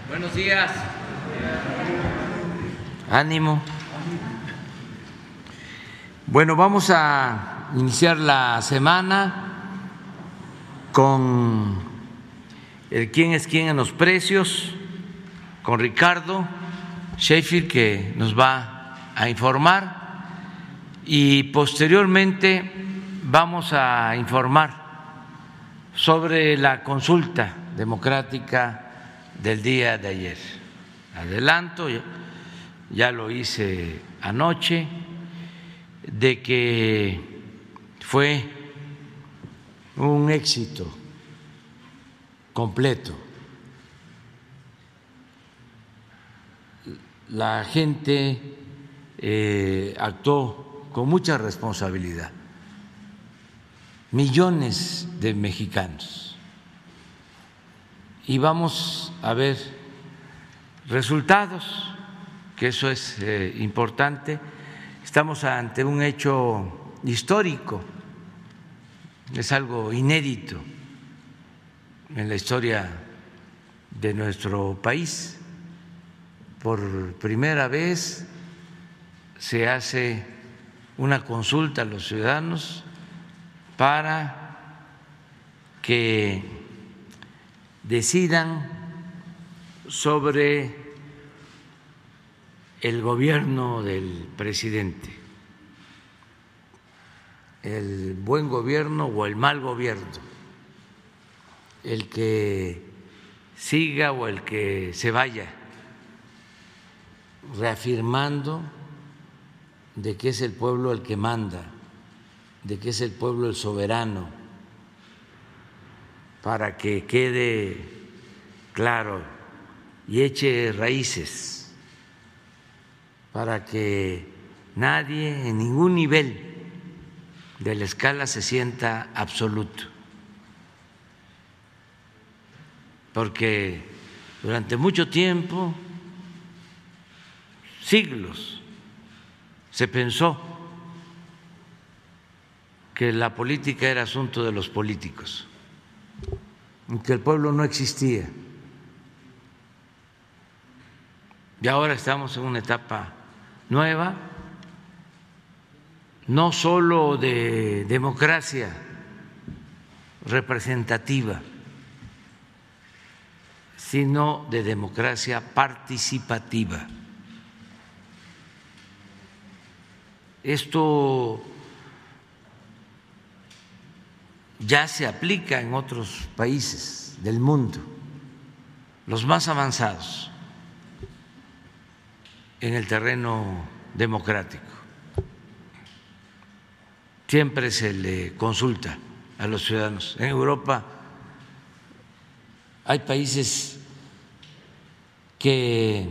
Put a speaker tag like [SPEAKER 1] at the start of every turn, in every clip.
[SPEAKER 1] Buenos días. Ánimo. Bueno, vamos a iniciar la semana con el quién es quién en los precios, con Ricardo Sheffield, que nos va a informar, y posteriormente vamos a informar sobre la consulta democrática del día de ayer. Adelanto, ya lo hice anoche, de que fue un éxito completo. La gente actuó con mucha responsabilidad. Millones de mexicanos. Y vamos a ver resultados, que eso es importante. Estamos ante un hecho histórico, es algo inédito en la historia de nuestro país. Por primera vez se hace una consulta a los ciudadanos para que decidan sobre el gobierno del presidente, el buen gobierno o el mal gobierno, el que siga o el que se vaya, reafirmando de que es el pueblo el que manda, de que es el pueblo el soberano, para que quede claro y eche raíces, para que nadie en ningún nivel de la escala se sienta absoluto, porque durante mucho tiempo, siglos, se pensó que la política era asunto de los políticos, que el pueblo no existía. Y ahora estamos en una etapa nueva, no solo de democracia representativa, sino de democracia participativa. Esto ya se aplica en otros países del mundo, los más avanzados en el terreno democrático. Siempre se le consulta a los ciudadanos. En Europa hay países que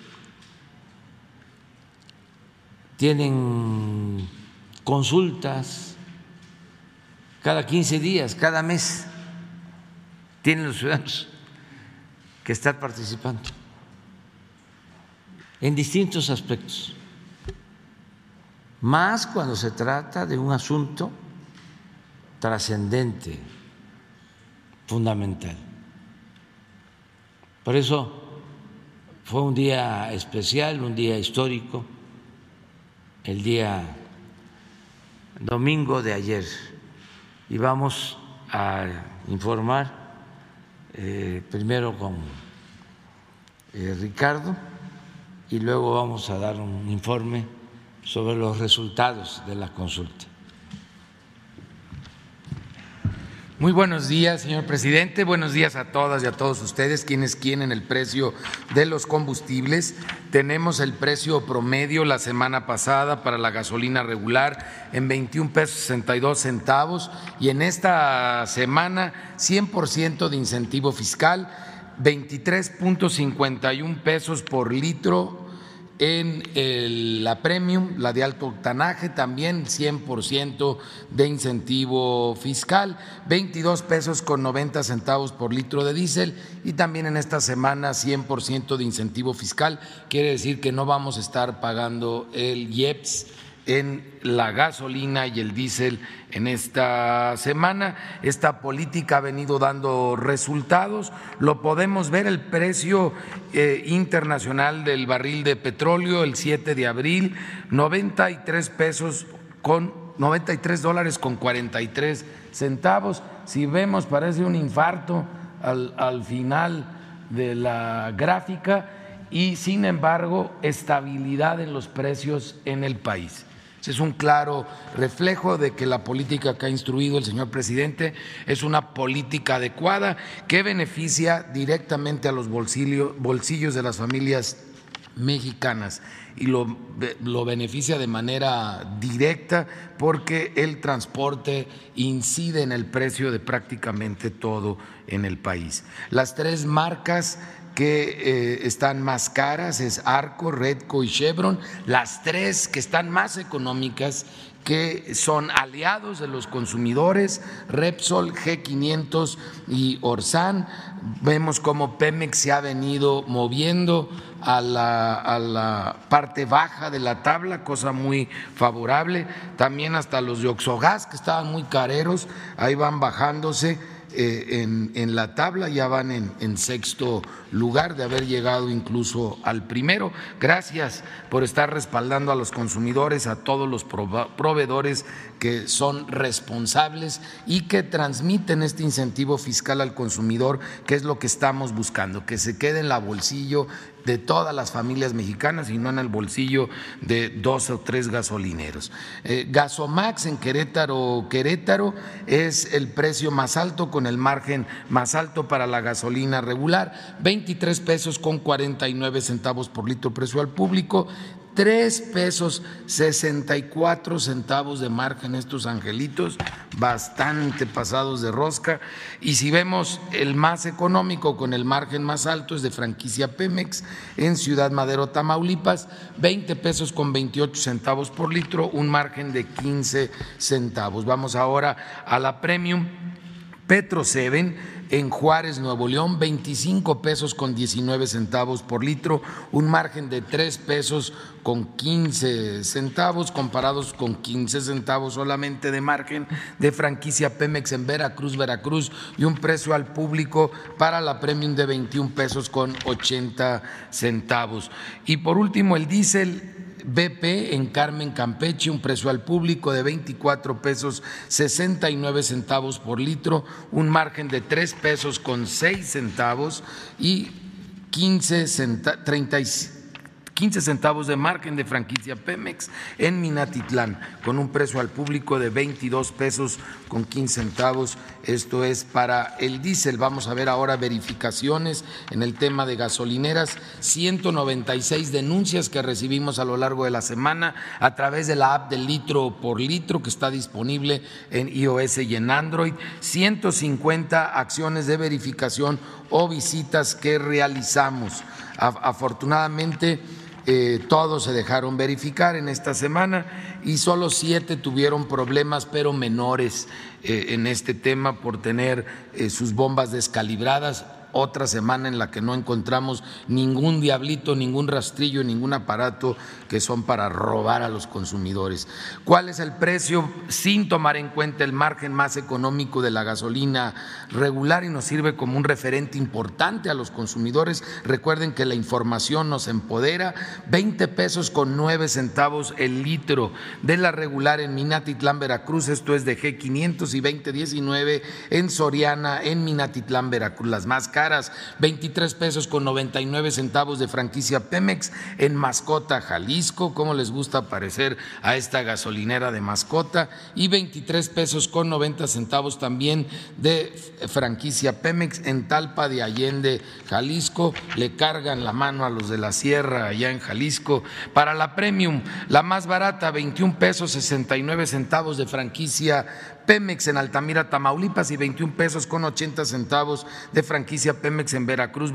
[SPEAKER 1] tienen consultas cada 15 días, cada mes, tienen los ciudadanos que estar participando en distintos aspectos, más cuando se trata de un asunto trascendente, fundamental. Por eso fue un día especial, un día histórico, el día domingo de ayer. Y vamos a informar primero con Ricardo y luego vamos a dar un informe sobre los resultados de la consulta.
[SPEAKER 2] Muy buenos días, señor presidente. Buenos días a todas y a todos ustedes. Quienes quieren el precio de los combustibles. Tenemos el precio promedio la semana pasada para la gasolina regular en 21 pesos 62 centavos y en esta semana 100% de incentivo fiscal, 23.51 pesos por litro. En la premium, la de alto octanaje, también 100% de incentivo fiscal, 22 pesos con 90 centavos por litro de diésel y también en esta semana 100% de incentivo fiscal. Quiere decir que no vamos a estar pagando el IEPS en la gasolina y el diésel en esta semana. Esta política ha venido dando resultados. Lo podemos ver, el precio internacional del barril de petróleo el 7 de abril, 93 dólares con 43 centavos. Si vemos, parece un infarto al final de la gráfica, y sin embargo estabilidad en los precios en el país. Es un claro reflejo de que la política que ha instruido el señor presidente es una política adecuada que beneficia directamente a los bolsillos de las familias mexicanas, y lo beneficia de manera directa porque el transporte incide en el precio de prácticamente todo en el país. Las tres marcas que están más caras es Arco, Redco y Chevron, las tres que están más económicas, que son aliados de los consumidores, Repsol, G500 y Orsan. Vemos cómo Pemex se ha venido moviendo a la parte baja de la tabla, cosa muy favorable. También hasta los de Oxogas, que estaban muy careros, ahí van bajándose en la tabla, ya van en sexto lugar de haber llegado incluso al primero. Gracias por estar respaldando a los consumidores, a todos los proveedores que son responsables y que transmiten este incentivo fiscal al consumidor, que es lo que estamos buscando, que se quede en la bolsillo de todas las familias mexicanas y no en el bolsillo de 2 o 3 gasolineros. Gasomax en Querétaro es el precio más alto, con el margen más alto para la gasolina regular, 23 pesos con 49 centavos por litro precio al público, 3 pesos 64 centavos de margen estos angelitos, bastante pasados de rosca. Y si vemos el más económico con el margen más alto es de franquicia Pemex en Ciudad Madero, Tamaulipas, 20 pesos con 28 centavos por litro, un margen de 15 centavos. Vamos ahora a la Premium Petro 7 en Juárez, Nuevo León, 25 pesos con 19 centavos por litro, un margen de 3 pesos con 15 centavos, comparados con 15 centavos solamente de margen de franquicia Pemex en Veracruz, y un precio al público para la Premium de 21 pesos con 80 centavos. Y por último, el diésel BP en Carmen, Campeche, un precio al público de 24 pesos 69 centavos por litro, un margen de 3 pesos con 6 centavos y 15 centavos de margen de franquicia Pemex en Minatitlán, con un precio al público de 22 pesos con 15 centavos. Esto es para el diésel. Vamos a ver ahora verificaciones en el tema de gasolineras. 196 denuncias que recibimos a lo largo de la semana a través de la app de Litro por Litro, que está disponible en iOS y en Android. 150 acciones de verificación o visitas que realizamos. Afortunadamente, todos se dejaron verificar en esta semana y solo 7 tuvieron problemas, pero menores en este tema, por tener sus bombas descalibradas. Otra semana en la que no encontramos ningún diablito, ningún rastrillo, ningún aparato que son para robar a los consumidores. ¿Cuál es el precio sin tomar en cuenta el margen más económico de la gasolina regular? Y nos sirve como un referente importante a los consumidores. Recuerden que la información nos empodera. 20 pesos con 9 centavos el litro de la regular en Minatitlán, Veracruz, esto es de G500, y 20.19 en Soriana, en Minatitlán, Veracruz. Las más caras, 23 pesos con 99 centavos de franquicia Pemex en Mascota, Jalisco, como les gusta parecer a esta gasolinera de Mascota, y 23 pesos con 90 centavos también de franquicia Pemex en Talpa de Allende, Jalisco. Le cargan la mano a los de la sierra allá en Jalisco. Para la Premium, la más barata, 21 pesos 69 centavos de franquicia Pemex en Altamira, Tamaulipas, y 21 pesos con 80 centavos de franquicia Pemex en Veracruz,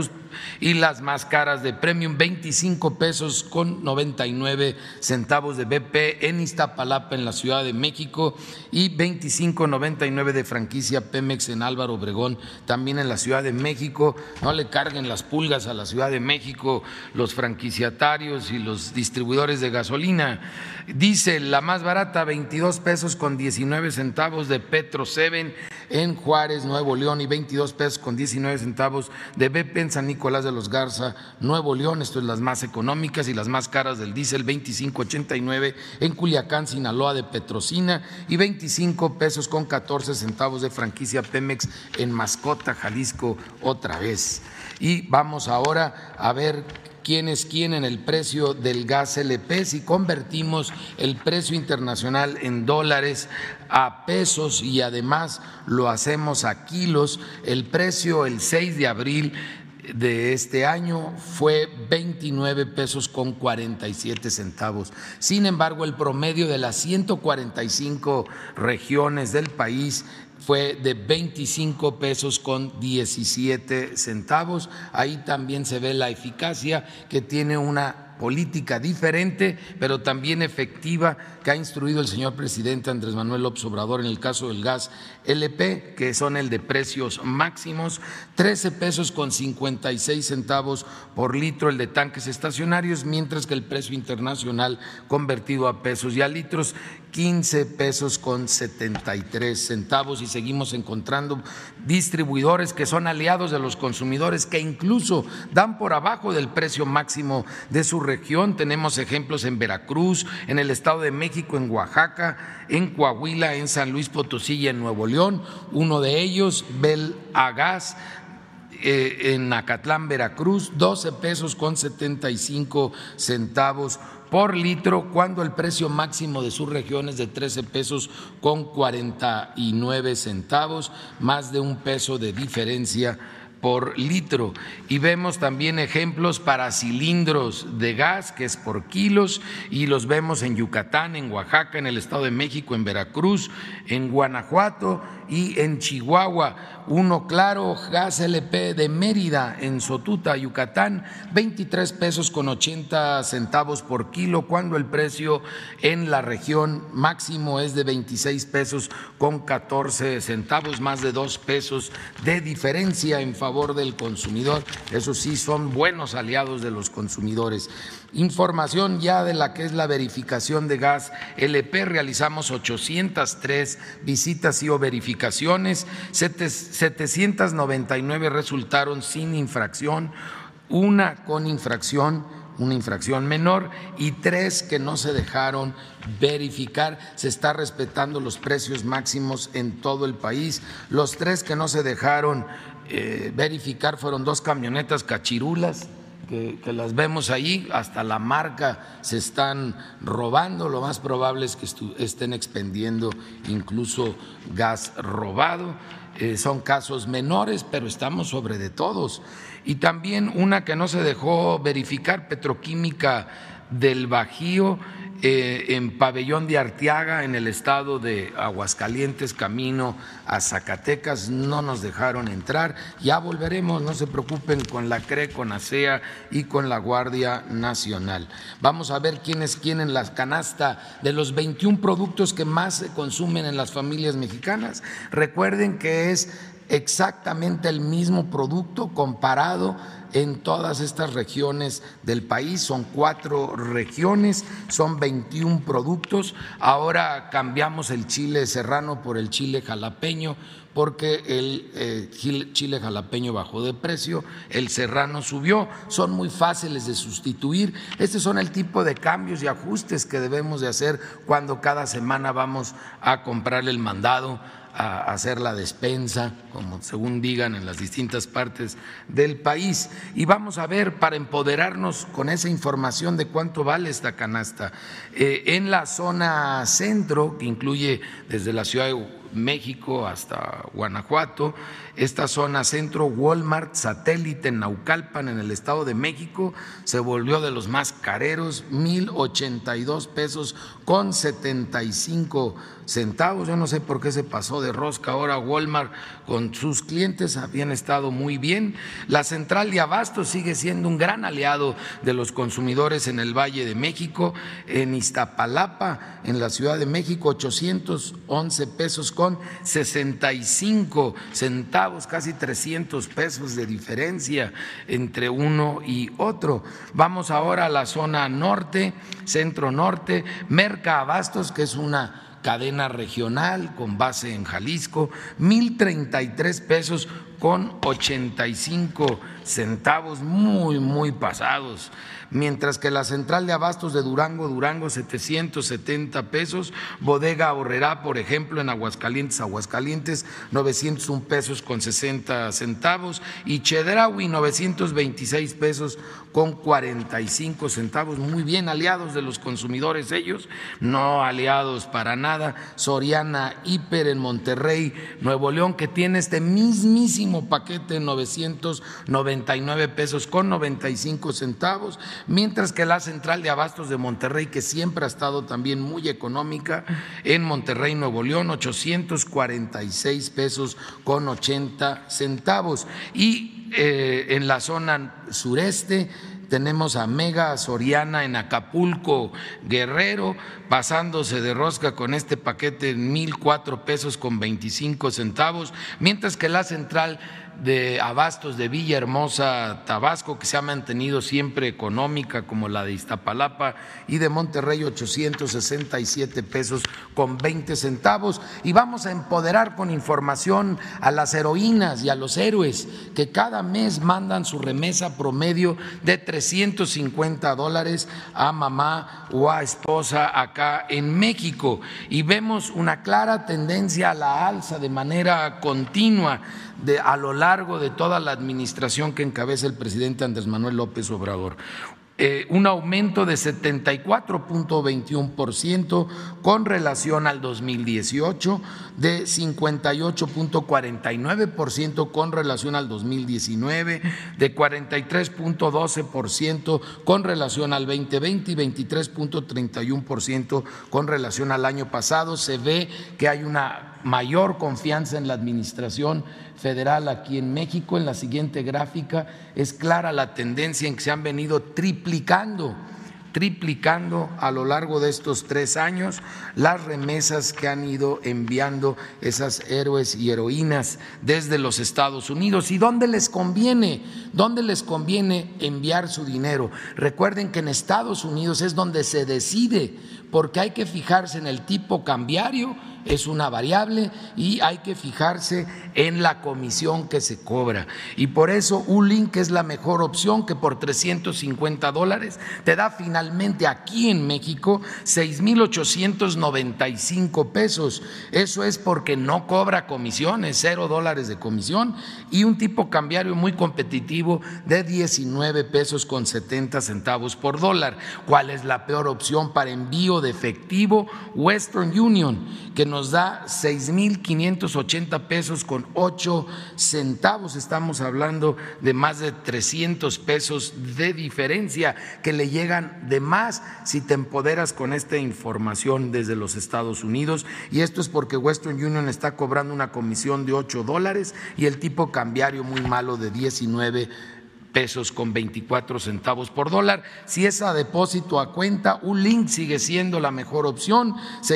[SPEAKER 2] y las más caras de Premium, 25 pesos con 99 centavos de BP en Iztapalapa, en la Ciudad de México, y 25.99 de franquicia Pemex en Álvaro Obregón, también en la Ciudad de México. No le carguen las pulgas a la Ciudad de México los franquiciatarios y los distribuidores de gasolina. Diesel, la más barata, 22 pesos con 19 centavos de Petro 7 en Juárez, Nuevo León, y 22 pesos con 19 centavos de BP en San Nicolás de los Garza, Nuevo León. Esto es las más económicas, y las más caras del diésel, 25.89 en Culiacán, Sinaloa, de Petrocina, y 25 pesos con 14 centavos de franquicia Pemex en Mascota, Jalisco, otra vez. Y vamos ahora a ver quién es quién en el precio del gas LP. Si convertimos el precio internacional en dólares a pesos y además lo hacemos a kilos, el precio el 6 de abril de este año fue 29 pesos con 47 centavos. Sin embargo, el promedio de las 145 regiones del país fue de 25 pesos con 17 centavos. Ahí también se ve la eficacia que tiene una política diferente, pero también efectiva, que ha instruido el señor presidente Andrés Manuel López Obrador en el caso del gas LP, que son el de precios máximos, 13 pesos con 56 centavos por litro el de tanques estacionarios, mientras que el precio internacional convertido a pesos y a litros, 15 pesos con 73 centavos. Y seguimos encontrando distribuidores que son aliados de los consumidores, que incluso dan por abajo del precio máximo de su región. Tenemos ejemplos en Veracruz, en el Estado de México, en Oaxaca, en Coahuila, en San Luis Potosí y en Nuevo León. Uno de ellos, Belagás, en Acatlán, Veracruz, 12 pesos con 75 centavos por litro, cuando el precio máximo de su región es de 13 pesos con 49 centavos, más de un peso de diferencia por litro. Y vemos también ejemplos para cilindros de gas, que es por kilos, y los vemos en Yucatán, en Oaxaca, en el Estado de México, en Veracruz, en Guanajuato y en Chihuahua. Uno claro, gas LP de Mérida, en Sotuta, Yucatán, 23 pesos con 80 centavos por kilo, cuando el precio en la región máximo es de 26 pesos con 14 centavos, más de 2 pesos de diferencia en favor del consumidor. Eso sí, son buenos aliados de los consumidores. Información ya de la que es la verificación de gas LP, realizamos 803 visitas y o verificaciones, 799 resultaron sin infracción, una con infracción, una infracción menor, y 3 que no se dejaron verificar. Se está respetando los precios máximos en todo el país. Los 3 que no se dejaron verificar fueron 2 camionetas cachirulas, que las vemos ahí, hasta la marca se están robando. Lo más probable es que estén expendiendo incluso gas robado. Son casos menores, pero estamos sobre de todos. Y también una que no se dejó verificar, Petroquímica del Bajío, en Pabellón de Arteaga, en el estado de Aguascalientes, camino a Zacatecas, no nos dejaron entrar. Ya volveremos, no se preocupen, con la CRE, con ASEA y con la Guardia Nacional. Vamos a ver quién es quién en la canasta de los 21 productos que más se consumen en las familias mexicanas. Recuerden que es exactamente el mismo producto comparado en todas estas regiones del país. Son 4 regiones, son 21 productos. Ahora cambiamos el chile serrano por el chile jalapeño, porque el chile jalapeño bajó de precio, el serrano subió. Son muy fáciles de sustituir. Estos son el tipo de cambios y ajustes que debemos de hacer cuando cada semana vamos a comprar el mandado, a hacer la despensa, como según digan en las distintas partes del país. Y vamos a ver, para empoderarnos con esa información de cuánto vale esta canasta, en la zona centro, que incluye desde la Ciudad México hasta Guanajuato, esta zona centro, Walmart Satélite en Naucalpan, en el Estado de México, se volvió de los más careros, 1,082 pesos con 75 centavos. Yo no sé por qué se pasó de rosca ahora Walmart con sus clientes, habían estado muy bien. La central de abastos sigue siendo un gran aliado de los consumidores en el Valle de México. En Iztapalapa, en la Ciudad de México, 811 pesos con 65 centavos, casi 300 pesos de diferencia entre uno y otro. Vamos ahora a la zona norte, centro norte, Merca Abastos, que es una cadena regional con base en Jalisco, 1,033 pesos con 85 centavos, muy pasados. Mientras que la central de abastos de Durango, 770 pesos, Bodega Aurrerá, por ejemplo, en Aguascalientes, 901 pesos con 60 centavos, y Chedraui, 926 pesos con 45 centavos, muy bien, aliados de los consumidores ellos, no aliados para nada. Soriana Hiper en Monterrey, Nuevo León, que tiene este mismísimo paquete, 999 pesos con 95 centavos, mientras que la central de abastos de Monterrey, que siempre ha estado también muy económica, en Monterrey, Nuevo León, 846 pesos con 80 centavos. Y en la zona sureste tenemos a Mega Soriana en Acapulco, Guerrero, pasándose de rosca con este paquete en 1,004 pesos con 25 centavos, mientras que la central de abastos de Villahermosa, Tabasco, que se ha mantenido siempre económica, como la de Iztapalapa y de Monterrey, 867 pesos con 20 centavos. Y vamos a empoderar con información a las heroínas y a los héroes que cada mes mandan su remesa promedio de $350 a mamá o a esposa acá en México, y vemos una clara tendencia a la alza de manera continua a lo largo de toda la administración que encabeza el presidente Andrés Manuel López Obrador. Un aumento de 74.21% con relación al 2018, de 58.49% con relación al 2019, de 43.12% con relación al 2020 y 23.31% con relación al año pasado. Se ve que hay una mayor confianza en la administración federal aquí en México. En la siguiente gráfica es clara la tendencia en que se han venido triplicando a lo largo de estos 3 años las remesas que han ido enviando esas héroes y heroínas desde los Estados Unidos. ¿Y dónde les conviene? ¿Dónde les conviene enviar su dinero? Recuerden que en Estados Unidos es donde se decide, porque hay que fijarse en el tipo cambiario, es una variable, y hay que fijarse en la comisión que se cobra. Y por eso Ulink es la mejor opción, que por $350 te da finalmente aquí en México 6,895 pesos. Eso es porque no cobra comisiones, $0 de comisión, y un tipo cambiario muy competitivo de 19 pesos con 70 centavos por dólar. ¿Cuál es la peor opción para envío de efectivo? Western Union, que nos da 6,580 pesos con 8 centavos. Estamos hablando de más de 300 pesos de diferencia que le llegan de más si te empoderas con esta información desde los Estados Unidos. Y esto es porque Western Union está cobrando una comisión de $8 y el tipo cambiario muy malo de 19 pesos con 24 centavos por dólar. Si es a depósito a cuenta, Ulink sigue siendo la mejor opción,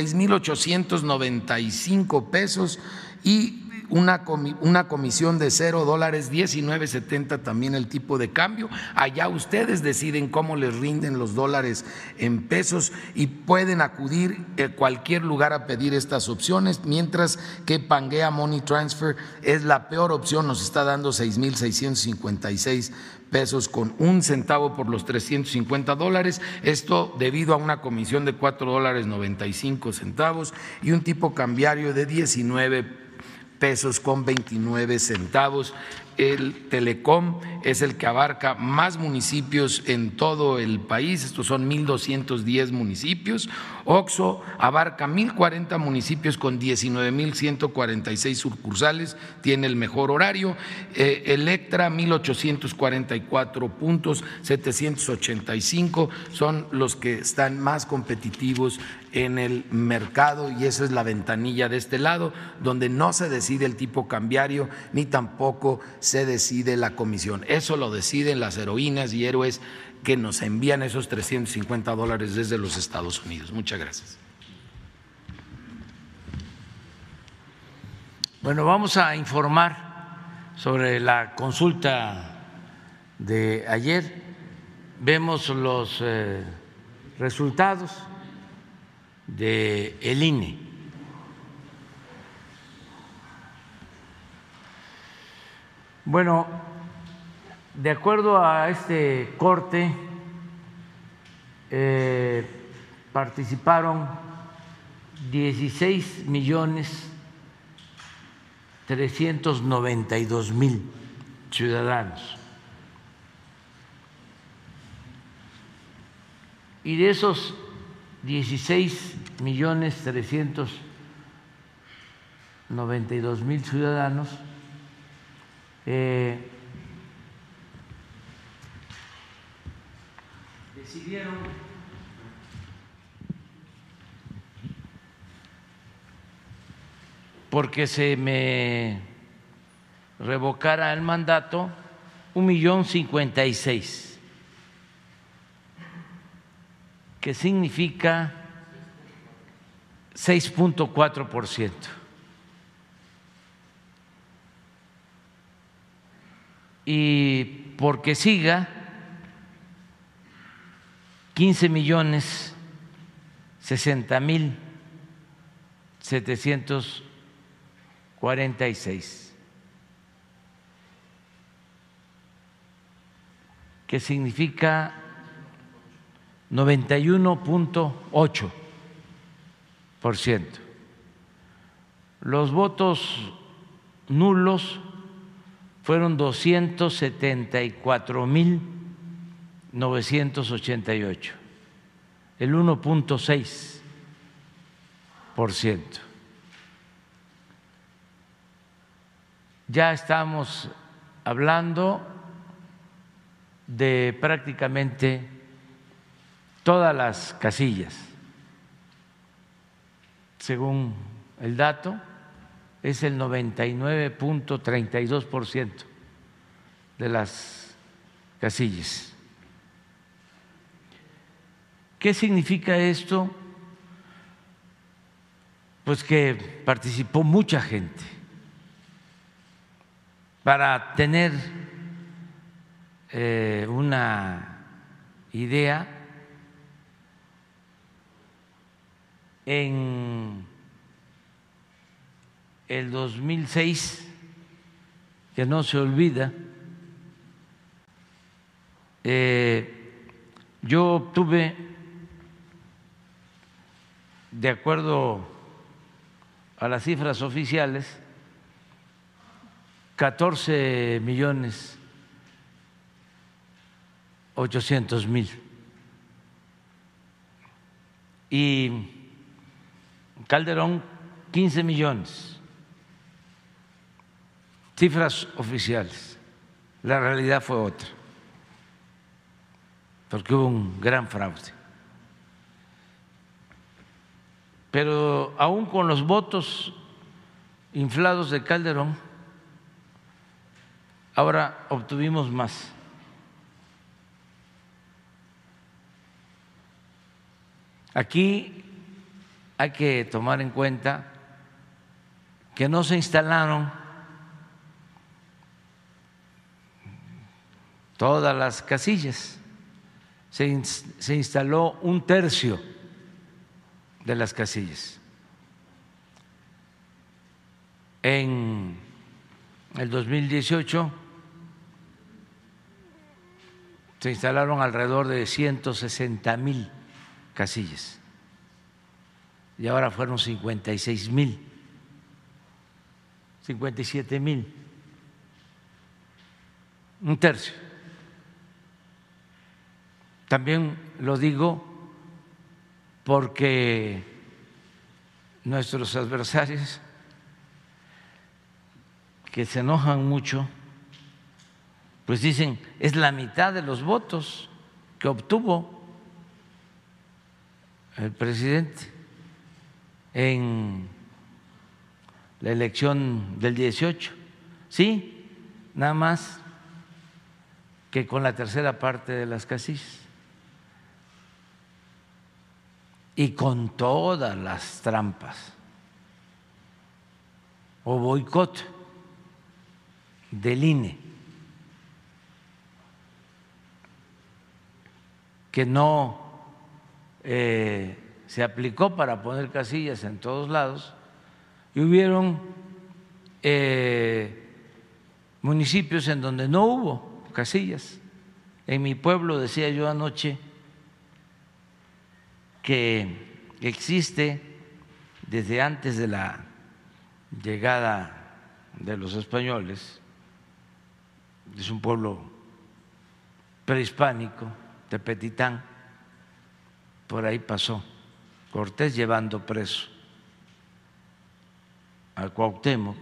[SPEAKER 2] 6,895 pesos, y una comisión de $0, 19.70 también el tipo de cambio. Allá ustedes deciden cómo les rinden los dólares en pesos y pueden acudir a cualquier lugar a pedir estas opciones, mientras que Pangea Money Transfer es la peor opción, nos está dando 6,656 pesos con 1 centavo por los $350, esto debido a una comisión de $4.95 y un tipo cambiario de 19 pesos con 29 centavos. el Telecom es el que abarca más municipios en todo el país, estos son 1,210 municipios. OXXO abarca 1,040 municipios con 19,146 sucursales, tiene el mejor horario. Electra 1,844 puntos, 785 son los que están más competitivos en el mercado, y esa es la ventanilla de este lado, donde no se decide el tipo cambiario ni tampoco se decide la comisión. Eso lo deciden las heroínas y héroes que nos envían esos $350 desde los Estados Unidos. Muchas gracias.
[SPEAKER 1] Bueno, vamos a informar sobre la consulta de ayer. Vemos los resultados del INE. Bueno, de acuerdo a este corte, participaron 16,392,000 ciudadanos. Y de esos 16,392,000 ciudadanos, decidieron porque se me revocara el mandato 1,056,000, que significa 6.4%. Y porque siga 15,060,746, que significa 91.8%. Los votos nulos fueron 274,988, el 1.6%. Ya estamos hablando de prácticamente todas las casillas. Según el dato, es el 99.32% de las casillas. ¿Qué significa esto? Pues que participó mucha gente. Para tener una idea, en el 2006, que no se olvida, yo obtuve, de acuerdo a las cifras oficiales, 14,800,000, y Calderón 15 millones. Cifras oficiales. La realidad fue otra, porque hubo un gran fraude. Pero aún con los votos inflados de Calderón, ahora obtuvimos más. Aquí hay que tomar en cuenta que no se instalaron todas las casillas, se instaló 1/3 de las casillas. En el 2018 se instalaron alrededor de 160,000 casillas y ahora fueron 57,000. un tercio. También lo digo porque nuestros adversarios, que se enojan mucho, pues dicen, es la mitad de los votos que obtuvo el presidente en la elección del 18. Sí, nada más que con la tercera parte de las casillas y con todas las trampas o boicot del INE, que no se aplicó para poner casillas en todos lados, y hubieron municipios en donde no hubo casillas. En mi pueblo, decía yo anoche, que existe desde antes de la llegada de los españoles, es un pueblo prehispánico, Tepetitán, por ahí pasó Cortés llevando preso a Cuauhtémoc,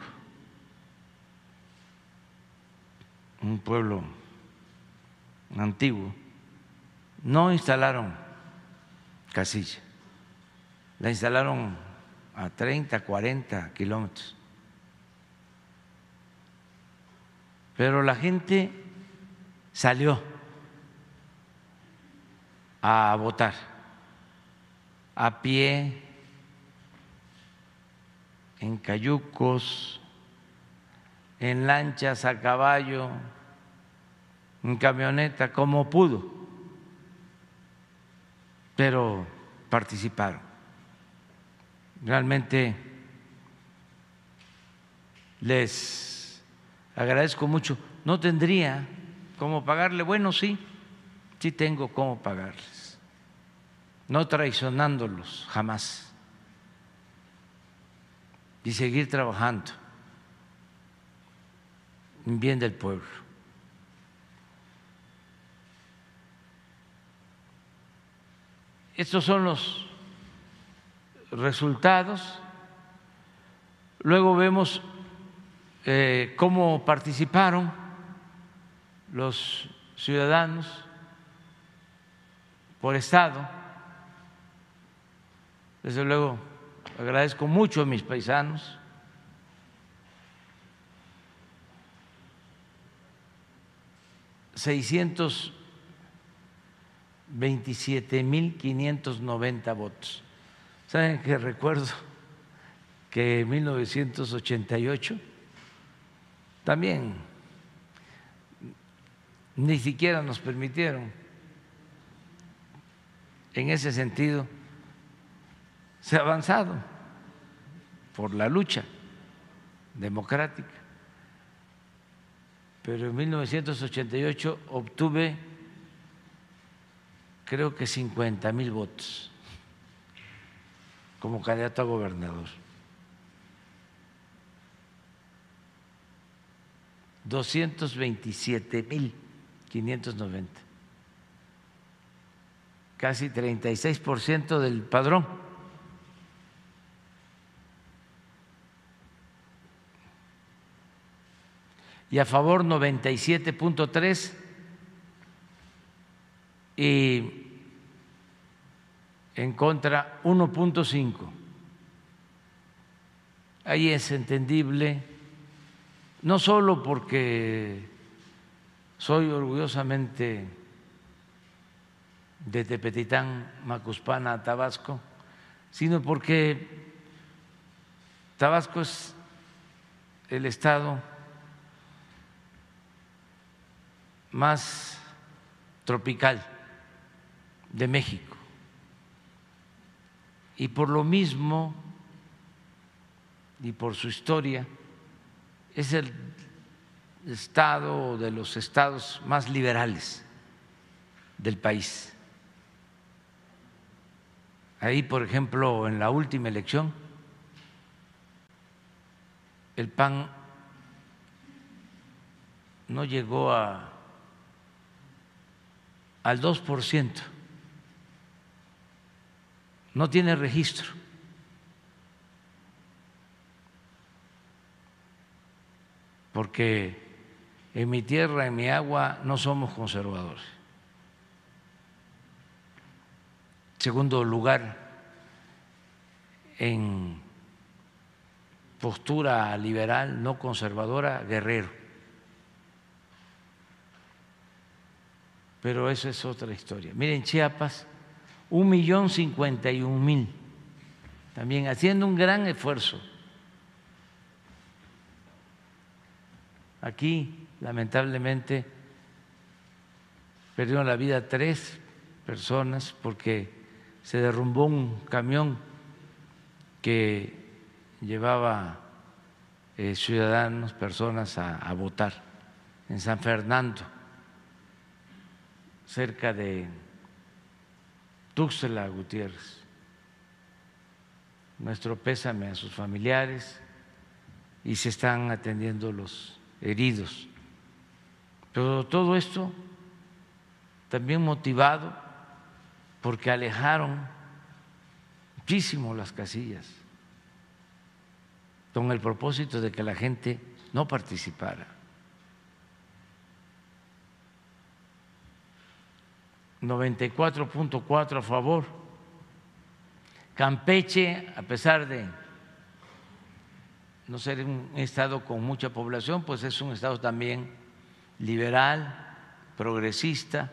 [SPEAKER 1] un pueblo antiguo. No instalaron casilla, la instalaron a 30, 40 kilómetros, pero la gente salió a votar a pie, en cayucos, en lanchas, a caballo, en camioneta, como pudo, pero participaron. Realmente les agradezco mucho. No tendría cómo pagarle, bueno, sí tengo cómo pagarles, no traicionándolos jamás, y seguir trabajando en bien del pueblo. Estos son los resultados. Luego vemos cómo participaron los ciudadanos por estado. Desde luego agradezco mucho a mis paisanos, $627,590 votos. ¿Saben qué? Recuerdo que en 1988 también ni siquiera nos permitieron. En ese sentido, se ha avanzado por la lucha democrática, pero en 1988 obtuve creo que 50,000 votos como candidato a gobernador. 227,590, casi 36% del padrón. Y a favor 97,3 y en contra 1,5. Ahí es entendible, no solo porque soy orgullosamente de Tepetitán, Macuspana, Tabasco, sino porque Tabasco es el estado más tropical de México, y por lo mismo y por su historia es el estado de los estados más liberales del país. Ahí, por ejemplo, en la última elección, el PAN no llegó al 2%, no tiene registro. Porque en mi tierra, en mi agua, no somos conservadores. Segundo lugar, en postura liberal, no conservadora, Guerrero. Pero eso es otra historia. Miren, Chiapas, 1,051,000, también haciendo un gran esfuerzo. Aquí, lamentablemente, perdieron la vida 3 personas porque se derrumbó un camión que llevaba ciudadanos, personas a votar en San Fernando, cerca de Tuxtla Gutiérrez. Nuestro pésame a sus familiares y se están atendiendo los heridos. Pero todo esto también motivado porque alejaron muchísimo las casillas con el propósito de que la gente no participara. 94.4 a favor. Campeche, a pesar de no ser un estado con mucha población, pues es un estado también liberal, progresista,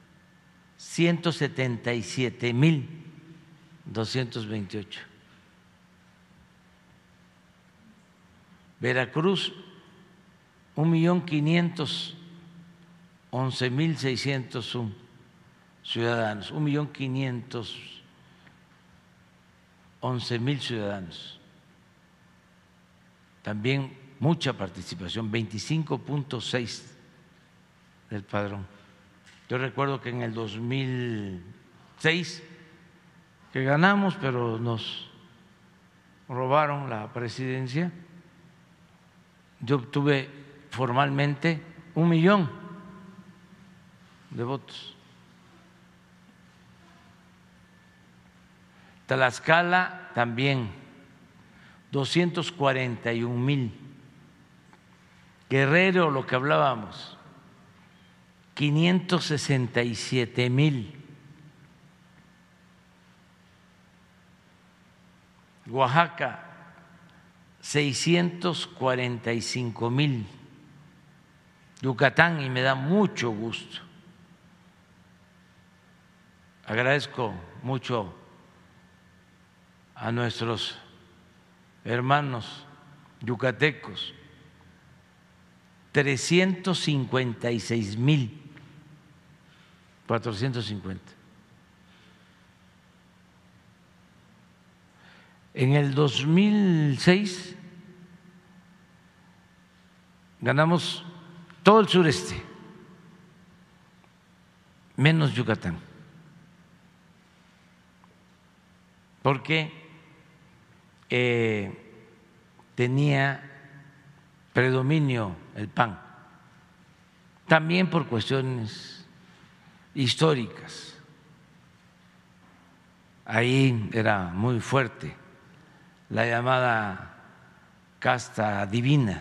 [SPEAKER 1] 177,228. Veracruz, 1,511,601 ciudadanos, 1,511,000 ciudadanos. También mucha participación, 25.6 del padrón. Yo recuerdo que en el 2006, que ganamos, pero nos robaron la presidencia, yo obtuve formalmente 1,000,000 de votos. Tlaxcala también, 241,000. Guerrero, lo que hablábamos, 567,000. Oaxaca, 645,000. Yucatán, y me da mucho gusto, agradezco mucho a nuestros hermanos yucatecos, 356,450. En el 2006 ganamos todo el sureste, menos Yucatán, porque tenía predominio el PAN, también por cuestiones históricas. Ahí era muy fuerte la llamada casta divina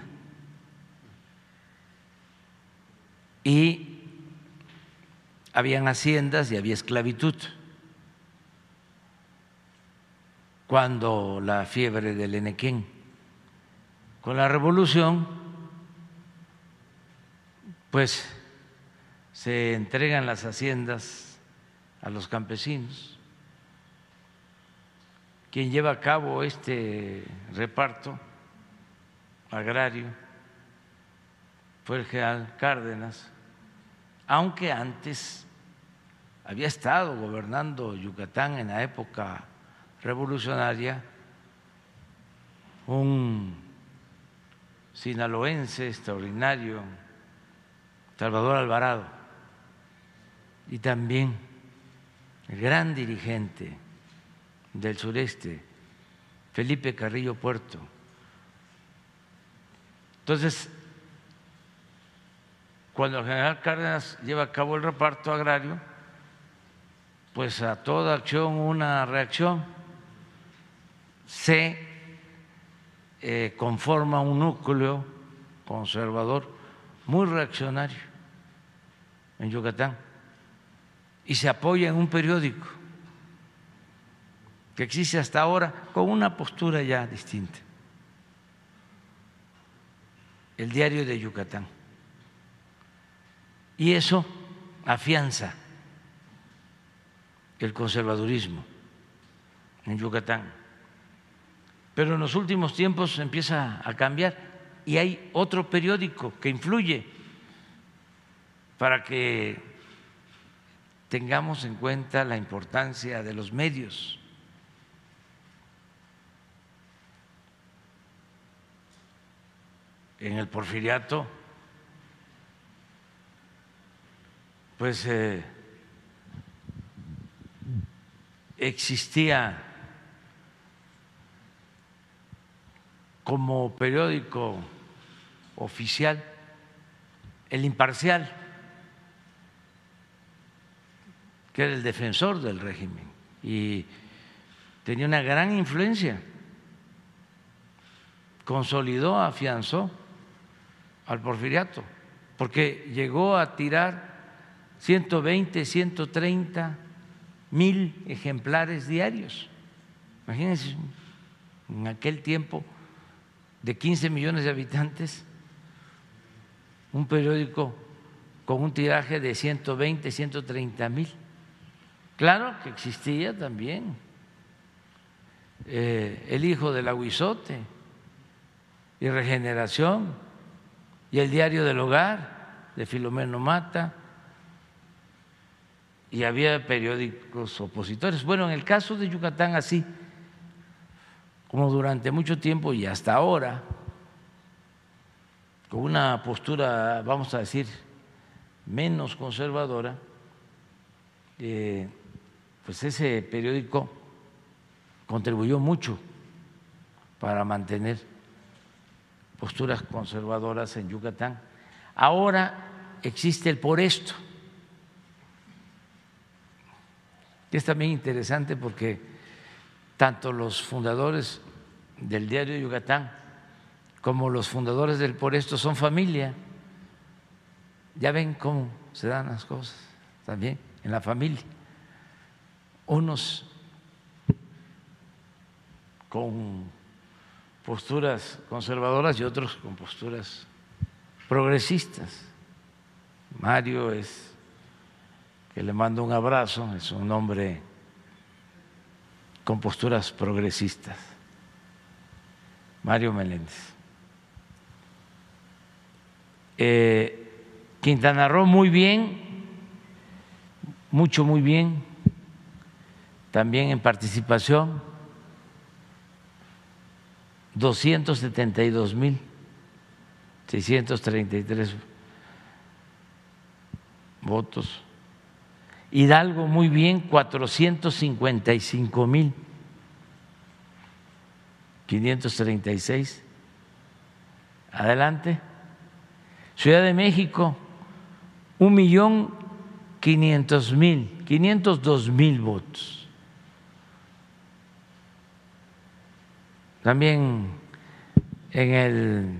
[SPEAKER 1] y habían haciendas y había esclavitud. Cuando la fiebre del Enequén, con la revolución, pues se entregan las haciendas a los campesinos. Quien lleva a cabo este reparto agrario fue el general Cárdenas, aunque antes había estado gobernando Yucatán en la época revolucionaria un sinaloense extraordinario, Salvador Alvarado, y también el gran dirigente del sureste, Felipe Carrillo Puerto. Entonces, cuando el general Cárdenas lleva a cabo el reparto agrario, pues a toda acción una reacción, se conforma un núcleo conservador muy reaccionario en Yucatán y se apoya en un periódico que existe hasta ahora con una postura ya distinta, el Diario de Yucatán. Y eso afianza el conservadurismo en Yucatán. Pero en los últimos tiempos empieza a cambiar y hay otro periódico que influye para que tengamos en cuenta la importancia de los medios. En el Porfiriato, pues existía como periódico oficial El Imparcial, que era el defensor del régimen y tenía una gran influencia, consolidó, afianzó al Porfiriato, porque llegó a tirar 120, 130 mil ejemplares diarios. Imagínense, en aquel tiempo de 15 millones de habitantes, un periódico con un tiraje de 120, 130 mil. Claro que existía también El Hijo del Aguizote y Regeneración y El Diario del Hogar de Filomeno Mata, y había periódicos opositores. Bueno, en el caso de Yucatán, así como durante mucho tiempo y hasta ahora, con una postura, vamos a decir, menos conservadora, pues ese periódico contribuyó mucho para mantener posturas conservadoras en Yucatán. Ahora existe el Por Esto, que es también interesante porque tanto los fundadores del Diario de Yucatán como los fundadores del Por Esto son familia. Ya ven cómo se dan las cosas también en la familia. Unos con posturas conservadoras y otros con posturas progresistas. Mario es, que le mando un abrazo, es un hombre con posturas progresistas, Mario Meléndez. Quintana Roo muy bien, muy bien, también en participación, 272,633 votos. Hidalgo muy bien, 455,536. Adelante. Ciudad de México, 502,000 votos. También en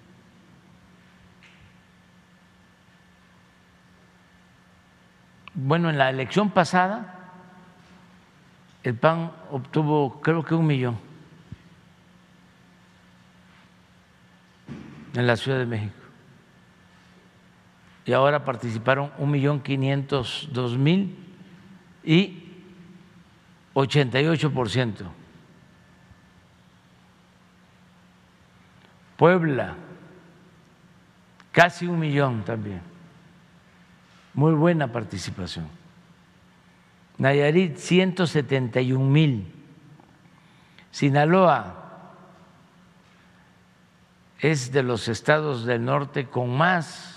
[SPEAKER 1] la elección pasada, el PAN obtuvo creo que 1 millón en la Ciudad de México. Y ahora participaron 1,502,000 y 88%. Puebla, casi 1 millón también. Muy buena participación. Nayarit, 171,000. Sinaloa es de los estados del norte con más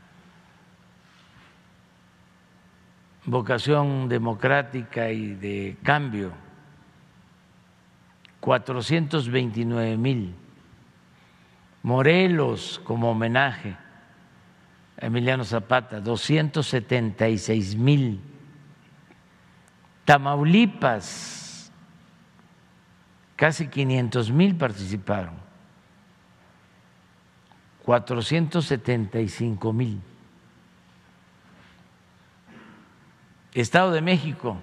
[SPEAKER 1] vocación democrática y de cambio, 429,000. Morelos, como homenaje, Emiliano Zapata, 276,000. Tamaulipas, casi 500,000 participaron, 475,000. Estado de México,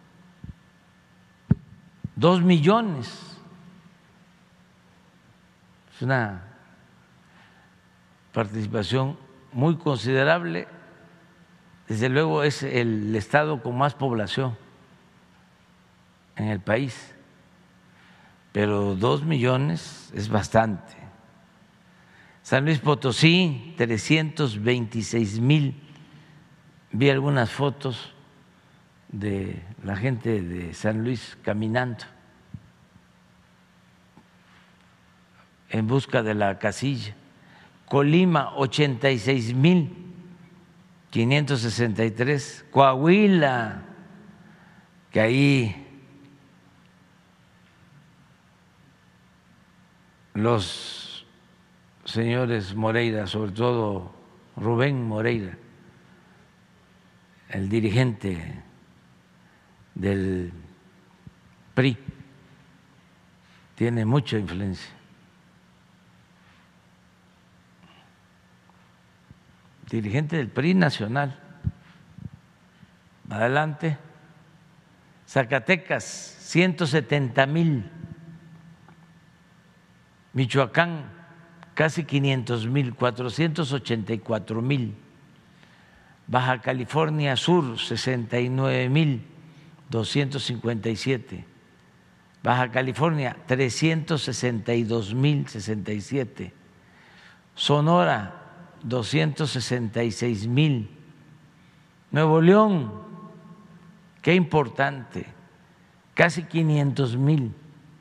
[SPEAKER 1] 2 millones. Es una participación muy considerable. Desde luego es el estado con más población en el país, pero 2 millones es bastante. San Luis Potosí, 326,000. Vi algunas fotos de la gente de San Luis caminando en busca de la casilla. Colima, 86,563. Coahuila, que ahí los señores Moreira, sobre todo Rubén Moreira, el dirigente del PRI, tiene mucha influencia. Dirigente del PRI nacional. Adelante. Zacatecas, 170,000. Michoacán, casi 500,000, 484,000. Baja California Sur, 69,257. Baja California, 362,067. Sonora, 266,000. Nuevo León, qué importante, casi 500,000.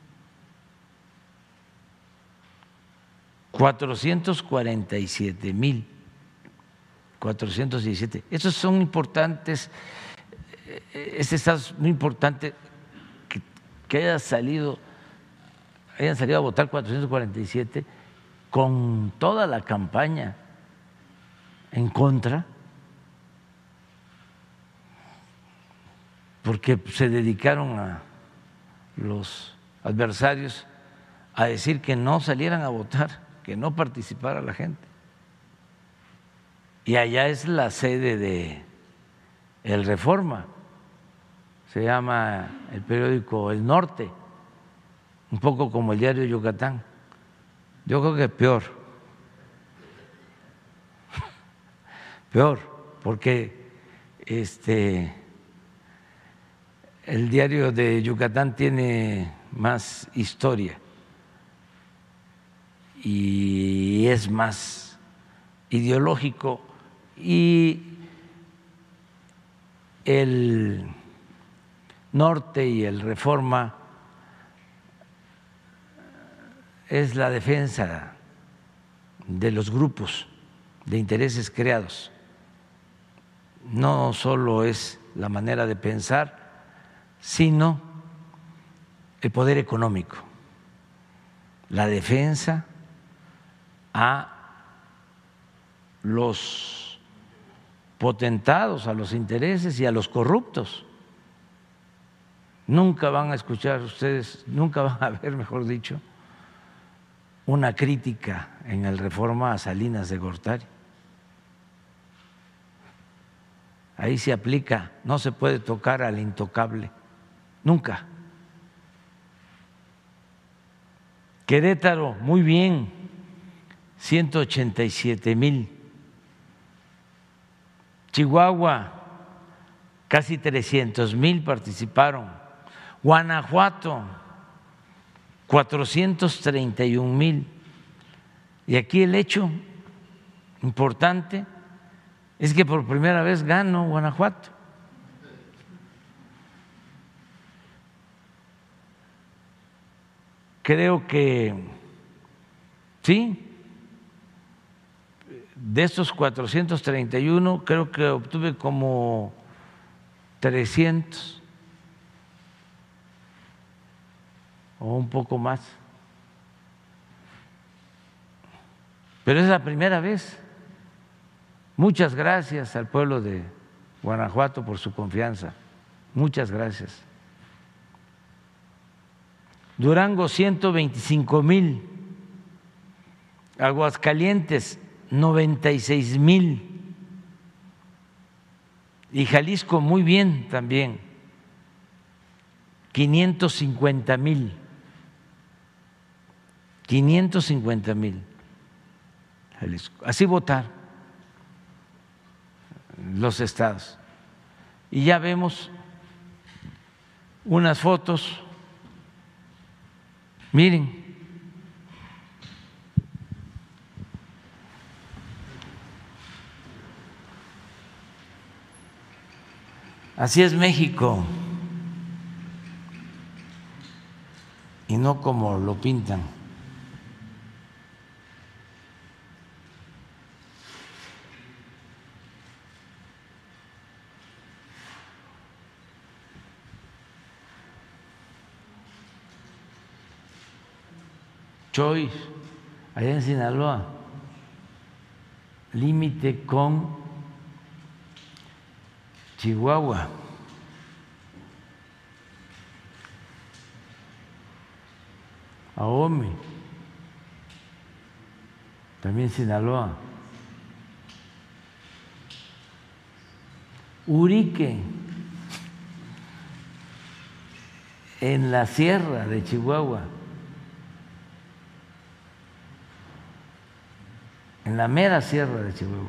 [SPEAKER 1] 447,417. Estos son importantes. Este estado es muy importante que hayan salido a votar 447 con toda la campaña en contra, porque se dedicaron a los adversarios a decir que no salieran a votar, que no participara la gente. Y allá es la sede de El Reforma, se llama el periódico El Norte, un poco como el diario Yucatán. Yo creo que peor, porque el diario de Yucatán tiene más historia y es más ideológico, y el Norte y el Reforma es la defensa de los grupos de intereses creados. No solo es la manera de pensar, sino el poder económico, la defensa a los potentados, a los intereses y a los corruptos. Nunca van a escuchar ustedes, nunca van a ver, mejor dicho, una crítica en el Reforma a Salinas de Gortari. Ahí se aplica, no se puede tocar al intocable, nunca. Querétaro, muy bien, 187,000. Chihuahua, casi 300,000 participaron. Guanajuato, 431,000. Y aquí el hecho importante es que por primera vez ganó Guanajuato. Creo que sí, de estos 431, creo que obtuve como 300 o un poco más. Pero es la primera vez. Muchas gracias al pueblo de Guanajuato por su confianza. Muchas gracias. Durango 125,000, Aguascalientes 96,000 y Jalisco muy bien también, 550,000. 550,000 Jalisco. Así votar los estados. Y ya vemos unas fotos. Miren, así es México y no como lo pintan. Choix, allá en Sinaloa, límite con Chihuahua. Ahome, también Sinaloa. Urique, en la sierra de Chihuahua. En la mera sierra de Chihuahua,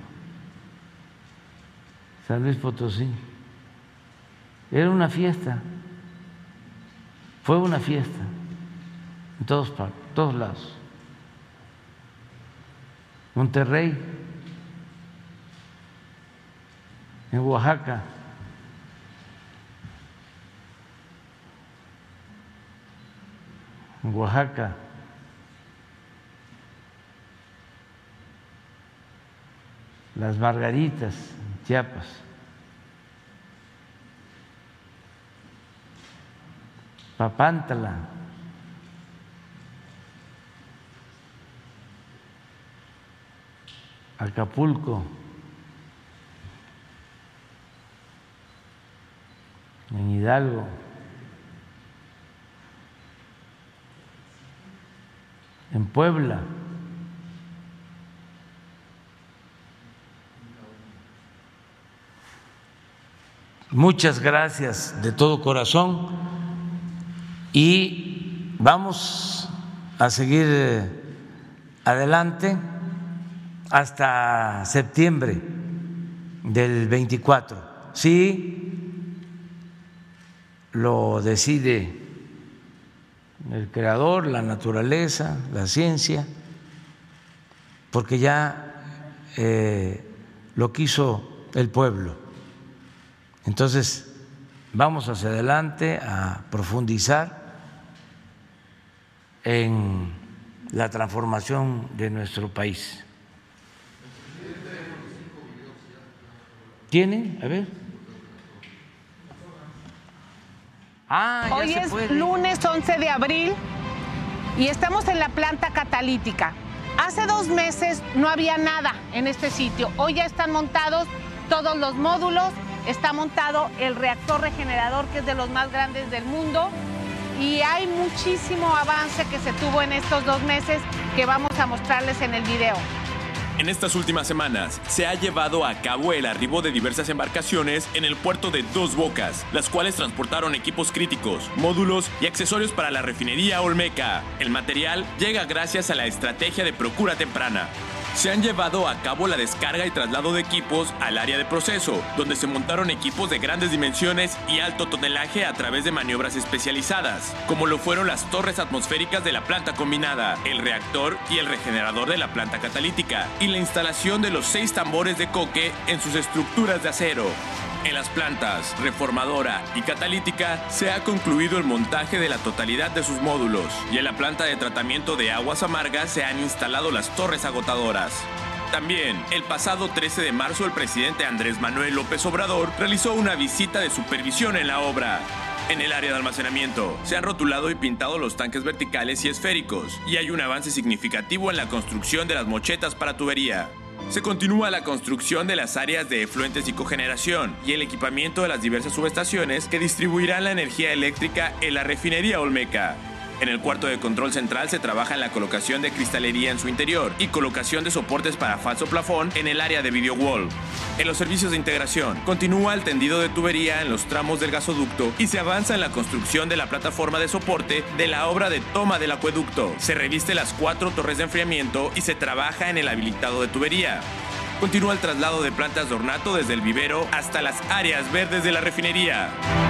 [SPEAKER 1] San Luis Potosí. Era una fiesta, fue una fiesta en todos lados. Monterrey, en Oaxaca, Las Margaritas, Chiapas. Papantla. Acapulco. En Hidalgo. En Puebla. Muchas gracias de todo corazón y vamos a seguir adelante hasta septiembre del 24. Sí, lo decide el creador, la naturaleza, la ciencia, porque ya lo quiso el pueblo. Entonces, vamos hacia adelante a profundizar en la transformación de nuestro país. ¿Tiene? A ver.
[SPEAKER 3] Hoy es lunes 11 de abril y estamos en la planta catalítica. Hace 2 meses no había nada en este sitio. Hoy ya están montados todos los módulos. Está montado el reactor regenerador, que es de los más grandes del mundo, y hay muchísimo avance que se tuvo en estos 2 meses que vamos a mostrarles en el video.
[SPEAKER 4] En estas últimas semanas se ha llevado a cabo el arribo de diversas embarcaciones en el puerto de Dos Bocas, las cuales transportaron equipos críticos, módulos y accesorios para la refinería Olmeca. El material llega gracias a la estrategia de procura temprana. Se han llevado a cabo la descarga y traslado de equipos al área de proceso, donde se montaron equipos de grandes dimensiones y alto tonelaje a través de maniobras especializadas, como lo fueron las torres atmosféricas de la planta combinada, el reactor y el regenerador de la planta catalítica, y la instalación de los 6 tambores de coque en sus estructuras de acero. En las plantas reformadora y catalítica se ha concluido el montaje de la totalidad de sus módulos y en la planta de tratamiento de aguas amargas se han instalado las torres agotadoras. También, el pasado 13 de marzo, el presidente Andrés Manuel López Obrador realizó una visita de supervisión en la obra. En el área de almacenamiento se han rotulado y pintado los tanques verticales y esféricos y hay un avance significativo en la construcción de las mochetas para tubería. Se continúa la construcción de las áreas de efluentes y cogeneración y el equipamiento de las diversas subestaciones que distribuirán la energía eléctrica en la refinería Olmeca. En el cuarto de control central se trabaja en la colocación de cristalería en su interior y colocación de soportes para falso plafón en el área de video wall. En los servicios de integración, continúa el tendido de tubería en los tramos del gasoducto y se avanza en la construcción de la plataforma de soporte de la obra de toma del acueducto. Se reviste las 4 torres de enfriamiento y se trabaja en el habilitado de tubería. Continúa el traslado de plantas de ornato desde el vivero hasta las áreas verdes de la refinería.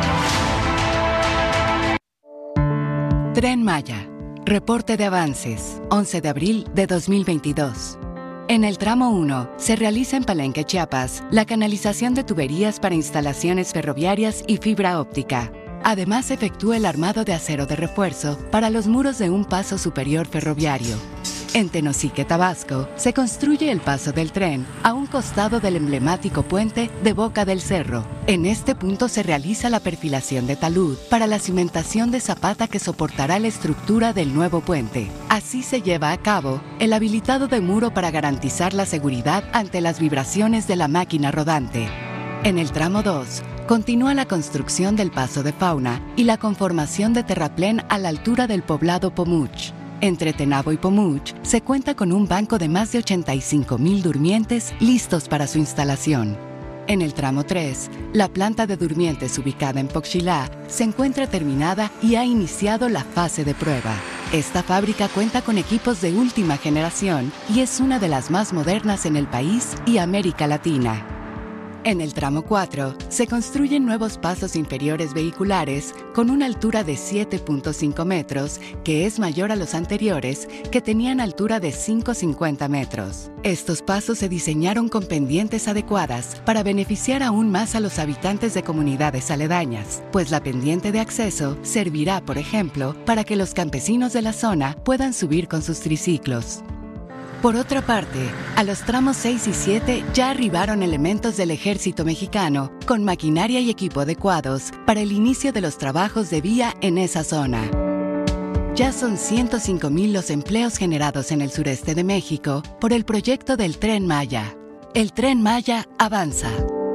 [SPEAKER 5] Tren Maya. Reporte de avances. 11 de abril de 2022. En el tramo 1, se realiza en Palenque, Chiapas, la canalización de tuberías para instalaciones ferroviarias y fibra óptica. Además, se efectúa el armado de acero de refuerzo para los muros de un paso superior ferroviario. En Tenosique, Tabasco, se construye el paso del tren a un costado del emblemático puente de Boca del Cerro. En este punto se realiza la perfilación de talud para la cimentación de zapata que soportará la estructura del nuevo puente. Así se lleva a cabo el habilitado de muro para garantizar la seguridad ante las vibraciones de la máquina rodante. En el tramo 2, continúa la construcción del paso de fauna y la conformación de terraplén a la altura del poblado Pomuch. Entre Tenabo y Pomuch se cuenta con un banco de más de 85,000 durmientes listos para su instalación. En el tramo 3, la planta de durmientes ubicada en Poxilá se encuentra terminada y ha iniciado la fase de prueba. Esta fábrica cuenta con equipos de última generación y es una de las más modernas en el país y América Latina. En el tramo 4, se construyen nuevos pasos inferiores vehiculares con una altura de 7.5 metros, que es mayor a los anteriores, que tenían altura de 5,50 metros. Estos pasos se diseñaron con pendientes adecuadas para beneficiar aún más a los habitantes de comunidades aledañas, pues la pendiente de acceso servirá, por ejemplo, para que los campesinos de la zona puedan subir con sus triciclos. Por otra parte, a los tramos 6 y 7 ya arribaron elementos del Ejército Mexicano con maquinaria y equipo adecuados para el inicio de los trabajos de vía en esa zona. Ya son 105,000 los empleos generados en el sureste de México por el proyecto del Tren Maya. El Tren Maya avanza.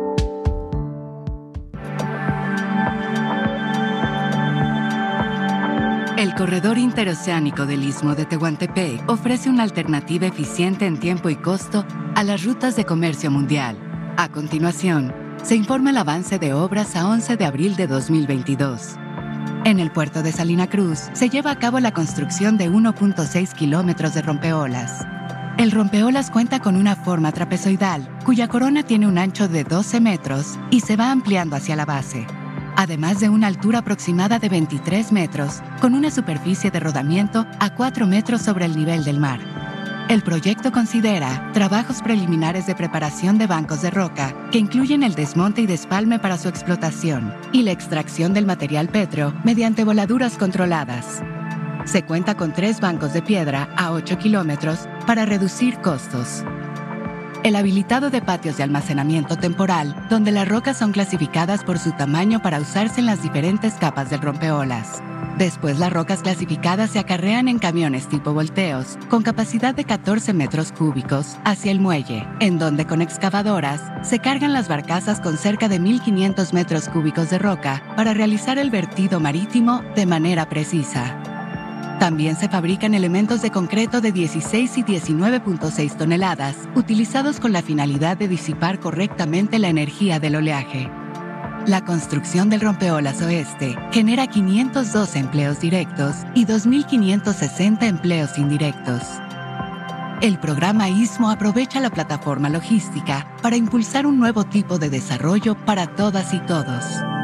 [SPEAKER 5] El corredor interoceánico del Istmo de Tehuantepec ofrece una alternativa eficiente en tiempo y costo a las rutas de comercio mundial. A continuación, se informa el avance de obras a 11 de abril de 2022. En el puerto de Salina Cruz se lleva a cabo la construcción de 1.6 kilómetros de rompeolas. El rompeolas cuenta con una forma trapezoidal, cuya corona tiene un ancho de 12 metros y se va ampliando hacia la base, además de una altura aproximada de 23 metros, con una superficie de rodamiento a 4 metros sobre el nivel del mar. El proyecto considera trabajos preliminares de preparación de bancos de roca, que incluyen el desmonte y despalme para su explotación, y la extracción del material pétreo mediante voladuras controladas. Se cuenta con 3 bancos de piedra a 8 kilómetros para reducir costos. El habilitado de patios de almacenamiento temporal, donde las rocas son clasificadas por su tamaño para usarse en las diferentes capas del rompeolas. Después, las rocas clasificadas se acarrean en camiones tipo volteos, con capacidad de 14 metros cúbicos, hacia el muelle, en donde con excavadoras se cargan las barcazas con cerca de 1,500 metros cúbicos de roca para realizar el vertido marítimo de manera precisa. También se fabrican elementos de concreto de 16 y 19.6 toneladas, utilizados con la finalidad de disipar correctamente la energía del oleaje. La construcción del rompeolas oeste genera 512 empleos directos y 2.560 empleos indirectos. El programa Istmo aprovecha la plataforma logística para impulsar un nuevo tipo de desarrollo para todas y todos.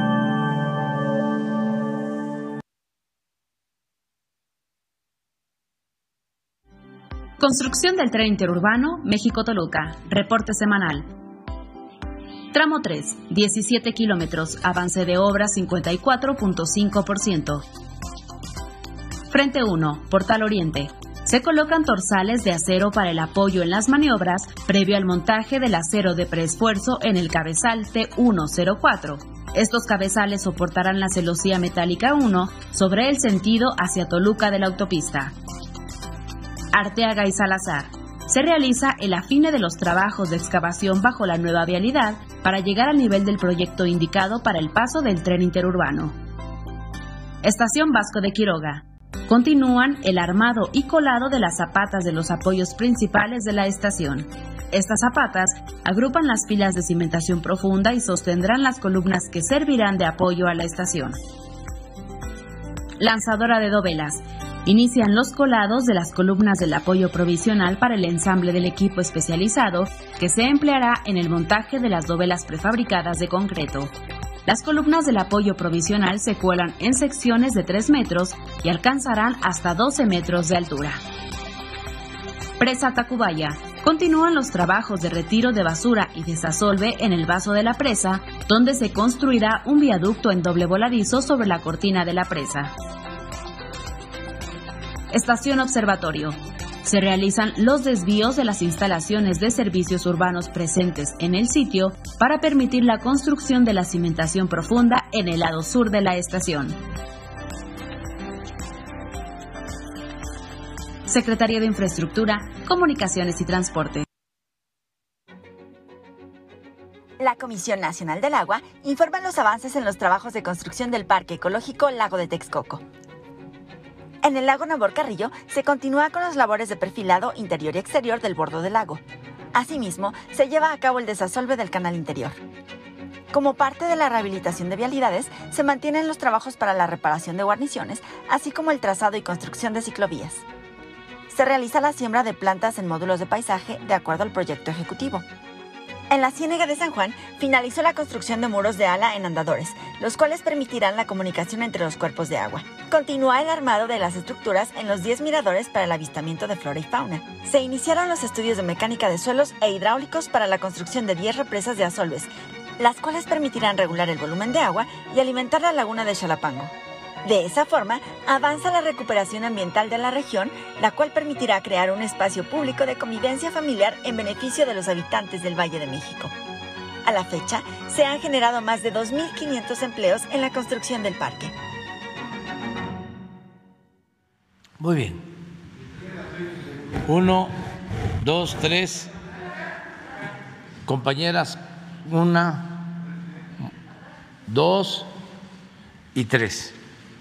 [SPEAKER 6] Construcción del tren interurbano México-Toluca. Reporte semanal. Tramo 3, 17 kilómetros. Avance de obra 54.5%. Frente 1, Portal Oriente. Se colocan torsales de acero para el apoyo en las maniobras previo al montaje del acero de preesfuerzo en el cabezal T104. Estos cabezales soportarán la celosía metálica 1 sobre el sentido hacia Toluca de la autopista. Arteaga y Salazar. se realiza el afine de los trabajos de excavación bajo la nueva vialidad para llegar al nivel del proyecto indicado para el paso del tren interurbano. Estación Vasco de Quiroga. Continúan el armado y colado de las zapatas de los apoyos principales de la estación. Estas zapatas agrupan las pilas de cimentación profunda y sostendrán las columnas que servirán de apoyo a la estación. Lanzadora de dovelas. Inician los colados de las columnas del apoyo provisional para el ensamble del equipo especializado que se empleará en el montaje de las dovelas prefabricadas de concreto. Las columnas del apoyo provisional se cuelan en secciones de 3 metros y alcanzarán hasta 12 metros de altura. Presa Tacubaya. Continúan los trabajos de retiro de basura y desasolve en el vaso de la presa, donde se construirá un viaducto en doble voladizo sobre la cortina de la presa. Estación Observatorio. Se realizan los desvíos de las instalaciones de servicios urbanos presentes en el sitio para permitir la construcción de la cimentación profunda en el lado sur de la estación. Secretaría de Infraestructura, Comunicaciones y Transporte.
[SPEAKER 7] La Comisión Nacional del Agua informa los avances en los trabajos de construcción del Parque Ecológico Lago de Texcoco. En el lago Nabor Carrillo se continúa con las labores de perfilado interior y exterior del borde del lago. Asimismo, se lleva a cabo el desasolve del canal interior. Como parte de la rehabilitación de vialidades, se mantienen los trabajos para la reparación de guarniciones, así como el trazado y construcción de ciclovías. Se realiza la siembra de plantas en módulos de paisaje de acuerdo al proyecto ejecutivo. En la Ciénega de San Juan finalizó la construcción de muros de ala en andadores, los cuales permitirán la comunicación entre los cuerpos de agua. Continúa el armado de las estructuras en los 10 miradores para el avistamiento de flora y fauna. Se iniciaron los estudios de mecánica de suelos e hidráulicos para la construcción de 10 represas de asolves, las cuales permitirán regular el volumen de agua y alimentar la laguna de Xalapango. De esa forma, avanza la recuperación ambiental de la región, la cual permitirá crear un espacio público de convivencia familiar en beneficio de los habitantes del Valle de México. A la fecha, se han generado más de 2.500 empleos en la construcción del parque.
[SPEAKER 1] Muy bien. 1, 2, 3. Compañeras, 1, 2 y 3.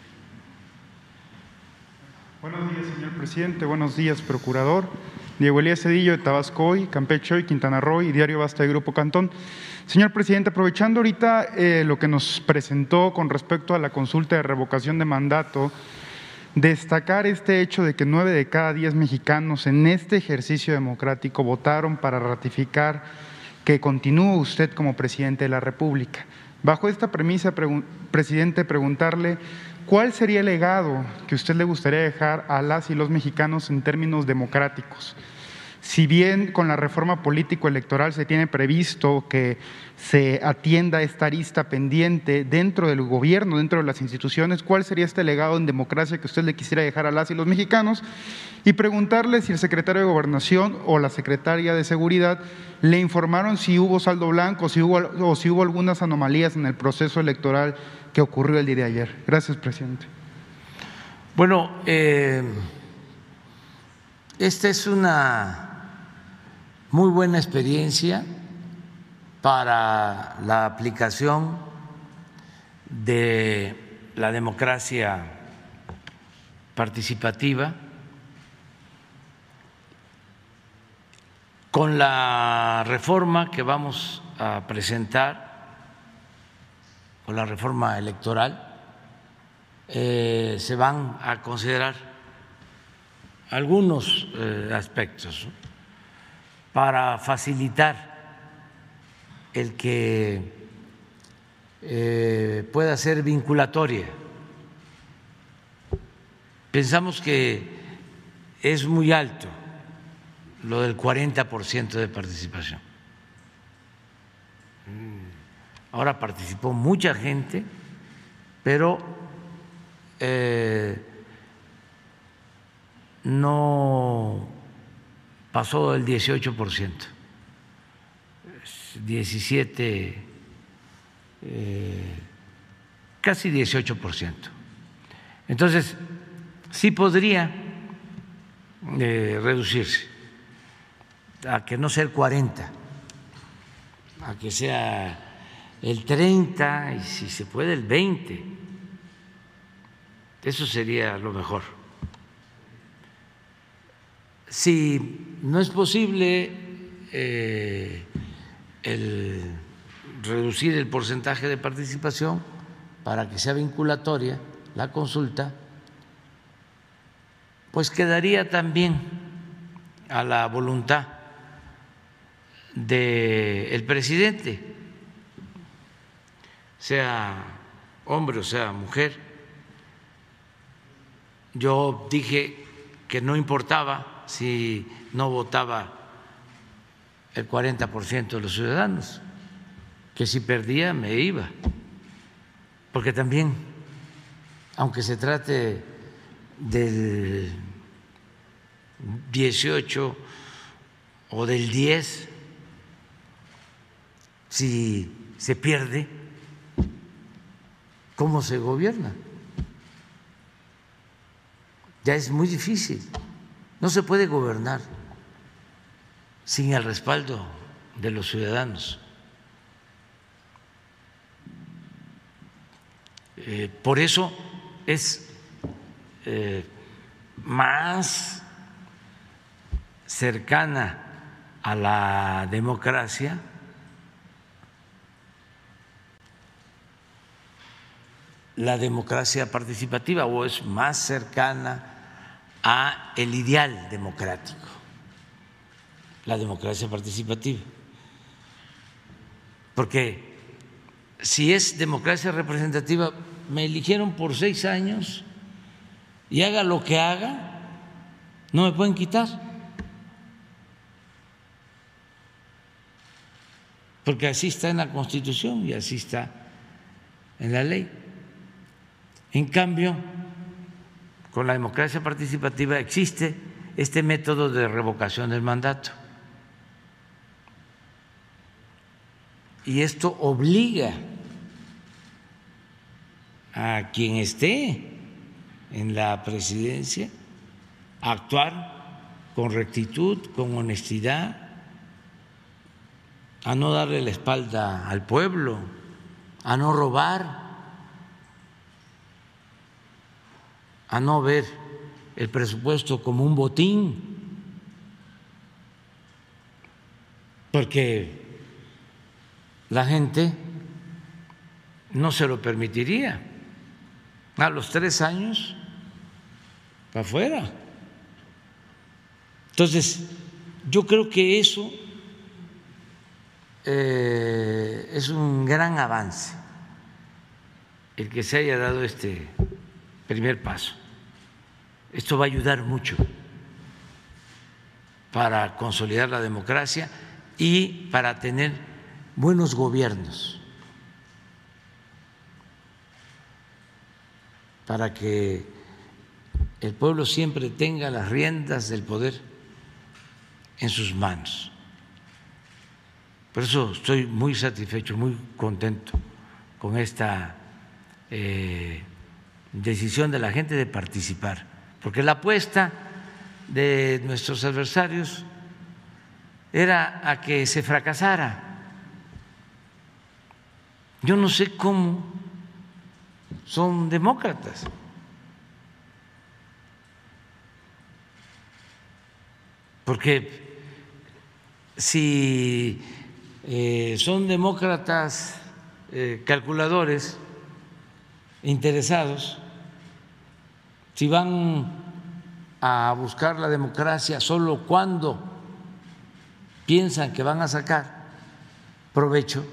[SPEAKER 8] Buenos días, señor presidente. Buenos días, procurador. Diego Elías Cedillo, de Tabasco Hoy, Campeche Hoy, Quintana Roo y Diario Basta de Grupo Cantón. Señor presidente, aprovechando ahorita lo que nos presentó con respecto a la consulta de revocación de mandato, destacar este hecho de que 9 de cada 10 mexicanos en este ejercicio democrático votaron para ratificar que continúe usted como presidente de la República. Bajo esta premisa, presidente, preguntarle ¿cuál sería el legado que usted le gustaría dejar a las y los mexicanos en términos democráticos? Si bien con la reforma político-electoral se tiene previsto que se atienda esta arista pendiente dentro del gobierno, dentro de las instituciones, ¿cuál sería este legado en democracia que usted le quisiera dejar a las y los mexicanos? Y preguntarle si el secretario de Gobernación o la secretaria de Seguridad le informaron si hubo saldo blanco o si hubo algunas anomalías en el proceso electoral que ocurrió el día de ayer. Gracias, presidente.
[SPEAKER 1] Bueno, esta es una muy buena experiencia para la aplicación de la democracia participativa con la reforma que vamos a presentar, con la reforma electoral. Se van a considerar algunos aspectos, ¿no?, para facilitar el que pueda ser vinculatoria. Pensamos que es muy alto lo del 40% de participación. Ahora participó mucha gente, pero no pasó el 18%, 17, casi 18%. Entonces, sí podría reducirse a que no sea el 40, a que sea el 30 y si se puede el 20. Eso sería lo mejor. Si no es posible el reducir el porcentaje de participación para que sea vinculatoria la consulta, pues quedaría también a la voluntad del presidente, sea hombre o sea mujer. Yo dije que no importaba si no votaba el 40% de los ciudadanos, que si perdía me iba, porque también, aunque se trate del 18 o del 10, si se pierde, ¿cómo se gobierna? Ya es muy difícil. No se puede gobernar sin el respaldo de los ciudadanos. Por eso es más cercana a la democracia la democracia participativa, o es más cercana a el ideal democrático, la democracia participativa. Porque si es democracia representativa, me eligieron por 6 años y haga lo que haga, no me pueden quitar, porque así está en la Constitución y así está en la ley. En cambio, con la democracia participativa existe este método de revocación del mandato. Y esto obliga a quien esté en la presidencia a actuar con rectitud, con honestidad, a no darle la espalda al pueblo, a no robar, a no ver el presupuesto como un botín, porque la gente no se lo permitiría. A los 3 años, para afuera. Entonces, yo creo que eso es un gran avance, el que se haya dado este primer paso. Esto va a ayudar mucho para consolidar la democracia y para tener buenos gobiernos, para que el pueblo siempre tenga las riendas del poder en sus manos. Por eso estoy muy satisfecho, muy contento con esta decisión de la gente de participar, porque la apuesta de nuestros adversarios era a que se fracasara. Yo no sé cómo son demócratas. Porque si son demócratas calculadores, interesados, si van a buscar la democracia solo cuando piensan que van a sacar provecho,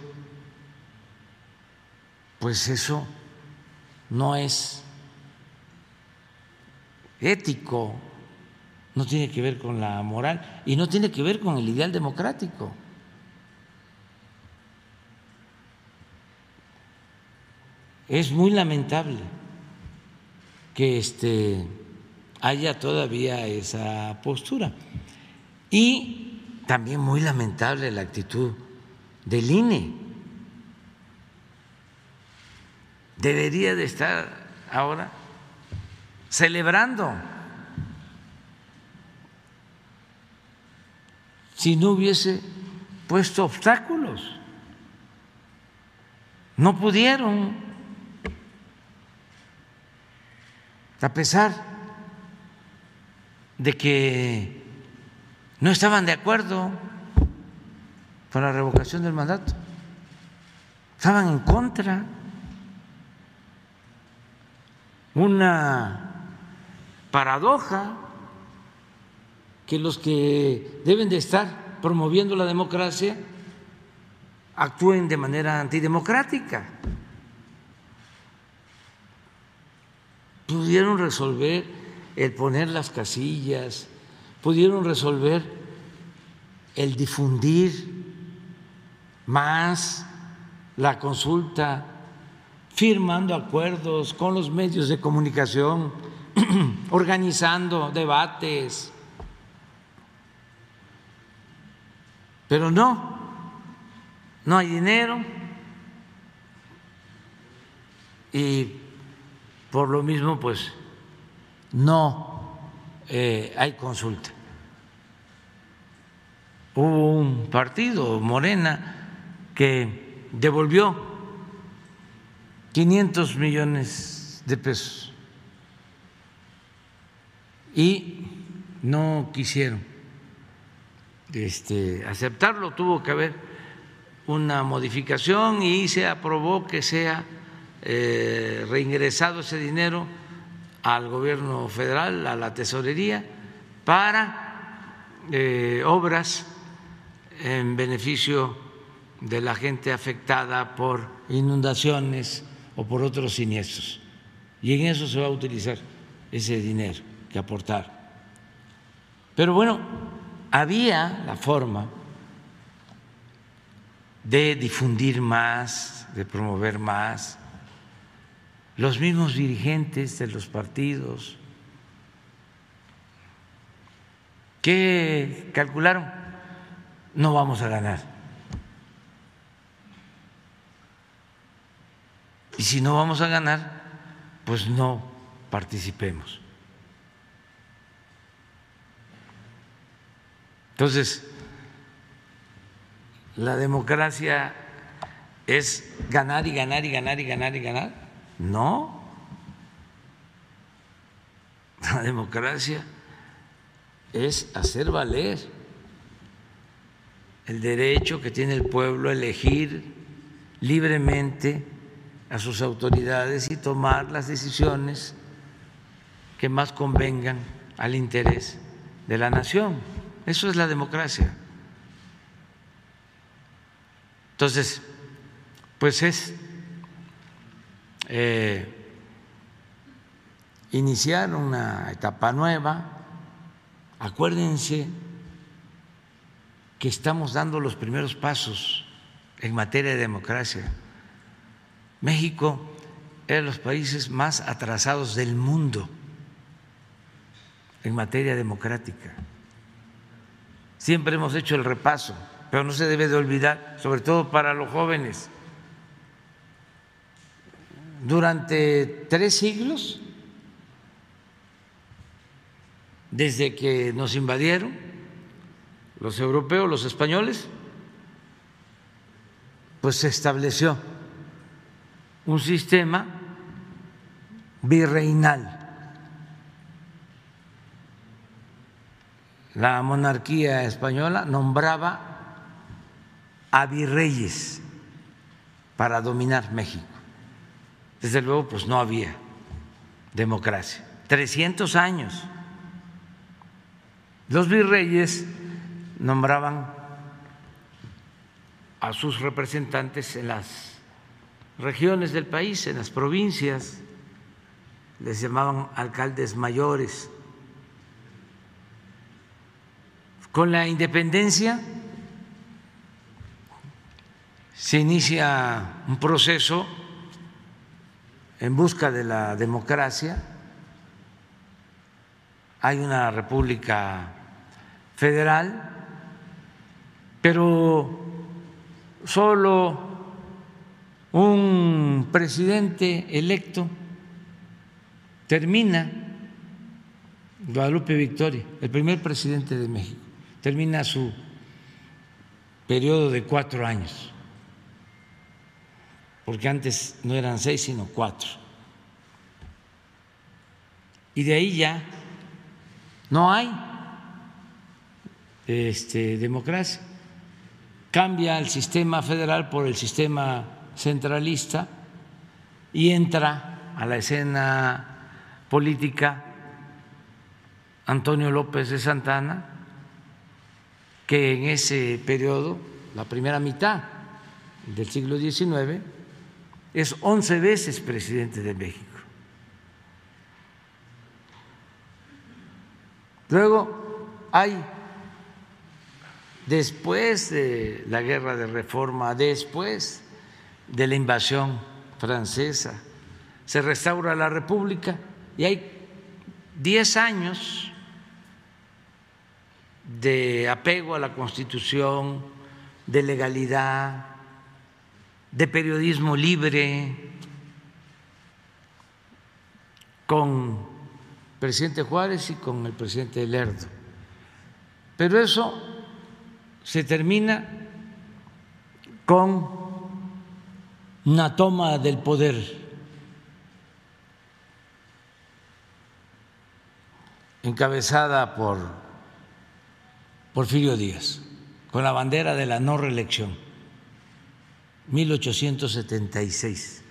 [SPEAKER 1] pues eso no es ético, no tiene que ver con la moral y no tiene que ver con el ideal democrático. Es muy lamentable que haya todavía esa postura y también muy lamentable la actitud del INE. Debería de estar ahora celebrando si no hubiese puesto obstáculos. No pudieron, a pesar de que no estaban de acuerdo con la revocación del mandato, estaban en contra. Una paradoja que los que deben de estar promoviendo la democracia actúen de manera antidemocrática. Pudieron resolver el poner las casillas, pudieron resolver el difundir más la consulta, firmando acuerdos con los medios de comunicación, organizando debates, pero no hay dinero y por lo mismo pues no hay consulta. Hubo un partido, Morena, que devolvió 500 millones de pesos y no quisieron aceptarlo. Tuvo que haber una modificación y se aprobó que sea reingresado ese dinero al gobierno federal, a la tesorería, para obras en beneficio de la gente afectada por inundaciones o por otros siniestros. Y en eso se va a utilizar ese dinero que aportaron. Pero bueno, había la forma de difundir más, de promover más. Los mismos dirigentes de los partidos que calcularon, no vamos a ganar. Y si no vamos a ganar, pues no participemos. Entonces, la democracia es ganar y ganar y ganar y ganar y ganar. No. La democracia es hacer valer el derecho que tiene el pueblo a elegir libremente a sus autoridades y tomar las decisiones que más convengan al interés de la nación. Eso es la democracia. Entonces, pues es iniciar una etapa nueva. Acuérdense que estamos dando los primeros pasos en materia de democracia. México es de los países más atrasados del mundo en materia democrática. Siempre hemos hecho el repaso, pero no se debe de olvidar, sobre todo para los jóvenes. Durante 3 siglos, desde que nos invadieron los europeos, los españoles, pues se estableció un sistema virreinal. La monarquía española nombraba a virreyes para dominar México. Desde luego, pues no había democracia. 300 años. Los virreyes nombraban a sus representantes en las regiones del país, en las provincias, les llamaban alcaldes mayores. Con la independencia se inicia un proceso en busca de la democracia. Hay una república federal, pero solo un presidente electo termina, Guadalupe Victoria, el primer presidente de México, termina su periodo de 4 años, porque antes no eran 6 sino 4. Y de ahí ya no hay democracia. Cambia el sistema federal por el sistema centralista y entra a la escena política Antonio López de Santana, que en ese periodo, la primera mitad del siglo XIX, es 11 veces presidente de México. Luego hay, después de la Guerra de Reforma, después de la invasión francesa, se restaura la República y hay 10 años de apego a la Constitución, de legalidad, de periodismo libre, con el presidente Juárez y con el presidente Lerdo. Pero eso se termina con una toma del poder encabezada por Porfirio Díaz, con la bandera de la no reelección, 1876.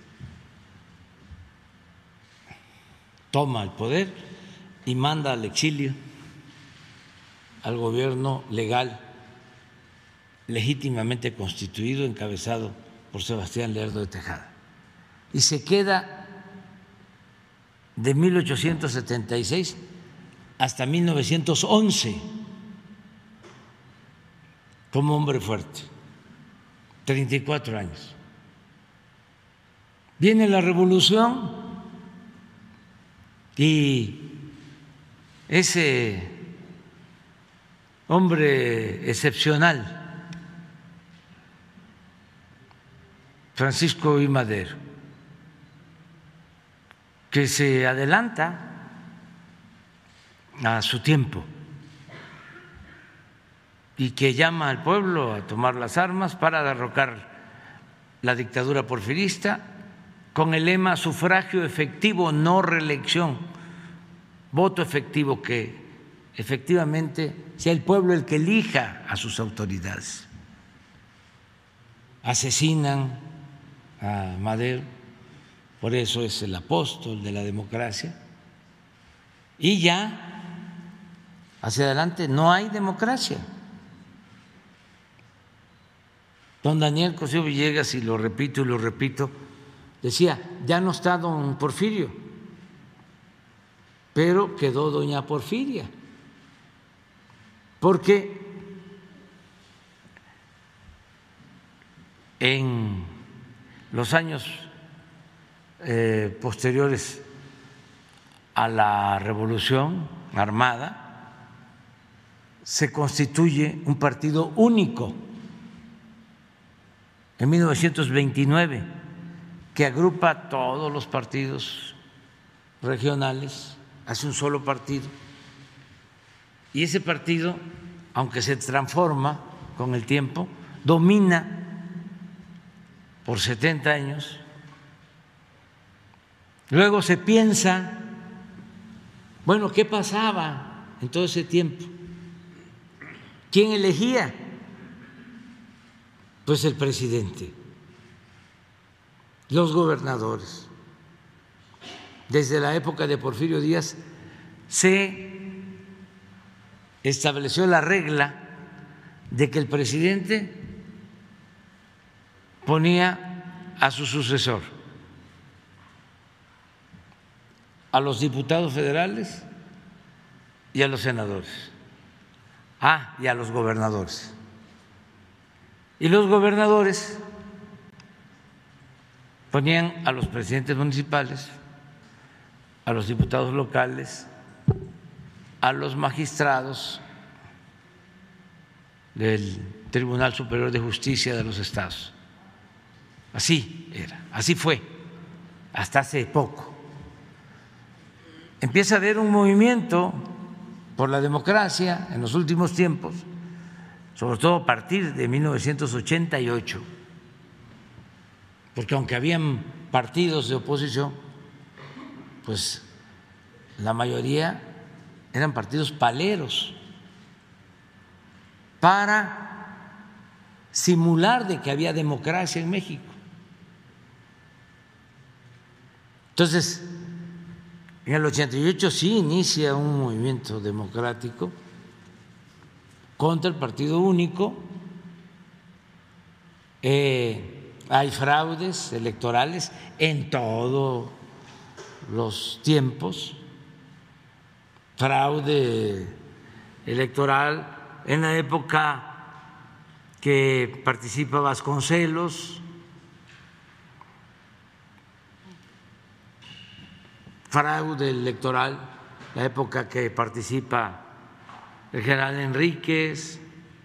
[SPEAKER 1] Toma el poder y manda al exilio al gobierno legal, legítimamente constituido, encabezado por Sebastián Lerdo de Tejada. Y se queda de 1876 hasta 1911 como hombre fuerte, 34 años. Viene la revolución y ese hombre excepcional, Francisco I. Madero, que se adelanta a su tiempo y que llama al pueblo a tomar las armas para derrocar la dictadura porfirista con el lema sufragio efectivo, no reelección, voto efectivo, que efectivamente sea el pueblo el que elija a sus autoridades. Asesinan a Madero, por eso es el apóstol de la democracia, y ya hacia adelante no hay democracia. Don Daniel Cosío Villegas, y lo repito, decía, ya no está don Porfirio, pero quedó doña Porfiria, porque en los años posteriores a la Revolución Armada se constituye un partido único en 1929 que agrupa a todos los partidos regionales, hace un solo partido, y ese partido, aunque se transforma con el tiempo, domina por 70 años. Luego se piensa, bueno, ¿qué pasaba en todo ese tiempo? ¿Quién elegía? Pues el presidente, los gobernadores. Desde la época de Porfirio Díaz se estableció la regla de que el presidente ponía a su sucesor, a los diputados federales y a los senadores, y a los gobernadores. Y los gobernadores ponían a los presidentes municipales, a los diputados locales, a los magistrados del Tribunal Superior de Justicia de los estados. Así era, así fue, hasta hace poco. Empieza a haber un movimiento por la democracia en los últimos tiempos, sobre todo a partir de 1988, porque aunque habían partidos de oposición, pues la mayoría eran partidos paleros para simular de que había democracia en México. Entonces, en el 88 sí inicia un movimiento democrático contra el partido único. Hay fraudes electorales en todos los tiempos, fraude electoral en la época que participa Vasconcelos, fraude electoral la época que participa el general Enríquez,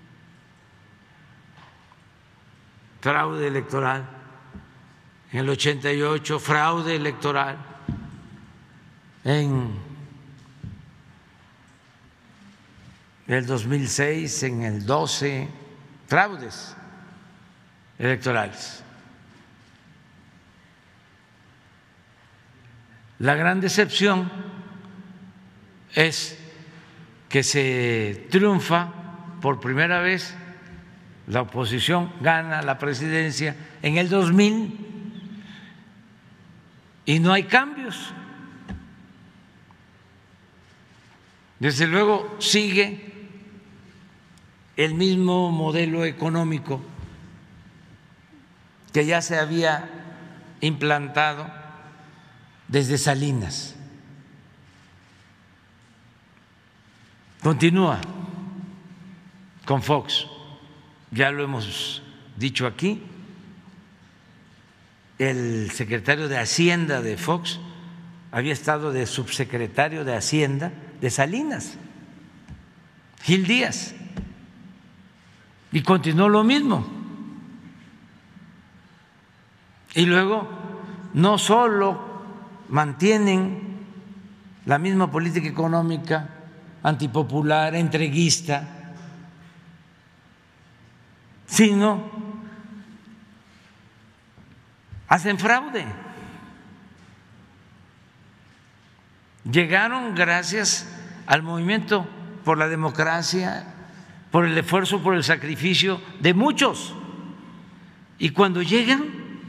[SPEAKER 1] fraude electoral en el 88, fraude electoral en el 2006, en el 12, fraudes electorales. La gran decepción es que se triunfa por primera vez, la oposición gana la presidencia en el 2000 y no hay cambios. Desde luego sigue el mismo modelo económico que ya se había implantado desde Salinas. Continúa con Fox, ya lo hemos dicho aquí, el secretario de Hacienda de Fox había estado de subsecretario de Hacienda de Salinas, Gil Díaz, y continuó lo mismo. Y luego no solo mantienen la misma política económica antipopular, entreguista, sino hacen fraude. Llegaron gracias al movimiento por la democracia, por el esfuerzo, por el sacrificio de muchos. Y cuando llegan,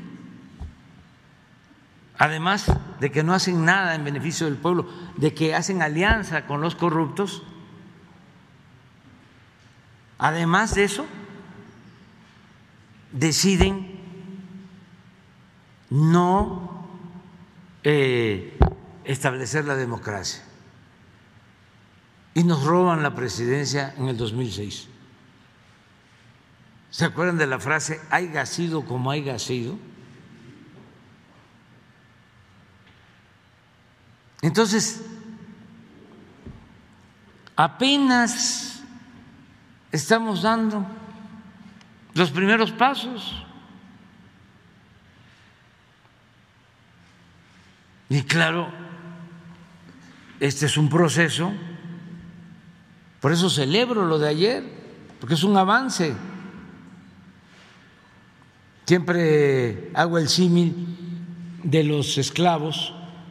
[SPEAKER 1] además de que no hacen nada en beneficio del pueblo, de que hacen alianza con los corruptos, además de eso, deciden no establecer la democracia y nos roban la presidencia en el 2006. ¿Se acuerdan de la frase haiga sido como haiga sido? Entonces, apenas estamos dando los primeros pasos. Y claro, este es un proceso, por eso celebro lo de ayer, porque es un avance. Siempre hago el símil de los esclavos,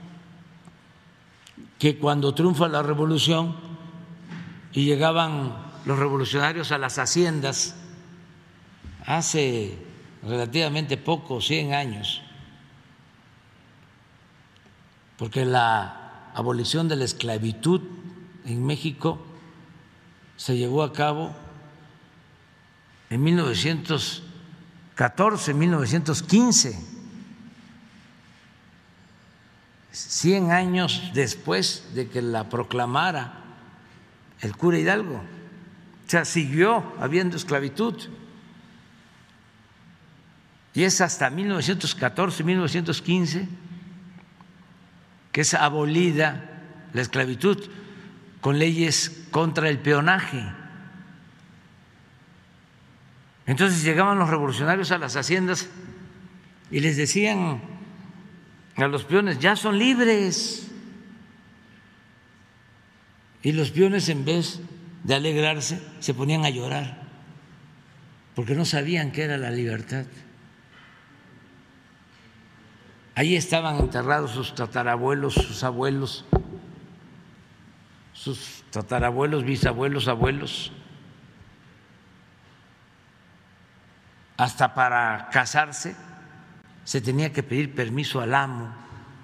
[SPEAKER 1] que cuando triunfa la revolución y llegaban los revolucionarios a las haciendas hace relativamente poco, 100 años, porque la abolición de la esclavitud en México se llevó a cabo en 1914, 1915. 100 años después de que la proclamara el cura Hidalgo. O sea, siguió habiendo esclavitud. Y es hasta 1914, 1915 que es abolida la esclavitud con leyes contra el peonaje. Entonces llegaban los revolucionarios a las haciendas y les decían a los peones, ya son libres. Y los peones, en vez de alegrarse, se ponían a llorar. porque no sabían qué era la libertad. Ahí estaban enterrados sus tatarabuelos, sus abuelos, sus tatarabuelos, bisabuelos, abuelos. Hasta para casarse se tenía que pedir permiso al amo.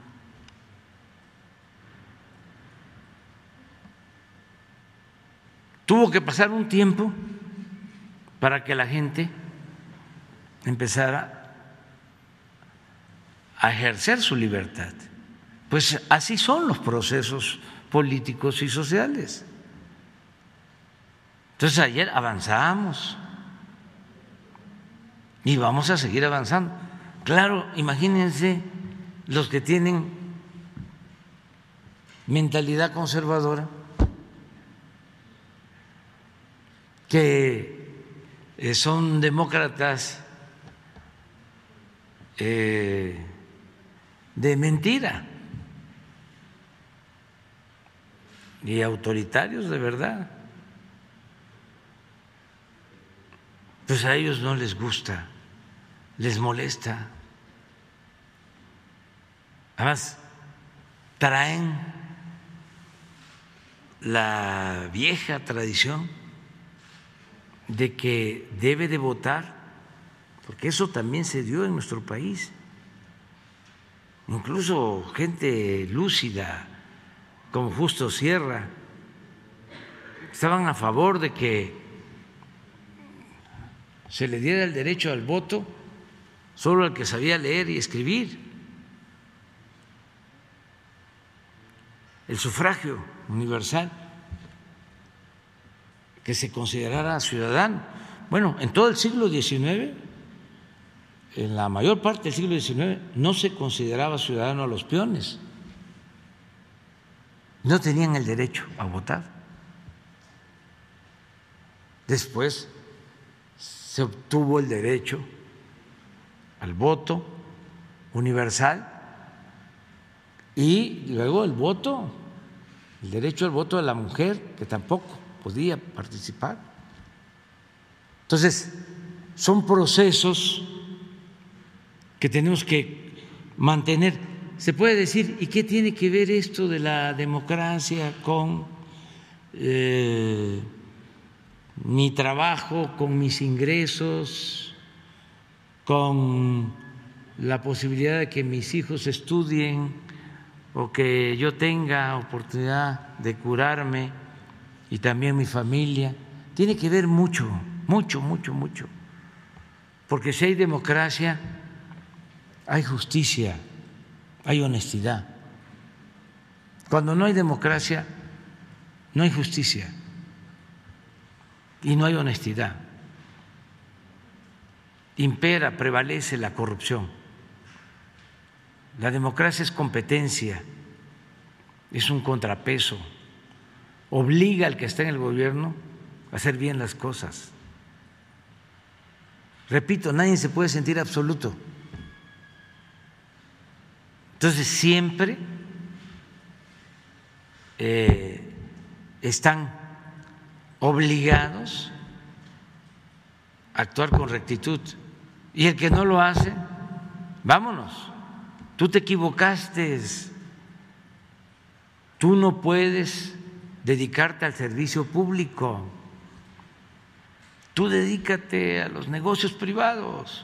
[SPEAKER 1] Tuvo que pasar un tiempo para que la gente empezara a ejercer su libertad. Pues así son los procesos políticos y sociales. Entonces ayer avanzamos y vamos a seguir avanzando. Claro, imagínense los que tienen mentalidad conservadora, que son demócratas de mentira y autoritarios de verdad. Pues a ellos no les gusta, les molesta. Además, traen la vieja tradición de que debe de votar, porque eso también se dio en nuestro país. Incluso gente lúcida como Justo Sierra estaban a favor de que se le diera el derecho al voto solo al que sabía leer y escribir. El sufragio universal, que se considerara ciudadano. Bueno, en todo el siglo XIX, en la mayor parte del siglo XIX, no se consideraba ciudadano a los peones. No tenían el derecho a votar. Después se obtuvo el derecho al voto universal y luego el derecho al voto de la mujer, que tampoco podía participar. Entonces, son procesos que tenemos que mantener. Se puede decir, ¿y qué tiene que ver esto de la democracia con mi trabajo, con mis ingresos, con la posibilidad de que mis hijos estudien o que yo tenga oportunidad de curarme y también mi familia? Tiene que ver mucho, mucho, mucho, mucho. Porque si hay democracia, hay justicia, hay honestidad. Cuando no hay democracia, no hay justicia y no hay honestidad. Impera, prevalece la corrupción. La democracia es competencia, es un contrapeso, obliga al que está en el gobierno a hacer bien las cosas. Repito, nadie se puede sentir absoluto. Entonces siempre están obligados a actuar con rectitud. Y el que no lo hace, vámonos, tú te equivocaste, tú no puedes dedicarte al servicio público, tú dedícate a los negocios privados,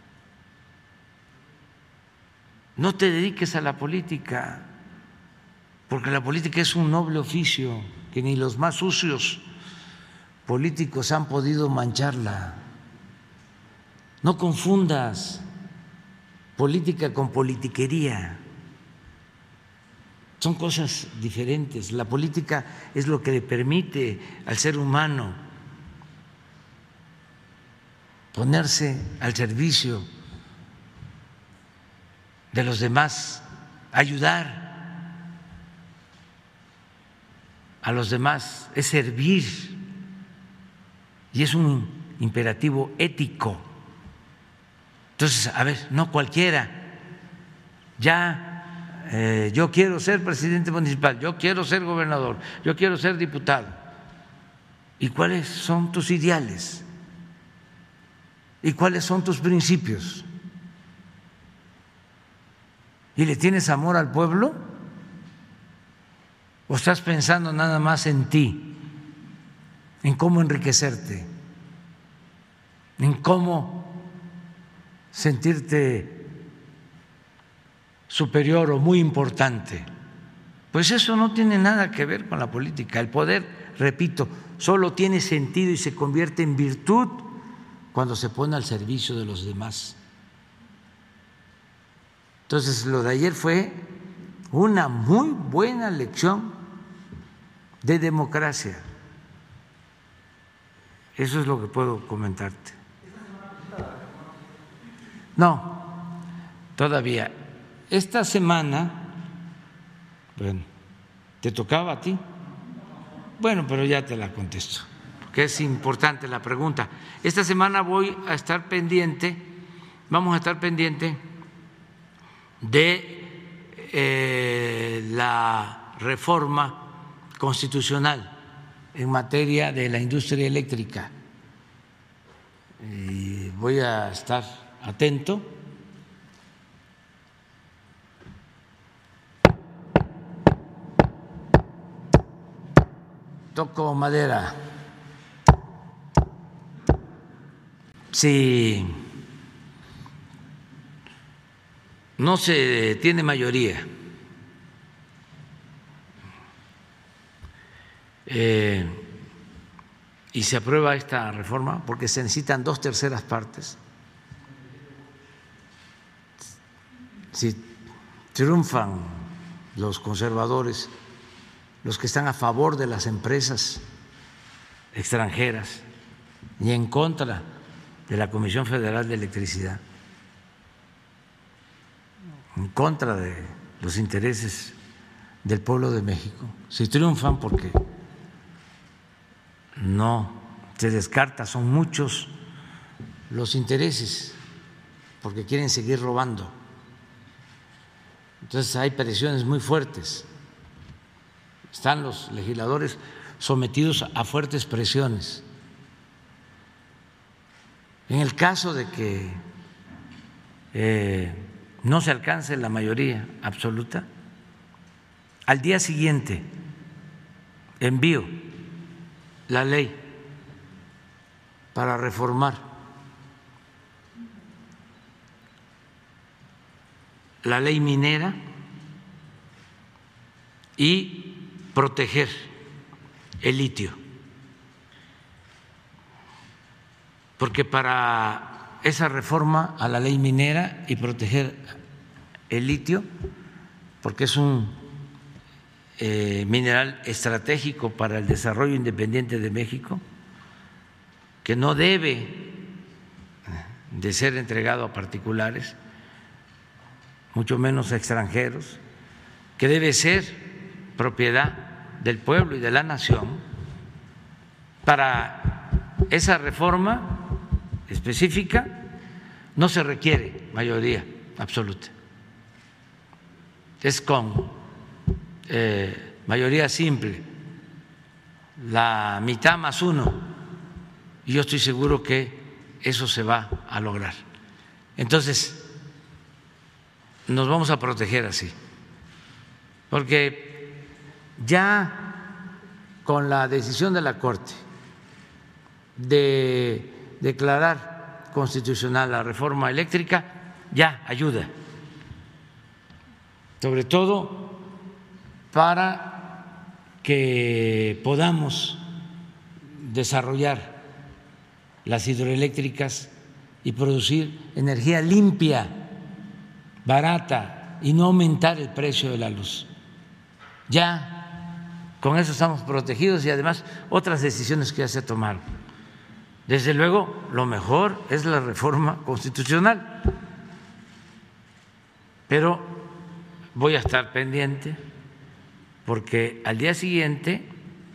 [SPEAKER 1] no te dediques a la política, porque la política es un noble oficio que ni los más sucios políticos han podido mancharla. No confundas política con politiquería, son cosas diferentes. La política es lo que le permite al ser humano ponerse al servicio de los demás, ayudar a los demás, es servir y es un imperativo ético. Entonces, a ver, no cualquiera, yo quiero ser presidente municipal, yo quiero ser gobernador, yo quiero ser diputado. ¿Y cuáles son tus ideales? ¿Y cuáles son tus principios? ¿Y le tienes amor al pueblo? ¿O estás pensando nada más en ti, en cómo enriquecerte, en cómo sentirte superior o muy importante? Pues eso no tiene nada que ver con la política. El poder, repito, solo tiene sentido y se convierte en virtud cuando se pone al servicio de los demás. Entonces, lo de ayer fue una muy buena lección de democracia. Eso es lo que puedo comentarte. No, todavía. Esta semana, bueno, ¿te tocaba a ti? Bueno, pero ya te la contesto, porque es importante la pregunta. Esta semana vamos a estar pendiente de la reforma constitucional en materia de la industria eléctrica. Y voy a estar atento. Toco madera. Si no se tiene mayoría y se aprueba esta reforma, porque se necesitan 2/3 partes, si triunfan los conservadores, los que están a favor de las empresas extranjeras y en contra de la Comisión Federal de Electricidad, en contra de los intereses del pueblo de México, si triunfan, porque no se descarta, son muchos los intereses, porque quieren seguir robando. Entonces hay presiones muy fuertes. Están los legisladores sometidos a fuertes presiones. En el caso de que no se alcance la mayoría absoluta, al día siguiente envío la ley para reformar la ley minera y proteger el litio, porque para esa reforma a la ley minera y proteger el litio, porque es un mineral estratégico para el desarrollo independiente de México, que no debe de ser entregado a particulares, mucho menos a extranjeros, que debe ser propiedad del pueblo y de la nación. Para esa reforma específica no se requiere mayoría absoluta, es con mayoría simple, la mitad más uno, y yo estoy seguro que eso se va a lograr. Entonces, nos vamos a proteger así, porque ya con la decisión de la Corte de declarar constitucional la reforma eléctrica, ya ayuda, sobre todo para que podamos desarrollar las hidroeléctricas y producir energía limpia, barata, y no aumentar el precio de la luz. Ya con eso estamos protegidos, y además otras decisiones que ya se tomaron. Desde luego, lo mejor es la reforma constitucional, pero voy a estar pendiente, porque al día siguiente,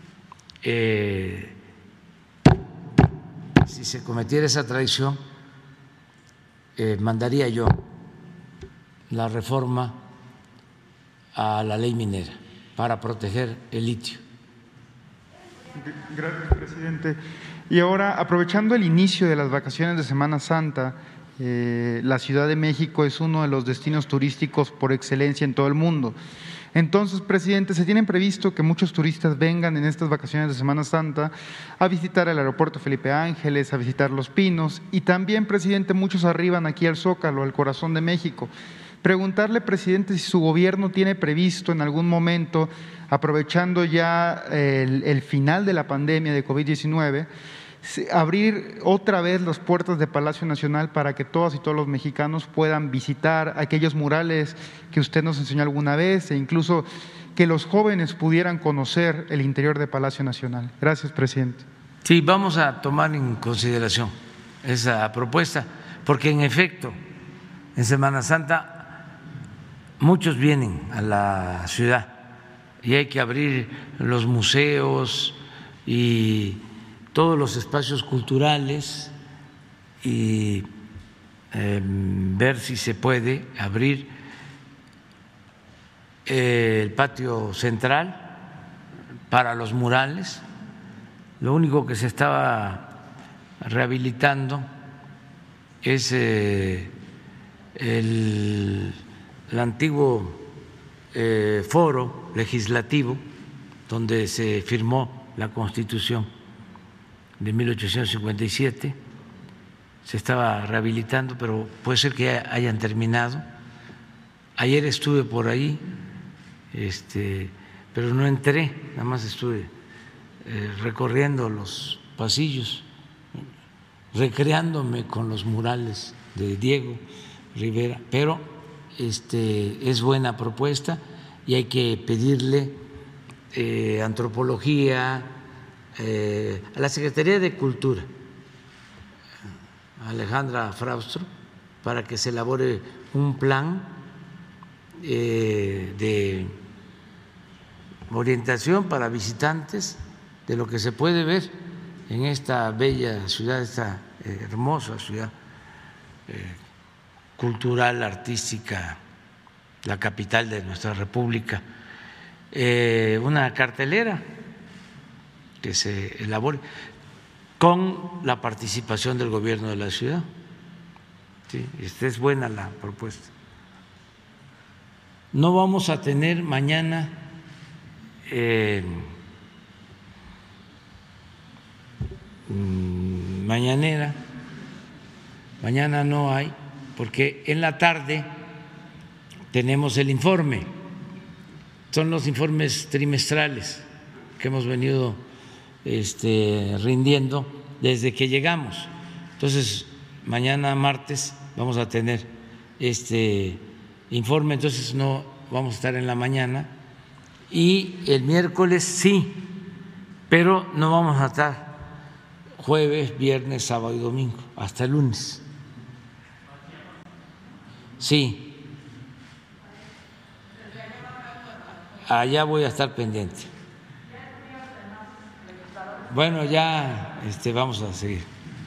[SPEAKER 1] si se cometiera esa traición, mandaría yo la reforma a la ley minera para proteger el litio.
[SPEAKER 8] Gracias, presidente. Y ahora, aprovechando el inicio de las vacaciones de Semana Santa, la Ciudad de México es uno de los destinos turísticos por excelencia en todo el mundo. Entonces, presidente, se tienen previsto que muchos turistas vengan en estas vacaciones de Semana Santa a visitar el aeropuerto Felipe Ángeles, a visitar Los Pinos y también, presidente, muchos arriban aquí al Zócalo, al corazón de México. Preguntarle, presidente, si su gobierno tiene previsto en algún momento, aprovechando ya el final de la pandemia de COVID-19, abrir otra vez las puertas de Palacio Nacional para que todas y todos los mexicanos puedan visitar aquellos murales que usted nos enseñó alguna vez e incluso que los jóvenes pudieran conocer el interior de Palacio Nacional. Gracias, presidente.
[SPEAKER 1] Sí, vamos a tomar en consideración esa propuesta, porque en efecto, en Semana Santa muchos vienen a la ciudad y hay que abrir los museos y todos los espacios culturales y ver si se puede abrir el patio central para los murales. Lo único que se estaba rehabilitando es el antiguo foro legislativo donde se firmó la Constitución de 1857, se estaba rehabilitando, pero puede ser que hayan terminado. Ayer estuve por ahí, pero no entré, nada más estuve recorriendo los pasillos, recreándome con los murales de Diego Rivera, pero es buena propuesta y hay que pedirle antropología, a la Secretaría de Cultura, Alejandra Fraustro, para que se elabore un plan de orientación para visitantes de lo que se puede ver en esta bella ciudad, esta hermosa ciudad cultural, artística, la capital de nuestra República, una cartelera que se elabore con la participación del gobierno de la ciudad. Sí, es buena la propuesta. No vamos a tener mañana mañanera, mañana no hay, porque en la tarde tenemos el informe, son los informes trimestrales que hemos venido rindiendo desde que llegamos. Entonces, mañana martes vamos a tener este informe, entonces no vamos a estar en la mañana, y el miércoles sí, pero no vamos a estar jueves, viernes, sábado y domingo, hasta el lunes. Sí, allá voy a estar pendiente. Bueno, ya vamos a seguir.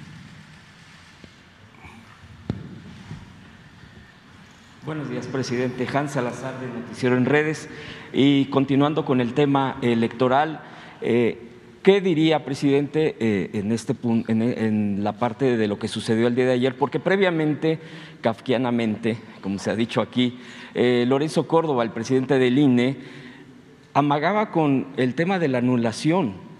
[SPEAKER 9] Buenos días, presidente. Hans Salazar, de Noticiero en Redes. Y continuando con el tema electoral, ¿qué diría, presidente, en la parte de lo que sucedió el día de ayer? Porque previamente, kafkianamente, como se ha dicho aquí, Lorenzo Córdoba, el presidente del INE, amagaba con el tema de la anulación,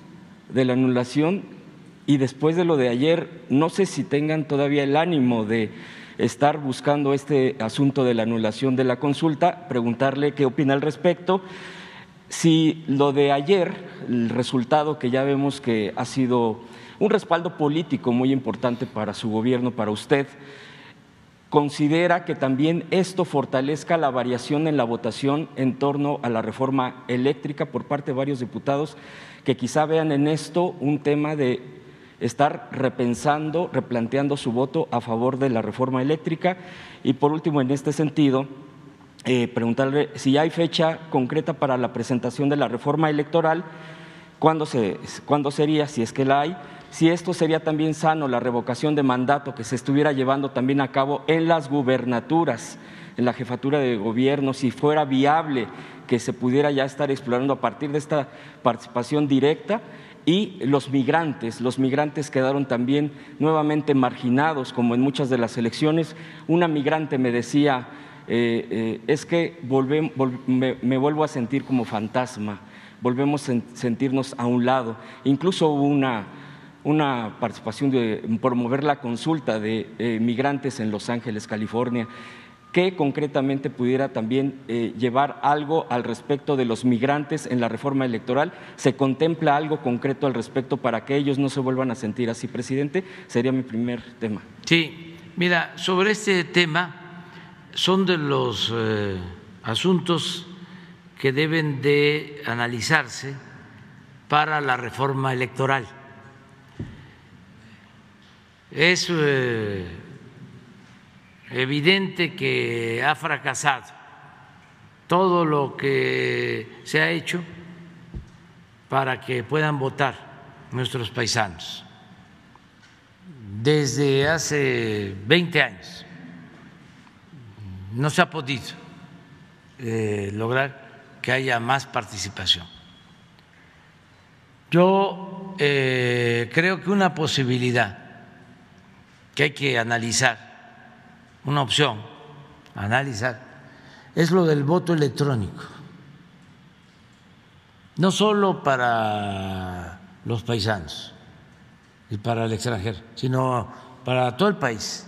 [SPEAKER 9] y después de lo de ayer, no sé si tengan todavía el ánimo de estar buscando este asunto de la anulación de la consulta, preguntarle qué opina al respecto, si lo de ayer, el resultado que ya vemos que ha sido un respaldo político muy importante para su gobierno, para usted, considera que también esto fortalezca la variación en la votación en torno a la reforma eléctrica por parte de varios diputados que quizá vean en esto un tema de estar repensando, replanteando su voto a favor de la reforma eléctrica. Y por último, en este sentido, preguntarle si hay fecha concreta para la presentación de la reforma electoral, cuándo sería, si es que la hay, si esto sería también sano, la revocación de mandato que se estuviera llevando también a cabo en las gubernaturas, en la jefatura de gobierno, si fuera viable que se pudiera ya estar explorando a partir de esta participación directa. Y los migrantes quedaron también nuevamente marginados, como en muchas de las elecciones. Una migrante me decía, es que me vuelvo a sentir como fantasma, volvemos a sentirnos a un lado. Incluso hubo una participación de promover la consulta de migrantes en Los Ángeles, California, que concretamente pudiera también llevar algo al respecto de los migrantes en la reforma electoral. ¿Se contempla algo concreto al respecto para que ellos no se vuelvan a sentir así, presidente? Sería mi primer tema.
[SPEAKER 1] Sí, mira, sobre este tema son de los asuntos que deben de analizarse para la reforma electoral. Es evidente que ha fracasado todo lo que se ha hecho para que puedan votar nuestros paisanos. Desde hace 20 años no se ha podido lograr que haya más participación. Yo creo que una posibilidad que hay que analizar, una opción a analizar, es lo del voto electrónico, no solo para los paisanos y para el extranjero, sino para todo el país.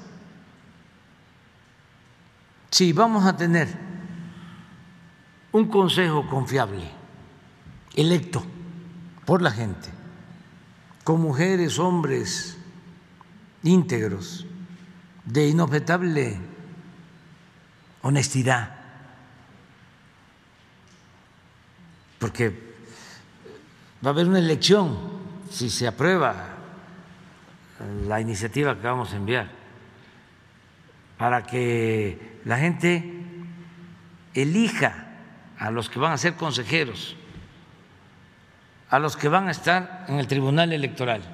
[SPEAKER 1] Sí, vamos a tener un consejo confiable, electo por la gente, con mujeres, hombres íntegros, de inobjetable honestidad, porque va a haber una elección si se aprueba la iniciativa que vamos a enviar, para que la gente elija a los que van a ser consejeros, a los que van a estar en el Tribunal Electoral,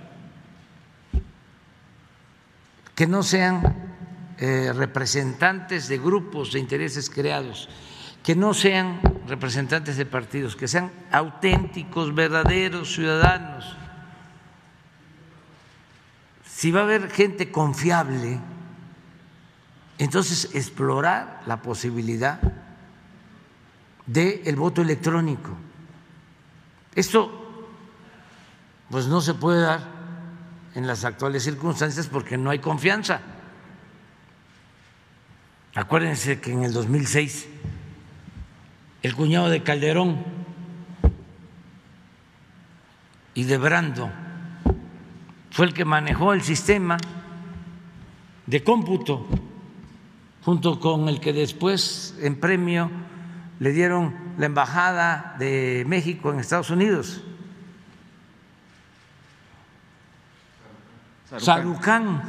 [SPEAKER 1] que no sean representantes de grupos de intereses creados, que no sean representantes de partidos, que sean auténticos, verdaderos ciudadanos. Si va a haber gente confiable, entonces explorar la posibilidad del voto electrónico. Esto pues no se puede dar en las actuales circunstancias porque no hay confianza. Acuérdense que en el 2006 el cuñado de Calderón y de Brando fue el que manejó el sistema de cómputo, junto con el que después en premio le dieron la embajada de México en Estados Unidos, Sarucán.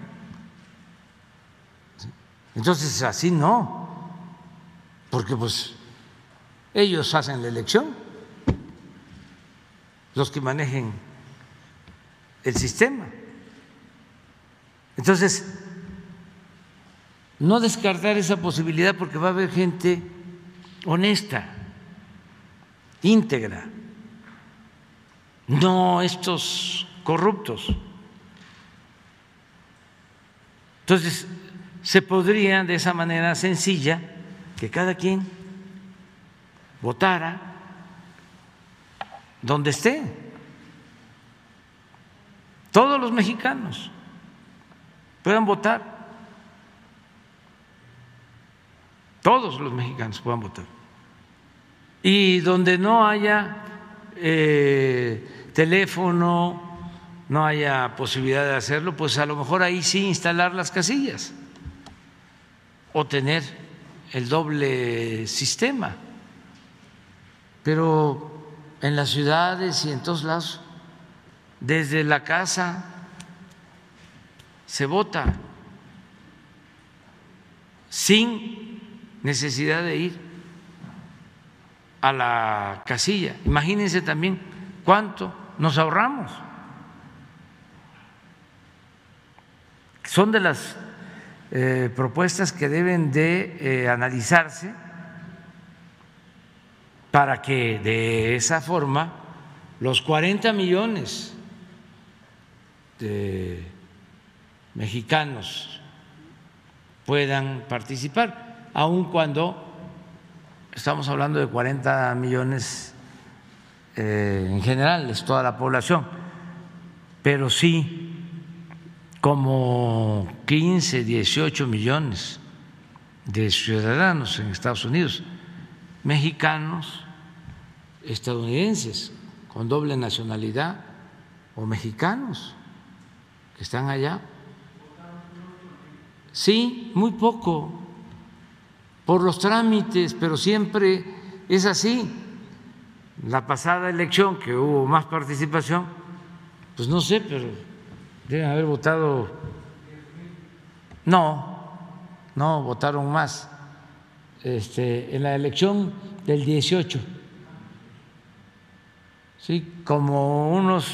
[SPEAKER 1] Entonces así no, porque pues ellos hacen la elección, los que manejen el sistema. Entonces, no descartar esa posibilidad, porque va a haber gente honesta, íntegra, no estos corruptos. Entonces, se podría de esa manera sencilla que cada quien votara donde esté, todos los mexicanos puedan votar, todos los mexicanos puedan votar, y donde no haya teléfono, no haya posibilidad de hacerlo, pues a lo mejor ahí sí instalar las casillas o tener el doble sistema. Pero en las ciudades y en todos lados, desde la casa se vota sin necesidad de ir a la casilla. Imagínense también cuánto nos ahorramos. Son de las propuestas que deben de analizarse para que de esa forma los 40 millones de mexicanos puedan participar, aun cuando estamos hablando de 40 millones en general, es toda la población, pero sí como 15, 18 millones de ciudadanos en Estados Unidos, mexicanos, estadounidenses con doble nacionalidad o mexicanos que están allá. Sí, muy poco, por los trámites, pero siempre es así. La pasada elección que hubo más participación, pues no sé, pero deben haber votado. No, votaron más. En la elección del 18, sí, como unos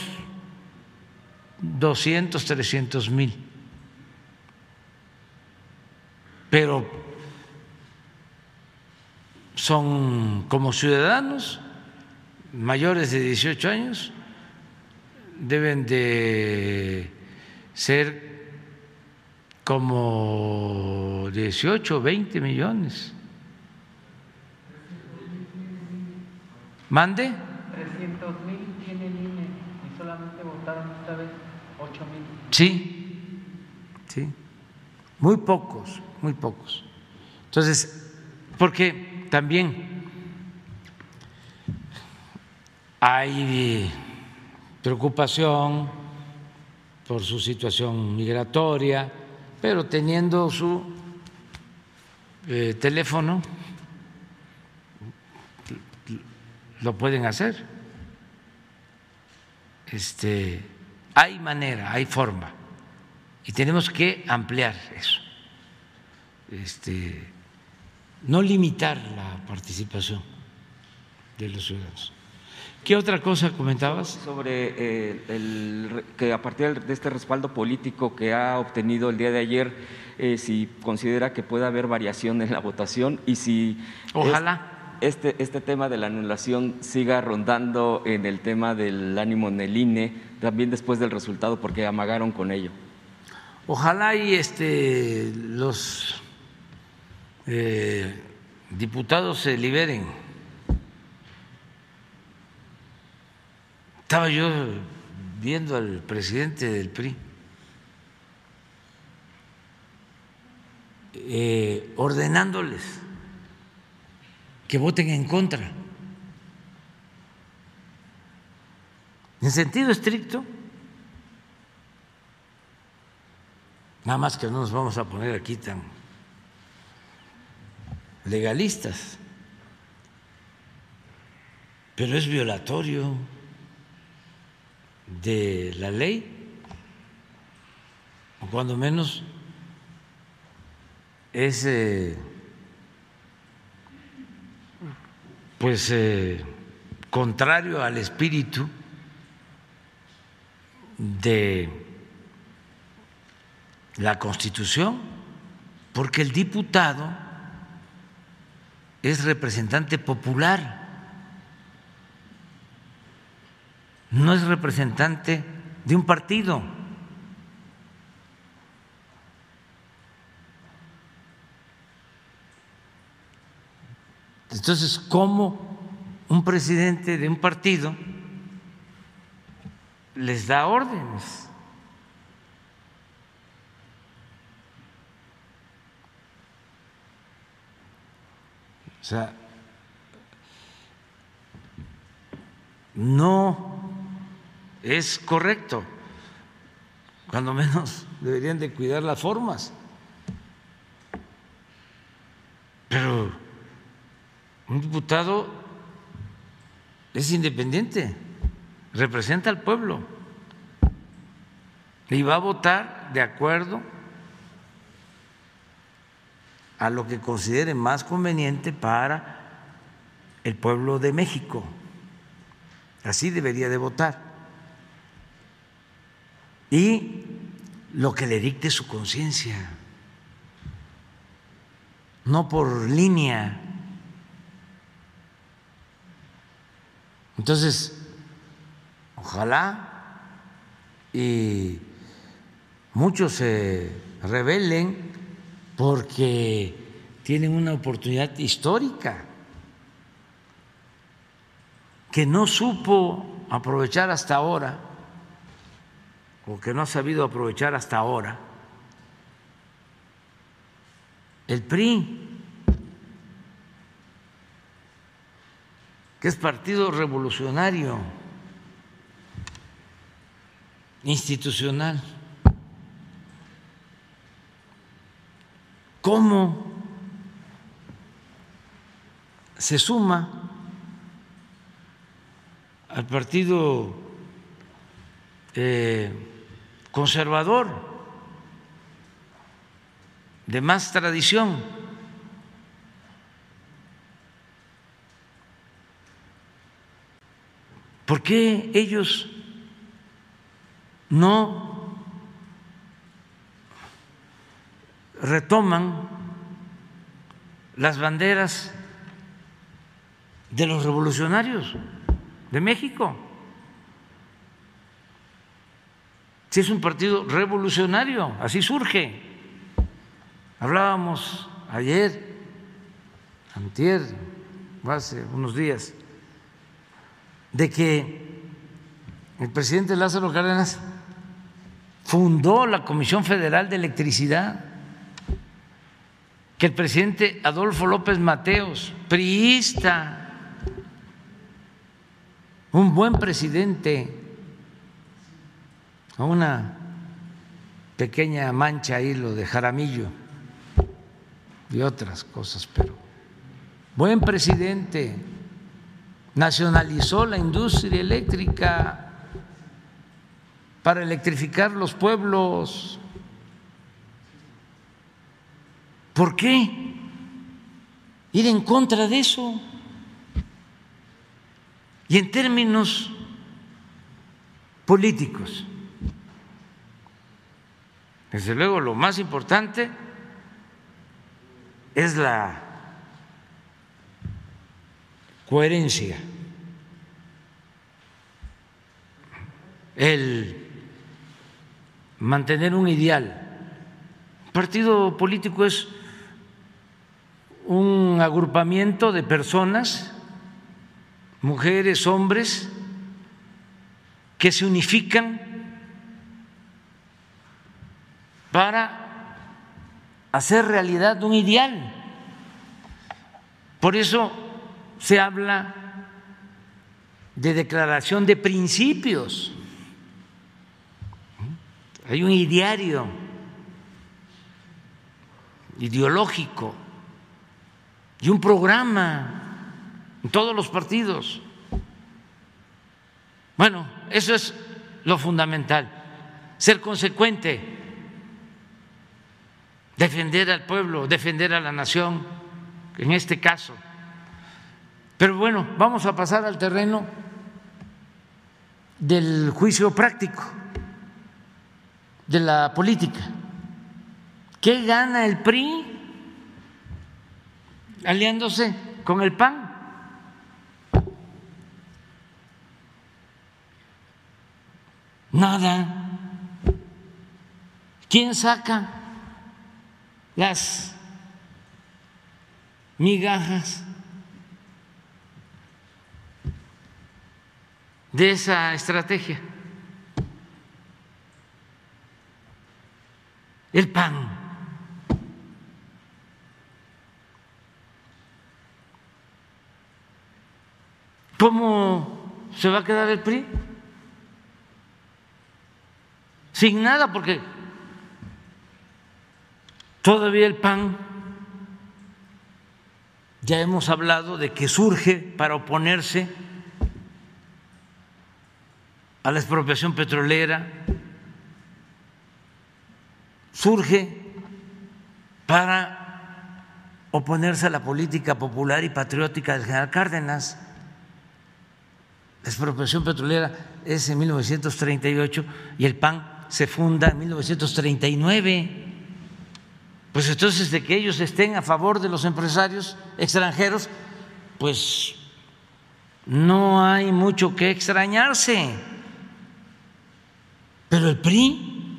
[SPEAKER 1] 200, 300 mil. Pero son como ciudadanos mayores de 18 años, deben de ser como 18 o 20 millones. ¿Mande?
[SPEAKER 10] 300,000 tiene el INE y solamente votaron esta vez 8,000.
[SPEAKER 1] Sí, muy pocos. Entonces, porque también hay preocupación por su situación migratoria, pero teniendo su teléfono lo pueden hacer. Hay manera, hay forma, y tenemos que ampliar eso. No limitar la participación de los ciudadanos. ¿Qué otra cosa comentabas?
[SPEAKER 9] Sobre que a partir de este respaldo político que ha obtenido el día de ayer, si considera que puede haber variación en la votación y si
[SPEAKER 1] ojalá
[SPEAKER 9] este tema de la anulación siga rondando en el tema del ánimo en el INE, también después del resultado, porque amagaron con ello.
[SPEAKER 1] Ojalá y los diputados se liberen. Estaba yo viendo al presidente del PRI ordenándoles que voten en contra. En sentido estricto, nada más que no nos vamos a poner aquí tan legalistas, pero es violatorio de la ley, o cuando menos es contrario al espíritu de la Constitución, porque el diputado es representante popular, no es representante de un partido. Entonces, ¿cómo un presidente de un partido les da órdenes? O sea, no es correcto, cuando menos deberían de cuidar las formas, pero un diputado es independiente, representa al pueblo y va a votar de acuerdo a lo que considere más conveniente para el pueblo de México. Así debería de votar. Y lo que le dicte su conciencia, no por línea. Entonces, ojalá y muchos se rebelen porque tienen una oportunidad histórica que no supo aprovechar hasta ahora, o que no ha sabido aprovechar hasta ahora el PRI, que es partido revolucionario, institucional. ¿Cómo se suma al partido conservador de más tradición? ¿Por qué ellos no retoman las banderas de los revolucionarios de México? Si es un partido revolucionario, así surge. Hablábamos ayer, antier, hace unos días, de que el presidente Lázaro Cárdenas fundó la Comisión Federal de Electricidad, que el presidente Adolfo López Mateos, priista, un buen presidente, a una pequeña mancha ahí lo de Jaramillo y otras cosas, pero buen presidente, nacionalizó la industria eléctrica para electrificar los pueblos. ¿Por qué ir en contra de eso? Y en términos políticos, desde luego lo más importante es la coherencia, el mantener un ideal. Un partido político es un agrupamiento de personas, mujeres, hombres, que se unifican para hacer realidad un ideal. Por eso se habla de declaración de principios. Hay un ideario ideológico y un programa en todos los partidos. Bueno, eso es lo fundamental, ser consecuente, defender al pueblo, defender a la nación, en este caso. Pero bueno, vamos a pasar al terreno del juicio práctico, de la política. ¿Qué gana el PRI aliándose con el PAN? Nada. ¿Quién saca las migajas de esa estrategia? El PAN. ¿Cómo se va a quedar el PRI? Sin nada, porque todavía el PAN, ya hemos hablado de que surge para oponerse a la expropiación petrolera, surge para oponerse a la política popular y patriótica del general Cárdenas. La expropiación petrolera es en 1938 y el PAN se funda en 1939. Pues entonces, de que ellos estén a favor de los empresarios extranjeros, pues no hay mucho que extrañarse, pero el PRI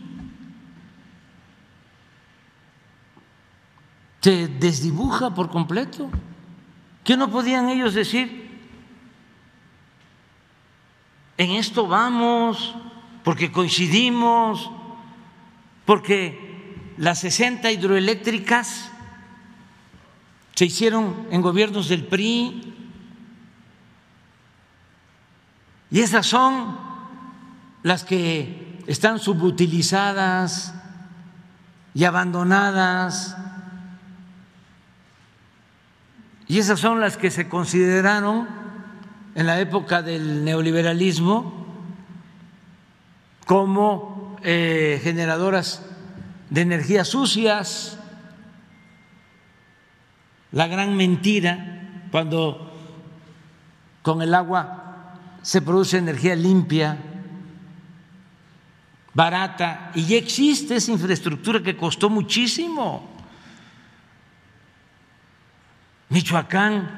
[SPEAKER 1] se desdibuja por completo. ¿Qué no podían ellos decir? En esto vamos, porque coincidimos, porque las 60 hidroeléctricas se hicieron en gobiernos del PRI y esas son las que están subutilizadas y abandonadas, y esas son las que se consideraron en la época del neoliberalismo como generadoras de energías sucias. La gran mentira cuando con el agua se produce energía limpia, barata, y ya existe esa infraestructura que costó muchísimo. Michoacán,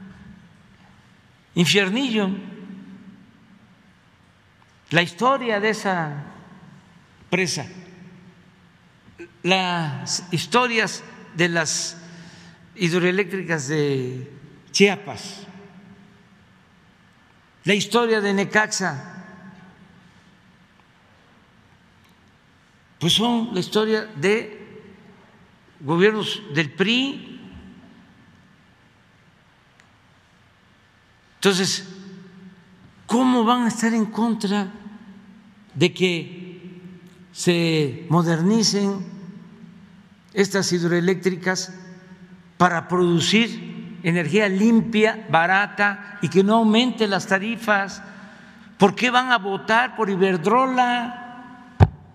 [SPEAKER 1] Infiernillo, la historia de esa presa, las historias de las hidroeléctricas de Chiapas, la historia de Necaxa, pues son la historia de gobiernos del PRI. Entonces, ¿cómo van a estar en contra de que se modernicen estas hidroeléctricas para producir energía limpia, barata y que no aumente las tarifas? ¿Por qué van a votar por Iberdrola?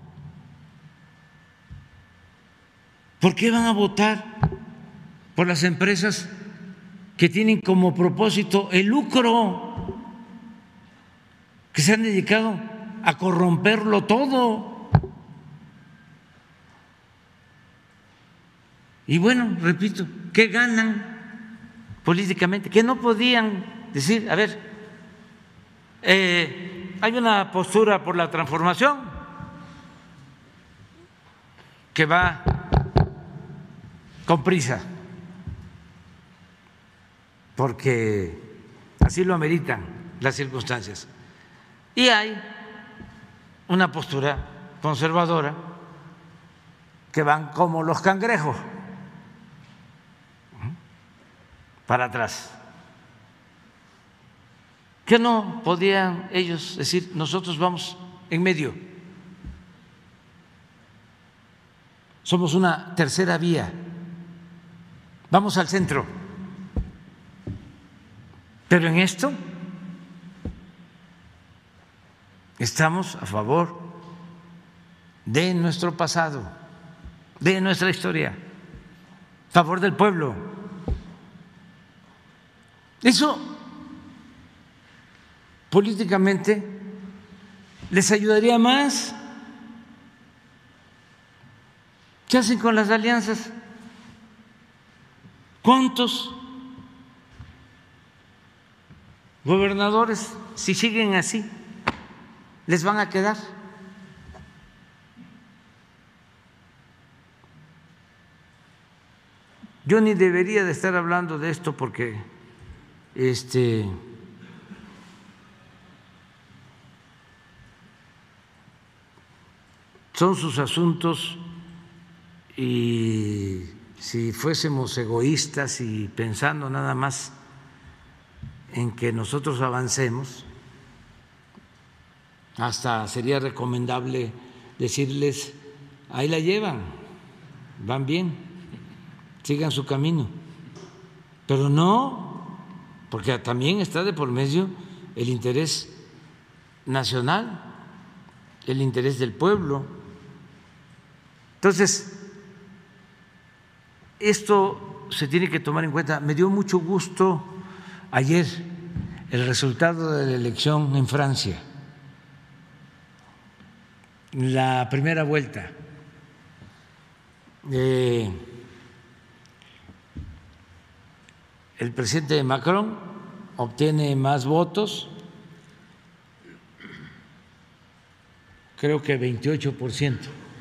[SPEAKER 1] ¿Por qué van a votar por las empresas que tienen como propósito el lucro, que se han dedicado a corromperlo todo? Y bueno, repito, ¿qué ganan políticamente? Que no podían decir, a ver, hay una postura por la transformación que va con prisa, porque así lo ameritan las circunstancias. Y hay una postura conservadora que van como los cangrejos, para atrás. ¿Qué no podían ellos decir? Nosotros vamos en medio, somos una tercera vía, vamos al centro. Pero en esto estamos a favor de nuestro pasado, de nuestra historia, a favor del pueblo. Eso políticamente les ayudaría más. ¿Qué hacen con las alianzas? ¿Cuántos gobernadores, si siguen así, les van a quedar? Yo ni debería de estar hablando de esto porque son sus asuntos, y si fuésemos egoístas y pensando nada más en que nosotros avancemos, hasta sería recomendable decirles, ahí la llevan, van bien, sigan su camino. Pero no, porque también está de por medio el interés nacional, el interés del pueblo. Entonces, esto se tiene que tomar en cuenta. Me dio mucho gusto ayer el resultado de la elección en Francia, la primera vuelta. El presidente Macron obtiene más votos, creo que 28%.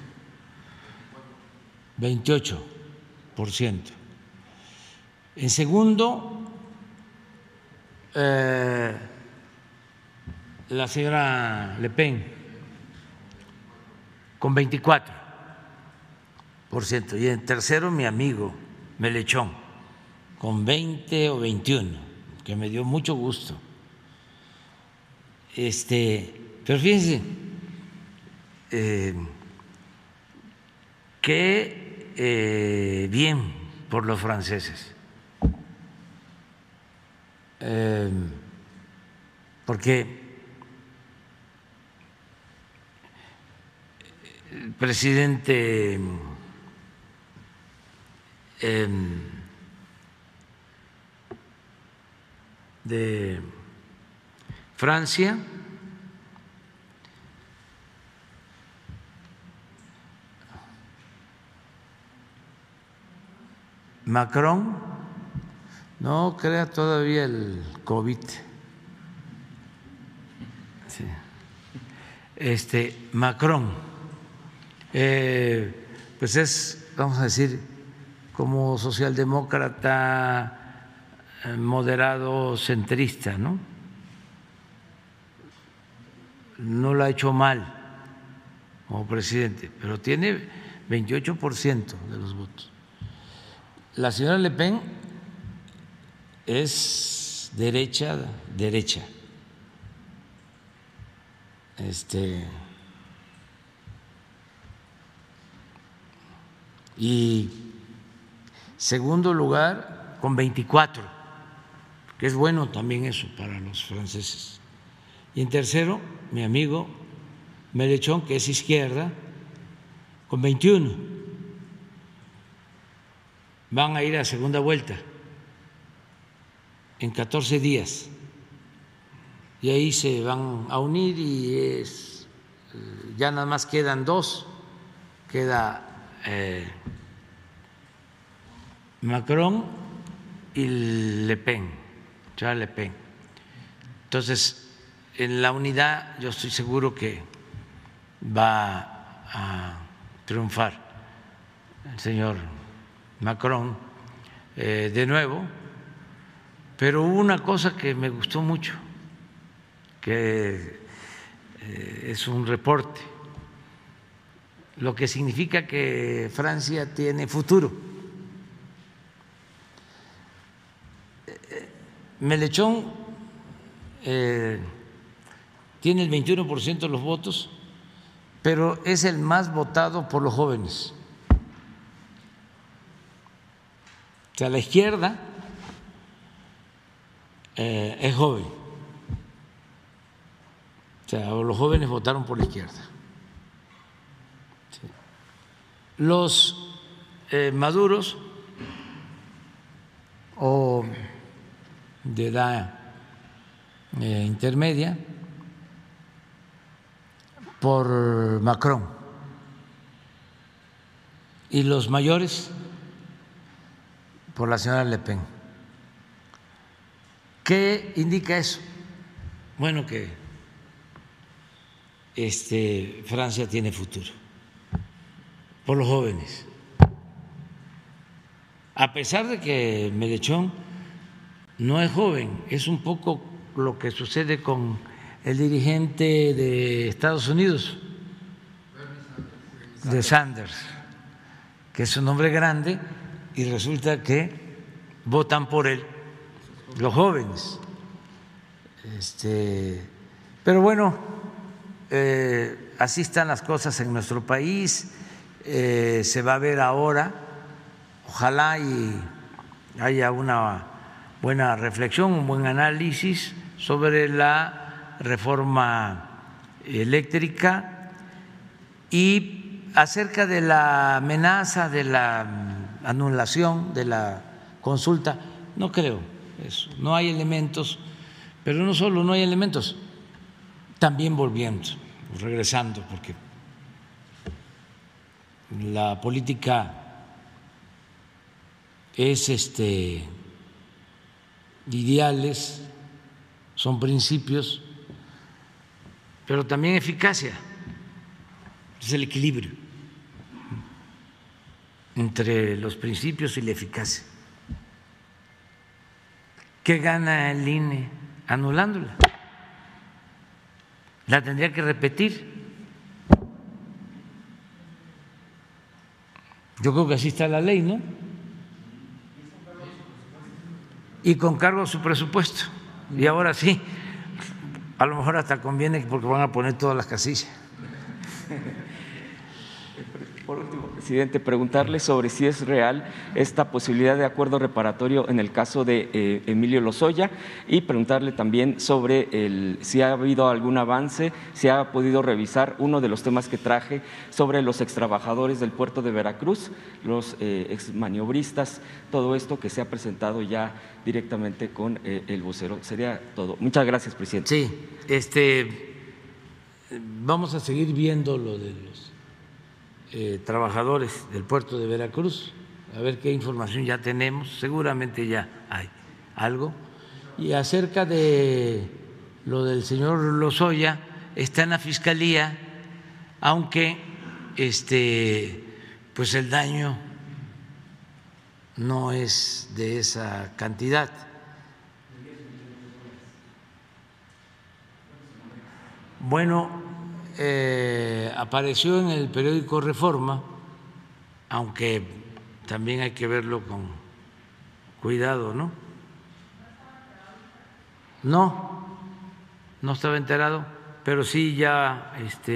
[SPEAKER 1] 28%. En segundo, la señora Le Pen con 24%. Y en tercero, mi amigo Melechón con 20 o 21, que me dio mucho gusto. Pero fíjense que bien por los franceses, porque el presidente de Francia Macron, no crea todavía el COVID. Sí. Macron, pues es, vamos a decir, como socialdemócrata moderado centrista, ¿no? No lo ha hecho mal como presidente, pero tiene 28% de los votos. La señora Le Pen es derecha. Y segundo lugar con 24, que es bueno también eso para los franceses. Y en tercero, mi amigo Melechón, que es izquierda, con 21. Van a ir a segunda vuelta en 14 días y ahí se van a unir y ya nada más quedan dos, queda Macron y Le Pen, Charles Le Pen. Entonces, en la unidad yo estoy seguro que va a triunfar el señor Macron de nuevo, pero hubo una cosa que me gustó mucho, que es un reporte, lo que significa que Francia tiene futuro. Melechón tiene el 21% de los votos, pero es el más votado por los jóvenes. O sea, la izquierda es joven. O sea, los jóvenes votaron por la izquierda. Sí. Los maduros o de edad intermedia por Macron. Y los mayores por la señora Le Pen. ¿Qué indica eso? Bueno, que Francia tiene futuro por los jóvenes. A pesar de que Melechón no es joven, es un poco lo que sucede con el dirigente de Estados Unidos, de Sanders, que es un hombre grande y resulta que votan por él los jóvenes. Pero bueno, así están las cosas en nuestro país. Se va a ver ahora, ojalá y haya una buena reflexión, un buen análisis sobre la reforma eléctrica y acerca de la amenaza de la anulación de la consulta. No creo eso, no hay elementos, pero no solo no hay elementos, también regresando, porque la política es ideales, son principios, pero también eficacia, es el equilibrio entre los principios y la eficacia. ¿Qué gana el INE anulándola? La tendría que repetir. Yo creo que así está la ley, ¿no? Y con cargo a su presupuesto. Y ahora sí, a lo mejor hasta conviene porque van a poner todas las casillas.
[SPEAKER 9] Por último, presidente, preguntarle sobre si es real esta posibilidad de acuerdo reparatorio en el caso de Emilio Lozoya y preguntarle también sobre si ha habido algún avance, si ha podido revisar uno de los temas que traje sobre los extrabajadores del puerto de Veracruz, los exmaniobristas, todo esto que se ha presentado ya directamente con el vocero. Sería todo. Muchas gracias, presidente.
[SPEAKER 1] Sí, vamos a seguir viendo lo de los trabajadores del puerto de Veracruz, a ver qué información ya tenemos, seguramente ya hay algo. Y acerca de lo del señor Lozoya, está en la Fiscalía, aunque pues el daño no es de esa cantidad. Bueno, apareció en el periódico Reforma, aunque también hay que verlo con cuidado, ¿no? No estaba enterado, pero sí ya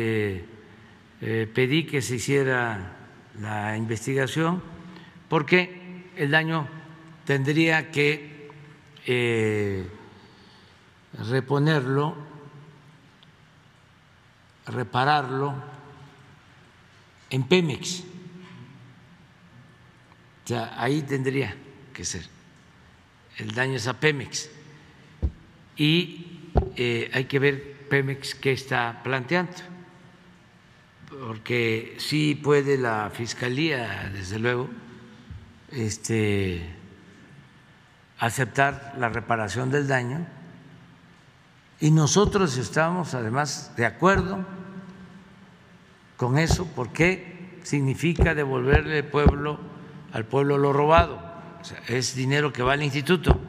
[SPEAKER 1] pedí que se hiciera la investigación porque el daño tendría que repararlo en Pemex. O sea, ahí tendría que ser. El daño es a Pemex. Y hay que ver Pemex qué está planteando. Porque sí puede la Fiscalía, desde luego, aceptar la reparación del daño. Y nosotros estamos además de acuerdo con eso porque significa devolverle al pueblo lo robado. O sea, es dinero que va al instituto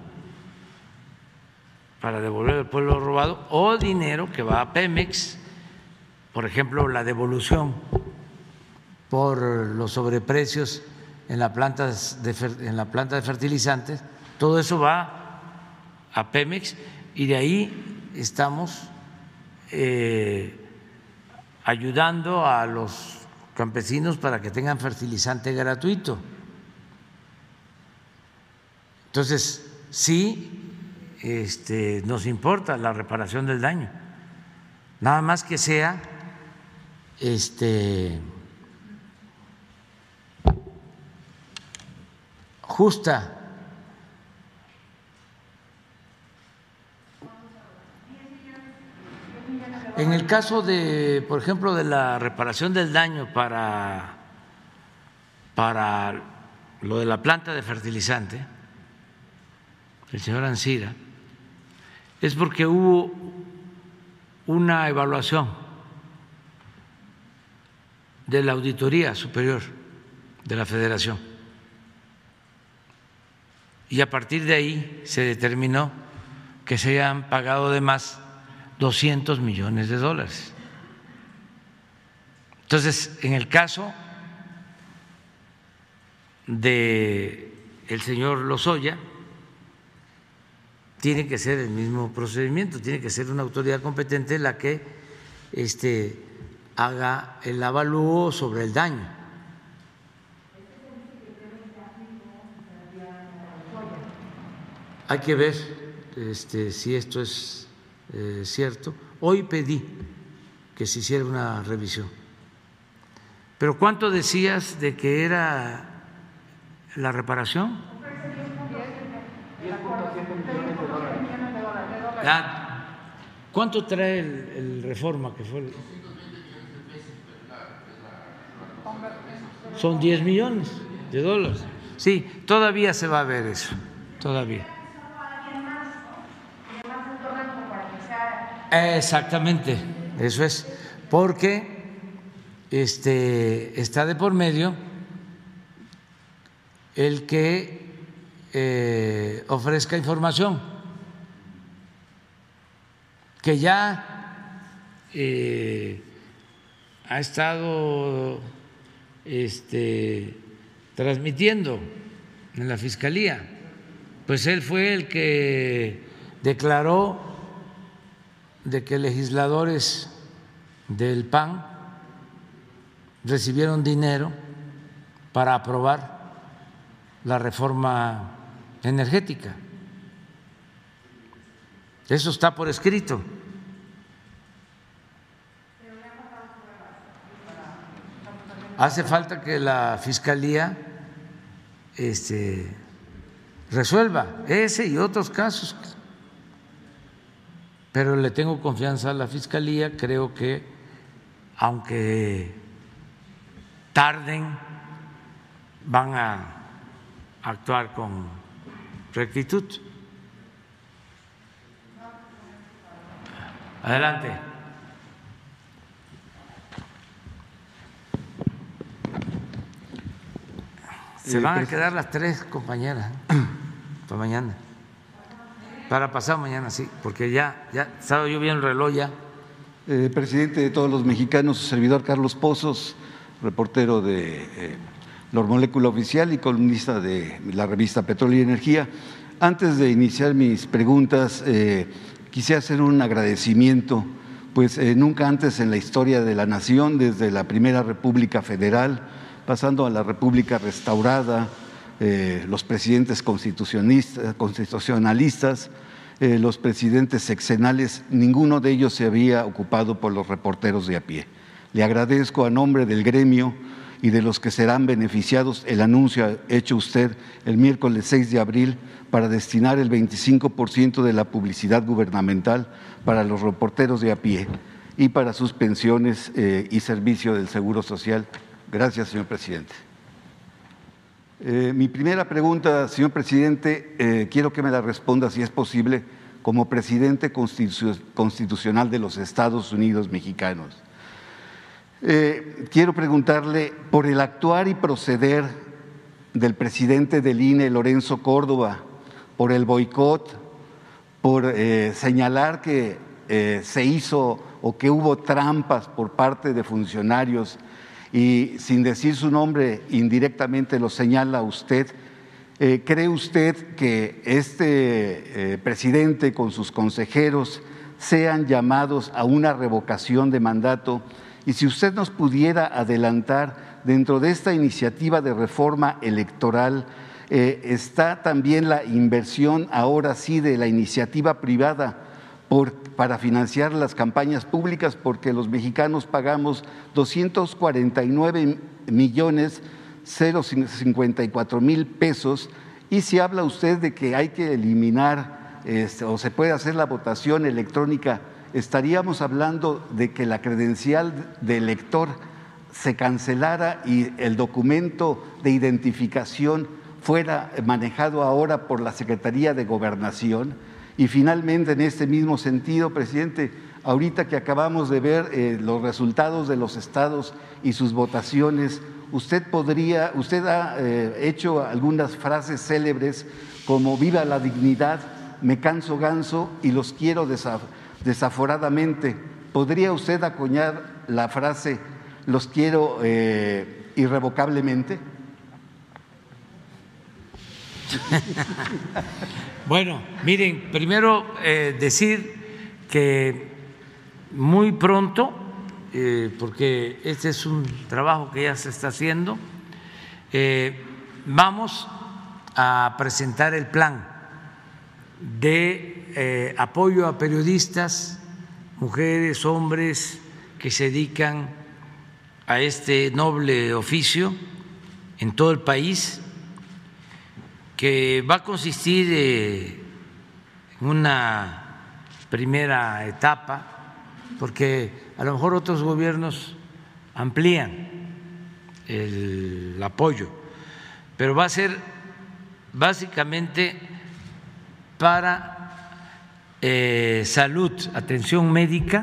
[SPEAKER 1] para devolver al pueblo lo robado o dinero que va a Pemex, por ejemplo, la devolución por los sobreprecios en la planta de fertilizantes, todo eso va a Pemex y de ahí estamos ayudando a los campesinos para que tengan fertilizante gratuito. Entonces, sí, nos importa la reparación del daño, nada más que sea justa. En el caso de, por ejemplo, de la reparación del daño para lo de la planta de fertilizante, el señor Ancira, es porque hubo una evaluación de la Auditoría Superior de la Federación y a partir de ahí se determinó que se han pagado de más $200 millones. Entonces, en el caso de el señor Lozoya, tiene que ser el mismo procedimiento, tiene que ser una autoridad competente la que haga el avalúo sobre el daño. Hay que ver si esto es cierto. Hoy pedí que se hiciera una revisión. Pero ¿cuánto decías de que era la reparación?
[SPEAKER 10] 10.7 millones de dólares.
[SPEAKER 1] ¿Cuánto trae el Reforma que fue? Son $10 millones. Sí, todavía se va a ver eso, todavía. Exactamente, eso es, porque está de por medio el que ofrezca información, que ya ha estado transmitiendo en la Fiscalía, pues él fue el que declaró de que legisladores del PAN recibieron dinero para aprobar la reforma energética. Eso está por escrito. Hace falta que la Fiscalía resuelva ese y otros casos, pero le tengo confianza a la Fiscalía. Creo que aunque tarden, van a actuar con rectitud. Adelante. Se van a quedar las tres compañeras para mañana. Para pasado mañana, sí, porque ya estaba yo viendo el reloj ya.
[SPEAKER 11] Presidente de todos los mexicanos, su servidor Carlos Pozos, reportero de Molécula Oficial y columnista de la revista Petróleo y Energía. Antes de iniciar mis preguntas, quisiera hacer un agradecimiento, pues nunca antes en la historia de la nación, desde la Primera República Federal, pasando a la República restaurada, los presidentes constitucionalistas, los presidentes sexenales, ninguno de ellos se había ocupado por los reporteros de a pie. Le agradezco a nombre del gremio y de los que serán beneficiados el anuncio hecho usted el miércoles 6 de abril para destinar el 25% de la publicidad gubernamental para los reporteros de a pie y para sus pensiones y servicio del Seguro Social. Gracias, señor presidente. Mi primera pregunta, señor presidente, quiero que me la responda, si es posible, como presidente constitucional de los Estados Unidos mexicanos. Quiero preguntarle por el actuar y proceder del presidente del INE, Lorenzo Córdoba, por el boicot, por señalar que se hizo o que hubo trampas por parte de funcionarios y sin decir su nombre indirectamente lo señala usted. ¿Cree usted que este presidente con sus consejeros sean llamados a una revocación de mandato? Y si usted nos pudiera adelantar, dentro de esta iniciativa de reforma electoral, está también la inversión ahora sí de la iniciativa privada para financiar las campañas públicas, porque los mexicanos pagamos 249,054,000 pesos, y si habla usted de que hay que eliminar o se puede hacer la votación electrónica, estaríamos hablando de que la credencial de elector se cancelara y el documento de identificación fuera manejado ahora por la Secretaría de Gobernación. Y finalmente, en este mismo sentido, presidente, ahorita que acabamos de ver los resultados de los estados y sus votaciones, usted ha hecho algunas frases célebres como "viva la dignidad", "me canso ganso" y "los quiero desaforadamente". ¿Podría usted acuñar la frase "los quiero irrevocablemente"?
[SPEAKER 1] Bueno, miren, primero decir que muy pronto, porque este es un trabajo que ya se está haciendo, vamos a presentar el plan de apoyo a periodistas, mujeres, hombres que se dedican a este noble oficio en todo el país, que va a consistir en una primera etapa, porque a lo mejor otros gobiernos amplían el apoyo, pero va a ser básicamente para salud, atención médica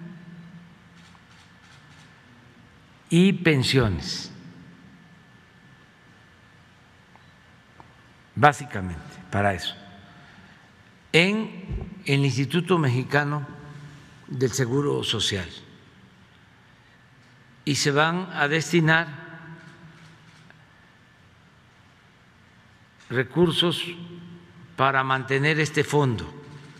[SPEAKER 1] y pensiones, básicamente para eso, en el Instituto Mexicano del Seguro Social. Y se van a destinar recursos para mantener este fondo.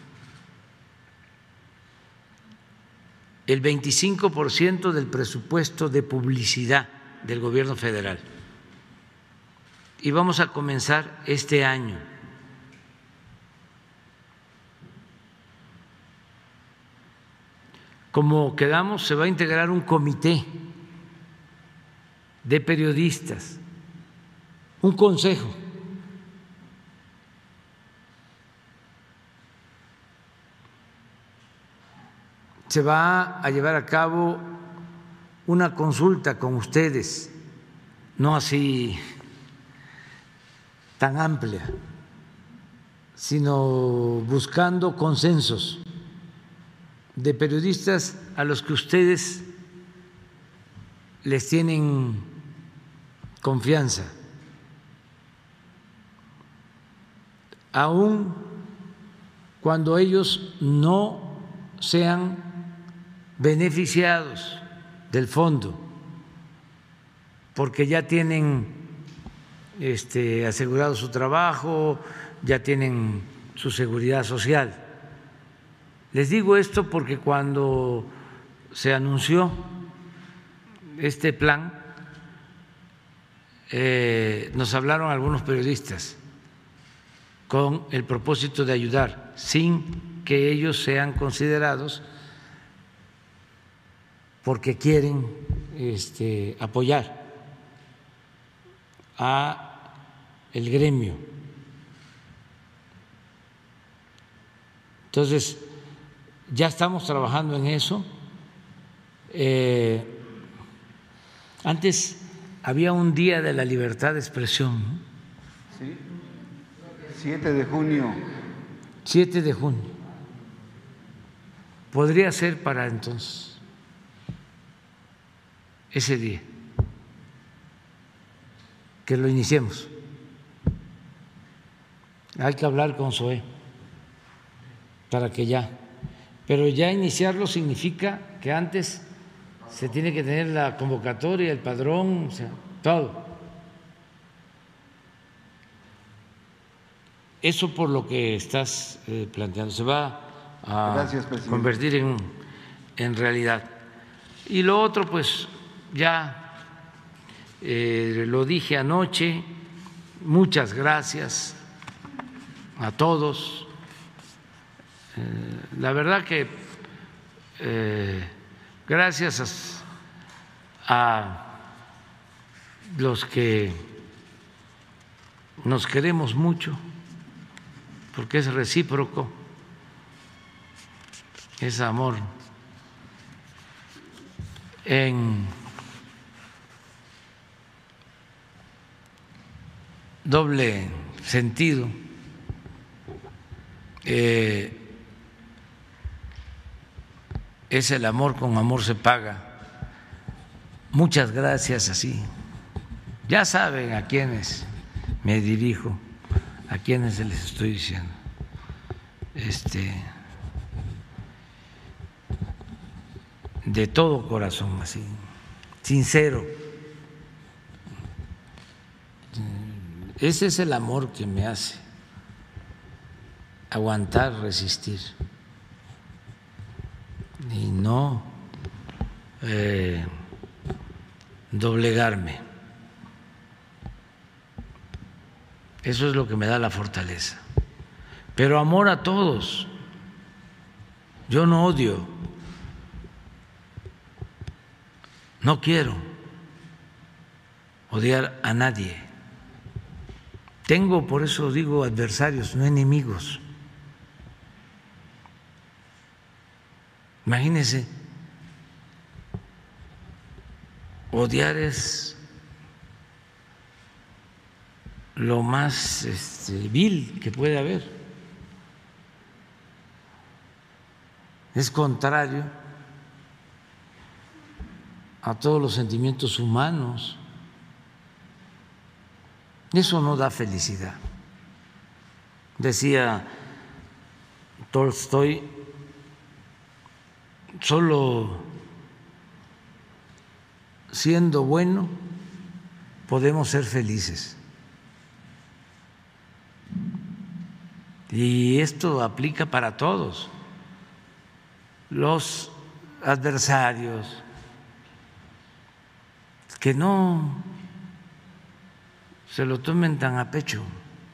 [SPEAKER 1] El 25% del presupuesto de publicidad del gobierno federal. Y vamos a comenzar este año. Como quedamos, se va a integrar un comité de periodistas, un consejo. Se va a llevar a cabo una consulta con ustedes, no así tan amplia, sino buscando consensos de periodistas a los que ustedes les tienen confianza, aun cuando ellos no sean beneficiados del fondo, porque ya tienen asegurado su trabajo, ya tienen su seguridad social. Les digo esto porque cuando se anunció este plan, nos hablaron algunos periodistas con el propósito de ayudar, sin que ellos sean considerados, porque quieren apoyar a el gremio. Entonces, ya estamos trabajando en eso. Antes había un día de la libertad de expresión, ¿no?
[SPEAKER 11] Sí, 7 de junio.
[SPEAKER 1] 7 de junio. Podría ser para entonces, ese día, que lo iniciemos. Hay que hablar con Zoé para que ya, pero ya iniciarlo significa que antes se tiene que tener la convocatoria, el padrón, o sea, todo. Eso por lo que estás planteando, se va a convertir en realidad. Y lo otro, pues ya lo dije anoche, muchas gracias a todos. La verdad que gracias a los que nos queremos mucho, porque es recíproco, es amor en doble sentido. Es el amor, con amor se paga. Muchas gracias, así. Ya saben a quiénes me dirijo, a quiénes les estoy diciendo. De todo corazón, así, sincero. Ese es el amor que me hace aguantar, resistir y no doblegarme. Eso es lo que me da la fortaleza. Pero amor a todos. Yo no odio, no quiero odiar a nadie. Tengo, por eso digo, adversarios, no enemigos. Imagínense, odiar es lo más vil que puede haber. es contrario a todos los sentimientos humanos. Eso no da felicidad. Decía Tolstoy, solo siendo bueno podemos ser felices. Y esto aplica para todos. Los adversarios que no se lo tomen tan a pecho.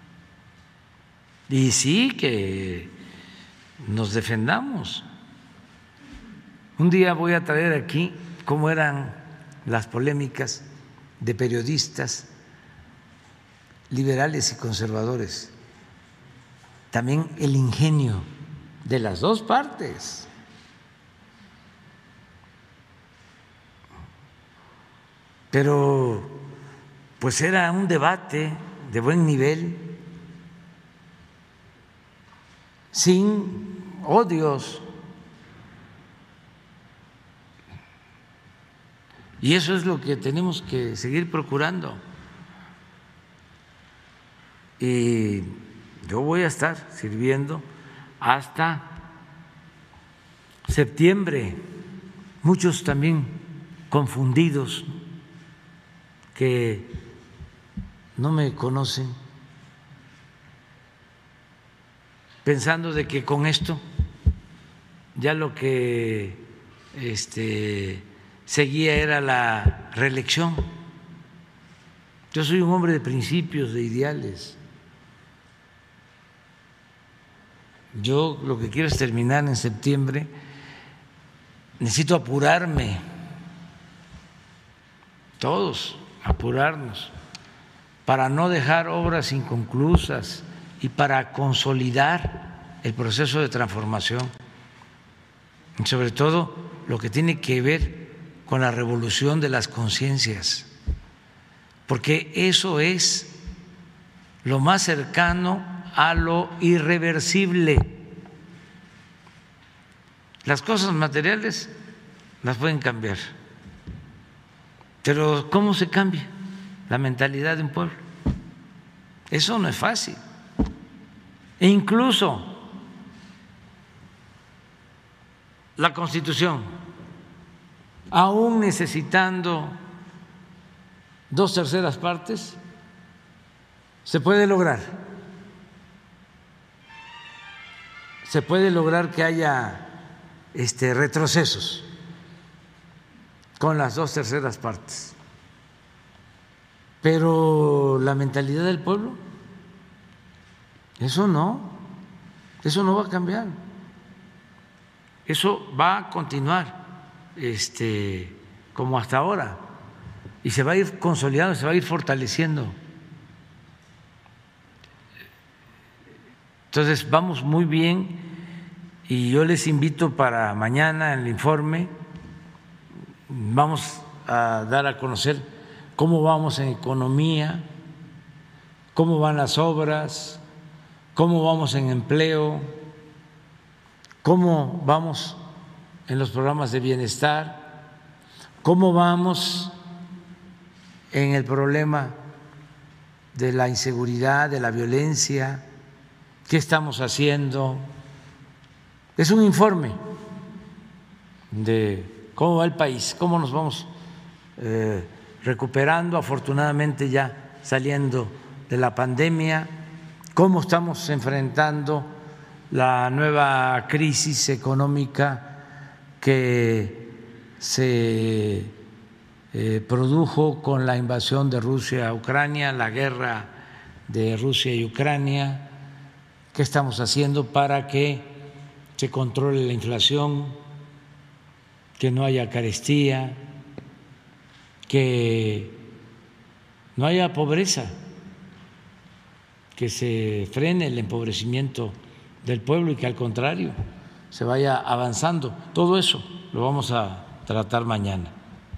[SPEAKER 1] Y sí que nos defendamos. Un día voy a traer aquí cómo eran las polémicas de periodistas liberales y conservadores. También el ingenio de las dos partes. Pero pues era un debate de buen nivel, sin odios. Y eso es lo que tenemos que seguir procurando. Y yo voy a estar sirviendo hasta septiembre. Muchos también confundidos, que no me conocen, pensando de que con esto ya lo que seguía era la reelección. Yo soy un hombre de principios, de ideales. Yo lo que quiero es terminar en septiembre. Necesito apurarme, todos apurarnos, para no dejar obras inconclusas y para consolidar el proceso de transformación, y sobre todo lo que tiene que ver con la revolución de las conciencias, porque eso es lo más cercano a lo irreversible. Las cosas materiales las pueden cambiar, pero ¿cómo se cambia la mentalidad de un pueblo? Eso no es fácil. E incluso la Constitución, aún necesitando 2/3 partes, se puede lograr. Se puede lograr que haya retrocesos con las 2/3 partes. Pero la mentalidad del pueblo, eso no va a cambiar. Eso va a continuar como hasta ahora, y se va a ir consolidando, se va a ir fortaleciendo. Entonces vamos muy bien, y yo les invito para mañana en el informe, vamos a dar a conocer cómo vamos en economía, cómo van las obras, cómo vamos en empleo, cómo vamos en los programas de bienestar, cómo vamos en el problema de la inseguridad, de la violencia, qué estamos haciendo. Es un informe de cómo va el país, cómo nos vamos recuperando, afortunadamente ya saliendo de la pandemia, cómo estamos enfrentando la nueva crisis económica que se produjo con la invasión de Rusia a Ucrania, la guerra de Rusia y Ucrania, qué estamos haciendo para que se controle la inflación, que no haya carestía, que no haya pobreza, que se frene el empobrecimiento del pueblo y que al contrario se vaya avanzando. Todo eso lo vamos a tratar mañana.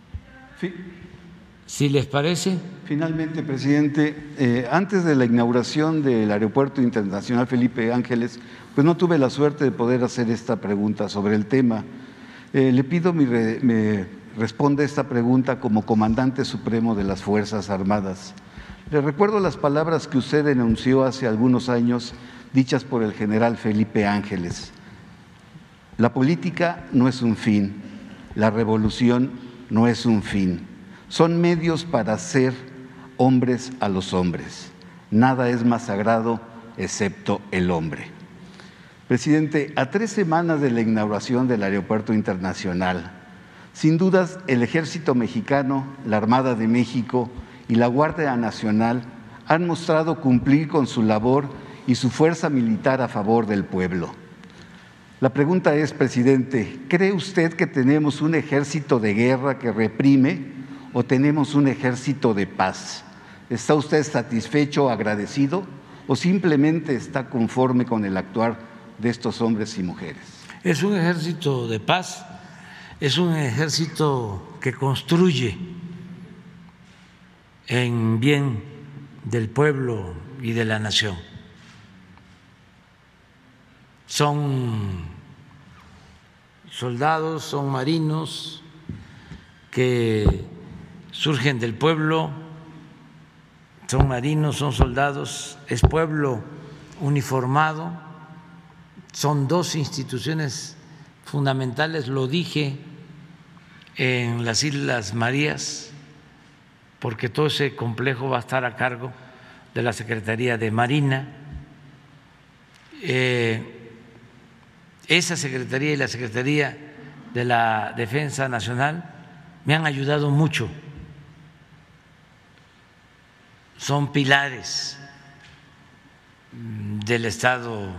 [SPEAKER 1] ¿Si les parece?
[SPEAKER 11] Finalmente, presidente, antes de la inauguración del Aeropuerto Internacional Felipe Ángeles, pues no tuve la suerte de poder hacer esta pregunta sobre el tema. Le pido me responda esta pregunta como comandante supremo de las Fuerzas Armadas. Le recuerdo las palabras que usted denunció hace algunos años, dichas por el general Felipe Ángeles. La política no es un fin, la revolución no es un fin. Son medios para hacer hombres a los hombres. Nada es más sagrado excepto el hombre. Presidente, a 3 semanas de la inauguración del Aeropuerto Internacional, sin dudas el Ejército Mexicano, la Armada de México y la Guardia Nacional han mostrado cumplir con su labor y su fuerza militar a favor del pueblo. La pregunta es, presidente, ¿cree usted que tenemos un ejército de guerra que reprime o tenemos un ejército de paz? ¿Está usted satisfecho, agradecido o simplemente está conforme con el actuar de estos hombres y mujeres?
[SPEAKER 1] Es un ejército de paz, es un ejército que construye en bien del pueblo y de la nación. Son soldados, son marinos que surgen del pueblo, son marinos, son soldados, es pueblo uniformado, son 2 instituciones fundamentales, lo dije en las Islas Marías, porque todo ese complejo va a estar a cargo de la Secretaría de Marina. Esa Secretaría y la Secretaría de la Defensa Nacional me han ayudado mucho, son pilares del Estado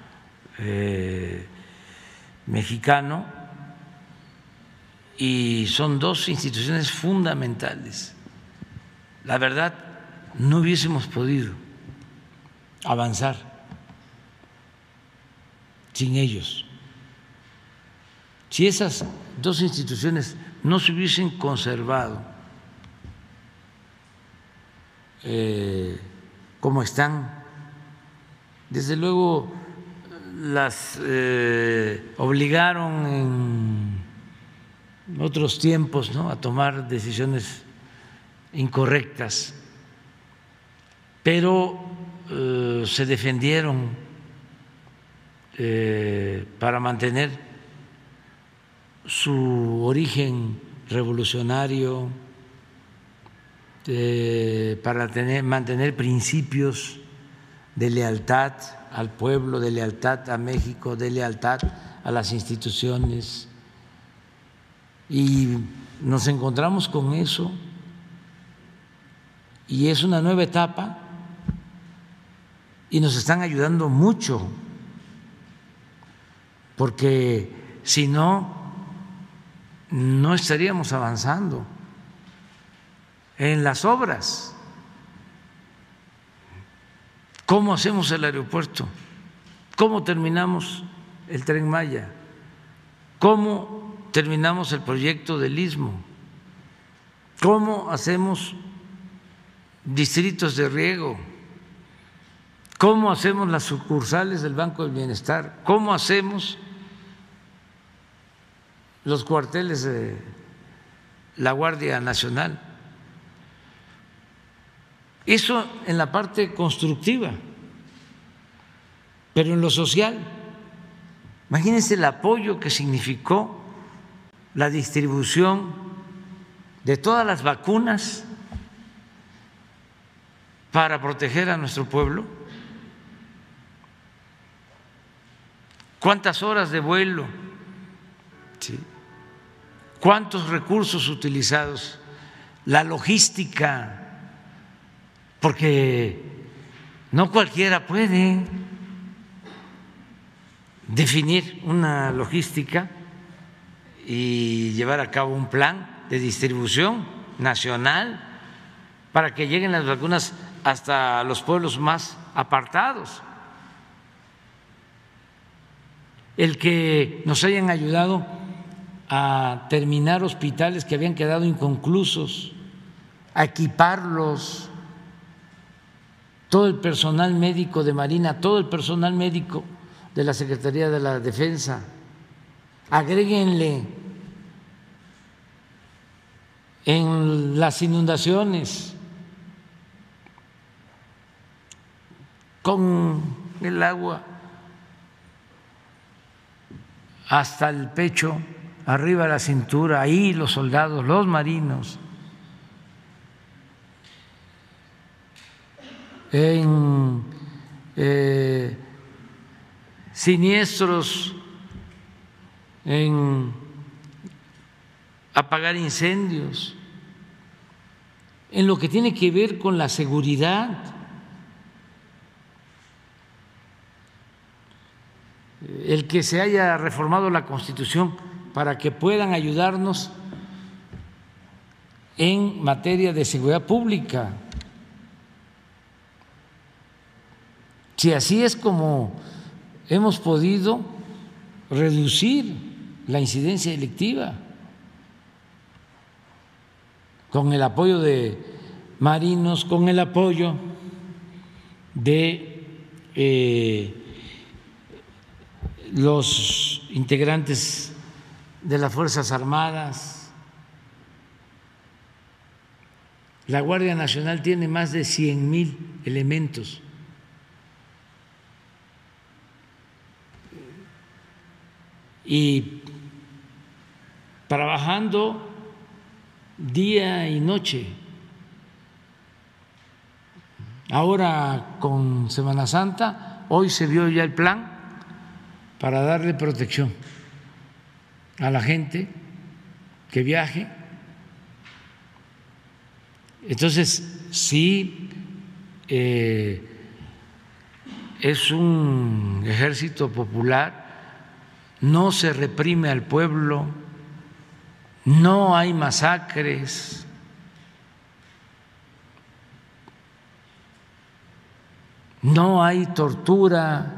[SPEAKER 1] mexicano y son 2 instituciones fundamentales. La verdad, no hubiésemos podido avanzar sin ellos. Si esas 2 instituciones no se hubiesen conservado como están, desde luego las obligaron en otros tiempos, ¿no?, a tomar decisiones incorrectas, pero se defendieron para mantener su origen revolucionario, para mantener principios de lealtad al pueblo, de lealtad a México, de lealtad a las instituciones. Y nos encontramos con eso, y es una nueva etapa, y nos están ayudando mucho, porque si no, no estaríamos avanzando en las obras. ¿Cómo hacemos el aeropuerto? ¿Cómo terminamos el Tren Maya? ¿Cómo terminamos el proyecto del Istmo? ¿Cómo hacemos distritos de riego? ¿Cómo hacemos las sucursales del Banco del Bienestar? ¿Cómo hacemos los cuarteles de la Guardia Nacional? Eso en la parte constructiva, pero en lo social, imagínense el apoyo que significó la distribución de todas las vacunas para proteger a nuestro pueblo. ¿Cuántas horas de vuelo? ¿Sí? ¿Cuántos recursos utilizados? La logística, porque no cualquiera puede definir una logística y llevar a cabo un plan de distribución nacional para que lleguen las vacunas hasta los pueblos más apartados. El que nos hayan ayudado a terminar hospitales que habían quedado inconclusos, a equiparlos, todo el personal médico de Marina, todo el personal médico de la Secretaría de la Defensa, agréguenle en las inundaciones, con el agua hasta el pecho, arriba de la cintura, ahí los soldados, los marinos, en siniestros, en apagar incendios, en lo que tiene que ver con la seguridad. El que se haya reformado la Constitución para que puedan ayudarnos en materia de seguridad pública. Si así es como hemos podido reducir la incidencia delictiva, con el apoyo de marinos, con el apoyo de los integrantes de las Fuerzas Armadas. La Guardia Nacional tiene más de 100,000 elementos. Y trabajando día y noche. Ahora con Semana Santa, hoy se vio ya el plan para darle protección a la gente que viaje. Entonces, sí, es un ejército popular, no se reprime al pueblo, no hay masacres, no hay tortura.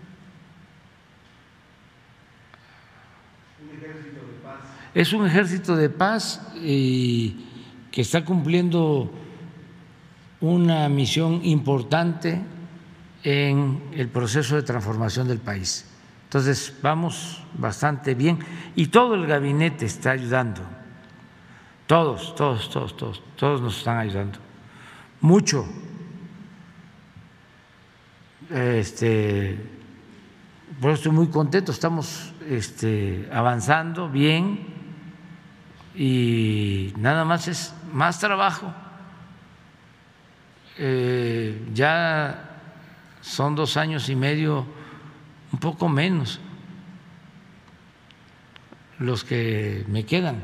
[SPEAKER 1] Es un ejército de paz y que está cumpliendo una misión importante en el proceso de transformación del país. Entonces, vamos bastante bien y todo el gabinete está ayudando. Todos nos están ayudando. Mucho. Por eso estoy muy contento, estamos avanzando bien. Y nada más es más trabajo. Ya son 2 años y medio, un poco menos, los que me quedan.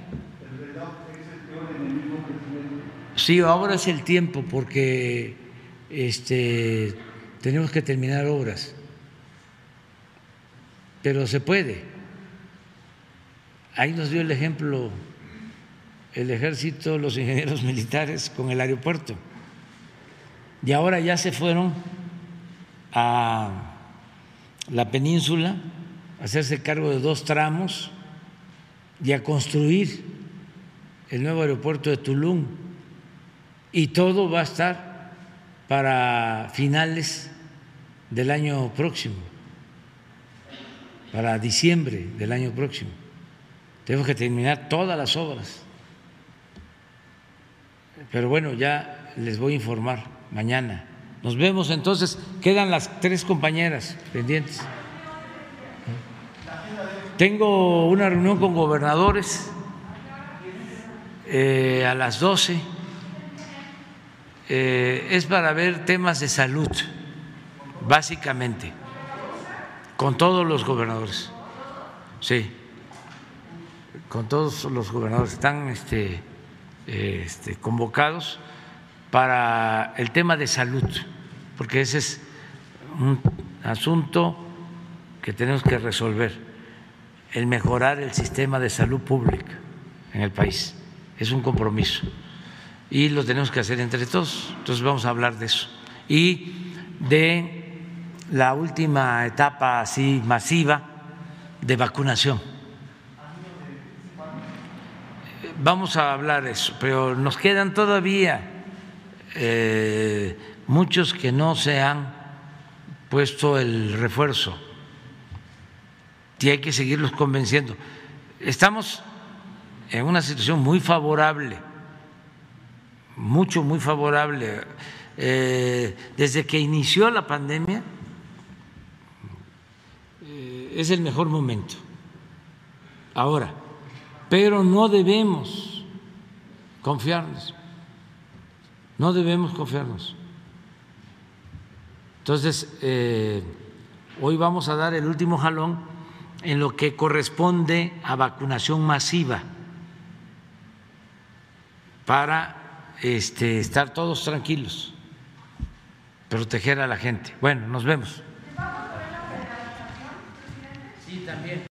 [SPEAKER 1] Sí, ahora es el tiempo porque tenemos que terminar obras, pero se puede. Ahí nos dio el ejemplo el ejército, los ingenieros militares con el aeropuerto. Y ahora ya se fueron a la península a hacerse cargo de 2 tramos y a construir el nuevo aeropuerto de Tulum. Y todo va a estar para finales del año próximo, para diciembre del año próximo. Tenemos que terminar todas las obras. Pero bueno, ya les voy a informar mañana. Nos vemos entonces. Quedan las 3 compañeras pendientes. Tengo una reunión con gobernadores a las 12. Es para ver temas de salud, básicamente, con todos los gobernadores. Sí, con todos los gobernadores. Están convocados para el tema de salud, porque ese es un asunto que tenemos que resolver, el mejorar el sistema de salud pública en el país. Es un compromiso y lo tenemos que hacer entre todos. Entonces vamos a hablar de eso y de la última etapa así masiva de vacunación. Vamos a hablar de eso, pero nos quedan todavía muchos que no se han puesto el refuerzo y hay que seguirlos convenciendo. Estamos en una situación muy favorable, muy favorable. Desde que inició la pandemia es el mejor momento ahora, pero no debemos confiarnos, Entonces, hoy vamos a dar el último jalón en lo que corresponde a vacunación masiva para estar todos tranquilos, proteger a la gente. Bueno, nos vemos. Sí, también.